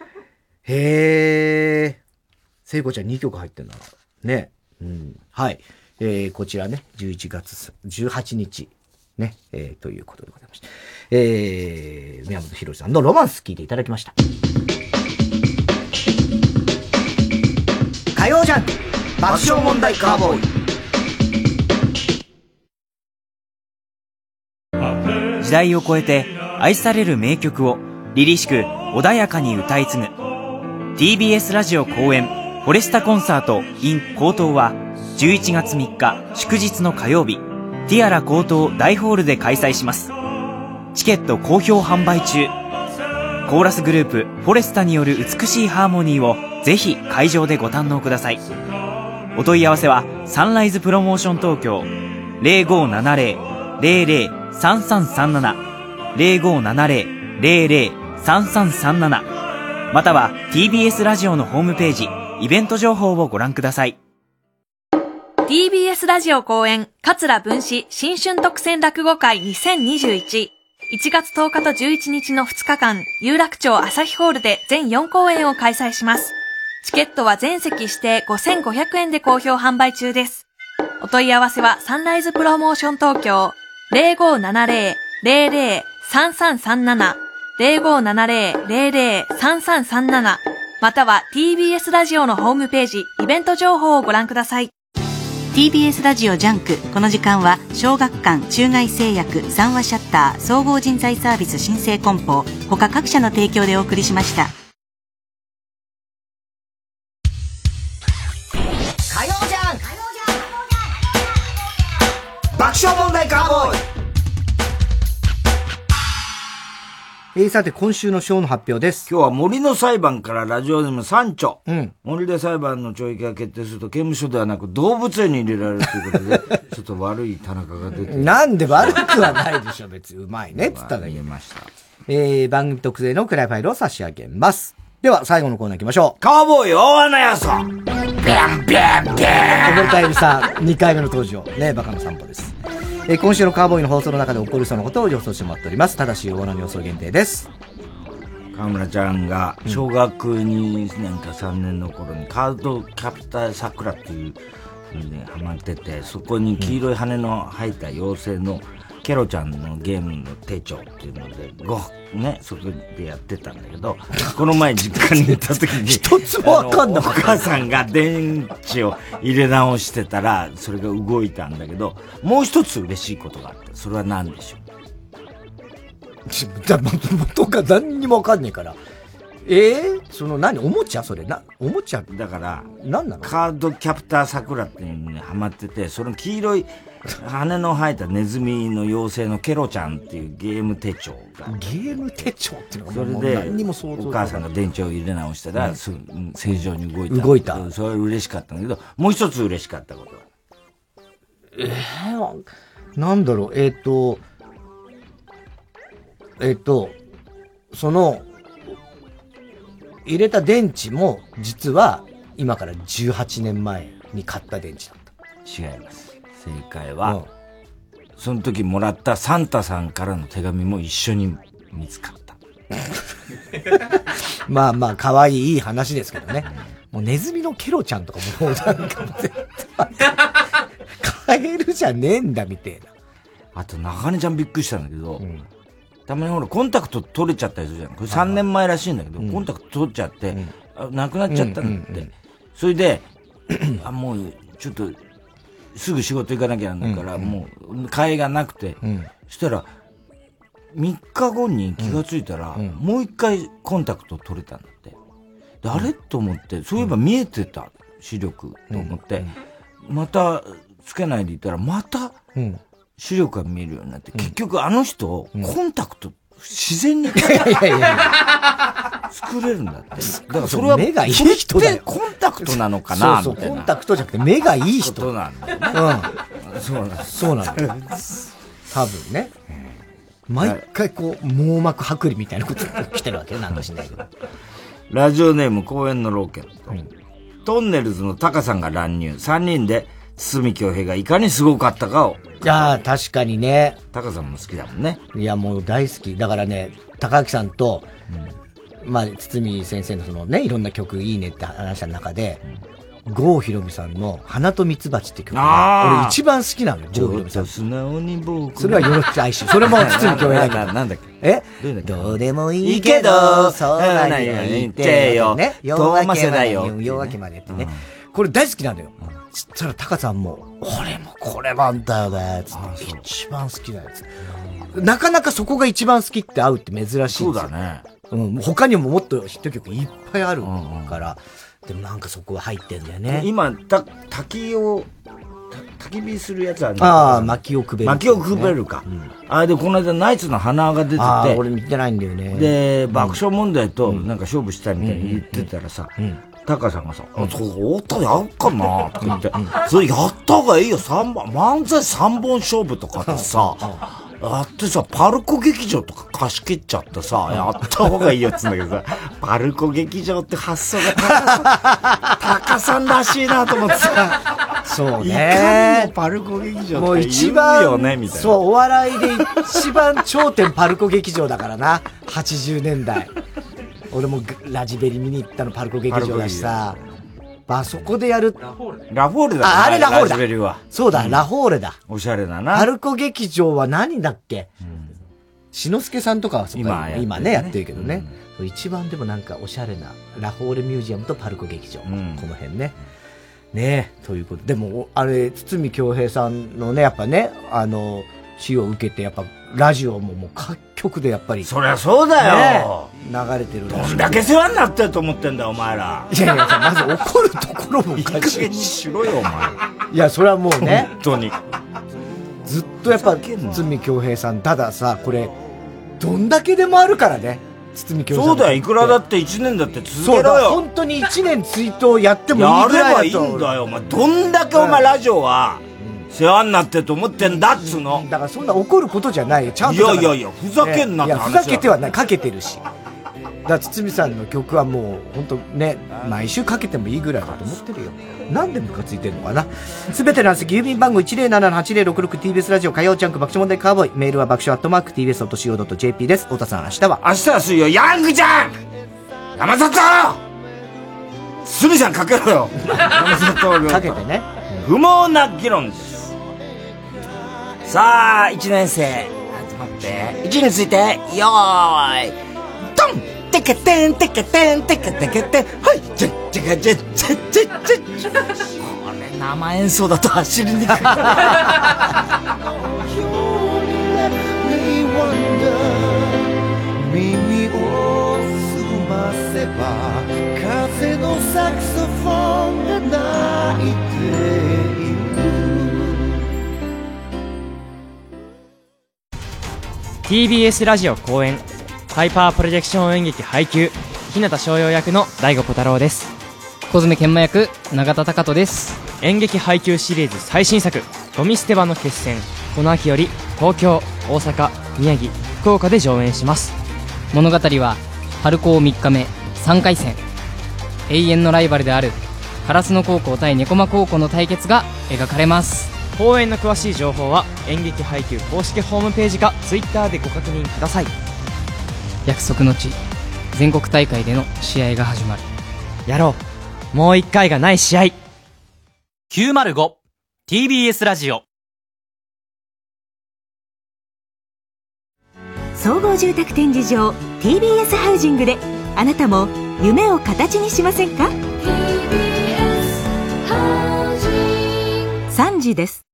へえ。聖子ちゃんにきょく入ってんだな。ね。うん。はい。えー、こちらね、じゅういちがつじゅうはちにち。ね。えー、ということでございました。えー、宮本浩次さんのロマンス聞いていただきました。火曜ジャンク爆笑問題カーボーイ。 時代を超えて愛される名曲を凛々しく穏やかに歌い継ぐ ティービーエス ラジオ公演フォレスタコンサート in 江東はじゅういちがつみっか祝日の火曜日、ティアラ江東大ホールで開催します。チケット好評販売中。コーラスグループフォレスタによる美しいハーモニーをぜひ会場でご堪能ください。お問い合わせはサンライズプロモーション東京 ゼロごーななゼロ ゼロゼロ さんさんさんなな ゼロごーななゼロ ゼロゼロ さんさんさんなな、または ティービーエス ラジオのホームページイベント情報をご覧ください。 ティービーエス ラジオ公演桂文枝新春特選落語会にせんにじゅういち、いちがつとおかとじゅういちにちのふつかかん、有楽町朝日ホールで全よんこうえんを開催します。チケットは全席指定ごせんごひゃくえんで好評販売中です。お問い合わせはサンライズプロモーション東京 ゼロごーななゼロ ゼロゼロ さんさんさんなな ゼロごーななゼロ ゼロゼロ さんさんさんなな、または ティービーエス ラジオのホームページイベント情報をご覧ください。 ティービーエス ラジオジャンク。この時間は小学館、中外製薬、三話シャッター、総合人材サービス新生梱包他各社の提供でお送りしました。 火曜じゃん爆笑問題カーボーイ。 えー、さて、今週の賞の発表です。 今日は森の裁判からラジオネームさん丁。うん。森で裁判の懲役が決定すると刑務所ではなく動物園に入れられるということで、ちょっと悪い田中が出てなんで悪くはないでしょ、別に。うまいね、つっただけ。 言えました。 えー、番組特製の暗いファイルを差し上げます。では、最後のコーナー行きましょう。 カーボーイ大穴やそビャンビャンビャンビャン小森田恵美さん、にかいめの登場。ね、バカの散歩です。えー、今週のカーボーイの放送の中で起こりそうなことを予想してもらっております。ただし、大穴の予想限定です。 河村ちゃんが小学にねんかさんねんの頃にカードキャプター桜っていう風にハマってて、そこに黄色い羽の生えた妖精のケロちゃんのゲームの手帳っていうので、ごね、そこでやってたんだけど、この前実家に行った時に、 一つもわかんなかった。 お母さんが電池を入れ直してたら、それが動いたんだけど、もう一つ嬉しいことがあって、それは何でしょう？ だ、元が何にもわかんねえから。ええー、その何おもちゃそれな、おもちゃだから、 何なのカードキャプター桜っていうのにハマってて、その黄色い羽の生えたネズミの妖精のケロちゃんっていうゲーム手帳が。 ゲーム手帳っていうのがそれで、 何にも想像お母さんが電池を入れ直したら、うん、正常に動いた。 動いた。 それは嬉しかったんだけど、もう一つ嬉しかったことは。 ええー、なんだろう、えっ、ー、と、えっと、その、入れた電池も、実は、今からじゅうはちねんまえに買った電池だった。 違います。正解は、うん、その時もらったサンタさんからの手紙も一緒に見つかった。 まあまあ、可愛いいい話ですけどね。もうネズミのケロちゃんとかも、もうなんかもう絶対、カエルじゃねえんだみたいな。 あと、中根ちゃんびっくりしたんだけど、うんたまにほら、コンタクト取れちゃったりするじゃん。これさんねんまえらしいんだけど、うん、コンタクト取っちゃって、うん、なくなっちゃったんだって。うんうんうん、それで、あ、もう、ちょっと、すぐ仕事行かなきゃなんだから、うんうん、もう、替えがなくて、うん、そしたら、みっかごに気がついたら、うん、もう一回コンタクト取れたんだって。で、あれと思って、そういえば見えてた、視力と思って、また、つけないでいたら、また、うん視力が見えるようになって、うん、結局あの人、うん、コンタクト自然に作れるんだって。だからそれは目がいい人だよ。 コンタクトなのかなそうそう、コンタクトじゃなくて目がいい人。 ことなんだよね。 うん。そうなんです。そうなんだ。多分ね。毎回こう、網膜剥離みたいなこと来てるわけよ。なんかしないけど。 ラジオネーム公園のロケット。うん、トンネルズのタカさんが乱入。さんにんで、堤京平がいかにすごかったかを。 いやー、確かにね。 タカさんも好きだもんね。 いや、もう大好き。だからね、高木さんと、うん、まあ、堤先生のそのね、いろんな曲いいねって話した中で、うん、郷ひろみさんの花と蜜蜂って曲が、俺一番好きなのよ、郷ひろみさん。 素直に僕。 それはよろしく哀愁。それも堤京平だけど。 なんだっけえどうでもいいけど、そうなに言ってよ。ね。夜明けまで。夜明けまでってね。これ大好きなんだよ。そしたらタカさんも、俺もこれなんだよね、つって。一番好きなやつ。なかなかそこが一番好きって合うって珍しいんですよ。 そうだね。 うん。他にももっとヒット曲いっぱいあるから、 でもなんかそこは入ってんだよね。 今、た、滝を、焚き火するやつあるんだ。 ああ、薪をくべる、 ね。薪をくべるか。うん、あれで、この間ナイツの花が出てて。ああ、俺見てないんだよね。 で、爆笑問題となんか勝負したいみたいに言ってたらさ、タカさんがさ、あ、そう、太田やるかなって言って、それやった方がいいよ、三本、漫才三本勝負とかってさ、やってさ、パルコ劇場とか貸し切っちゃってさ、やった方がいいよって言うんだけどさ、パルコ劇場って発想がタカさん、タカさんらしいなと思ってさ、 そうね。 いかにもパルコ劇場って言うよね、みたいな。 そう、お笑いで一番頂点パルコ劇場だからな、はちじゅうねんだい。俺もラジベリ見に行ったのパルコ劇場だしさ、あそこでやる。 ラフォーレだ、 あ、あれラフォーレだ。 ラジベリは。 そうだ、うん、ラフォーレだ。 おしゃれだな。 パルコ劇場は何だっけ、うん、志の輔さんとかはそこ今、ね、今ね、やってるけどね、うん。一番でもなんかおしゃれな、ラフォーレミュージアムとパルコ劇場。うん、この辺ね。ねえ、ということで。でも、あれ、堤恭平さんのね、やっぱね、あの、死を受けて、やっぱ、ラジオももう各局でやっぱり。 そりゃそうだよ、 ね、流れてる。 どんだけ世話になってると思ってんだよ、お前ら。 いやいや、まず怒るところもおかしい。 いい加減にしろよ、お前。 いや、それはもうね。 本当に。 ずっとやっぱ、堤恭平さん、たださ、これ、どんだけでもあるからね。堤恭平さん。 そうだよ、いくらだっていちねんだって続けろよ。 そうだ、本当にいちねん追悼やってもいいぐらいだと。 やればいいんだよ、お前。どんだけお前ラジオは、世話になってると思ってんだっつうの。 だからそんな怒ることじゃないよ。ちゃんと。 いやいやいや、ふざけんなって話。 いや、ふざけてはない。かけてるし。だから堤さんの曲はもう、ほんとね、毎週かけてもいいぐらいだと思ってるよ。なんでムカついてんのかな。すべてのans郵便番号 いちゼロななのはちゼロろくろく ティービーエス ラジオ火曜ジャンク爆笑問題カーボーイ。メールは爆笑アットマーク ティービーエスドットシーオードットジェーピー です。太田さん、明日は明日は水曜、ヤングちゃん山里堤さんかけろよ山里かけてね。 不毛な議論です。さあ、一年生、集まって、位置について、よーい、ドンテケテンテケテンテケテケテン、はい、ジェッジェジェジェジェジェジェこれ生演奏だと走りにくい。 耳を澄ませば風のサクソフォンが鳴いている。 ティービーエス ラジオ公演ハイパープロジェクション演劇配給日向翔陽役の大吾小太郎です。 小爪研磨役永田貴人です。 演劇配給シリーズ最新作ゴミ捨て場の決戦、この秋より東京、大阪、宮城、福岡で上演します。 物語は春高みっかめさんかい戦、永遠のライバルである烏野高校対猫間高校の対決が描かれます。 公演の詳しい情報は演劇配給公式ホームページかツイッターでご確認ください。 約束の地、全国大会での試合が始まる。 やろう、もう一回がない試合。 きゅうまるご ティービーエス ラジオ。 総合住宅展示場 ティービーエス ハウジングであなたも夢を形にしませんか。さんじです。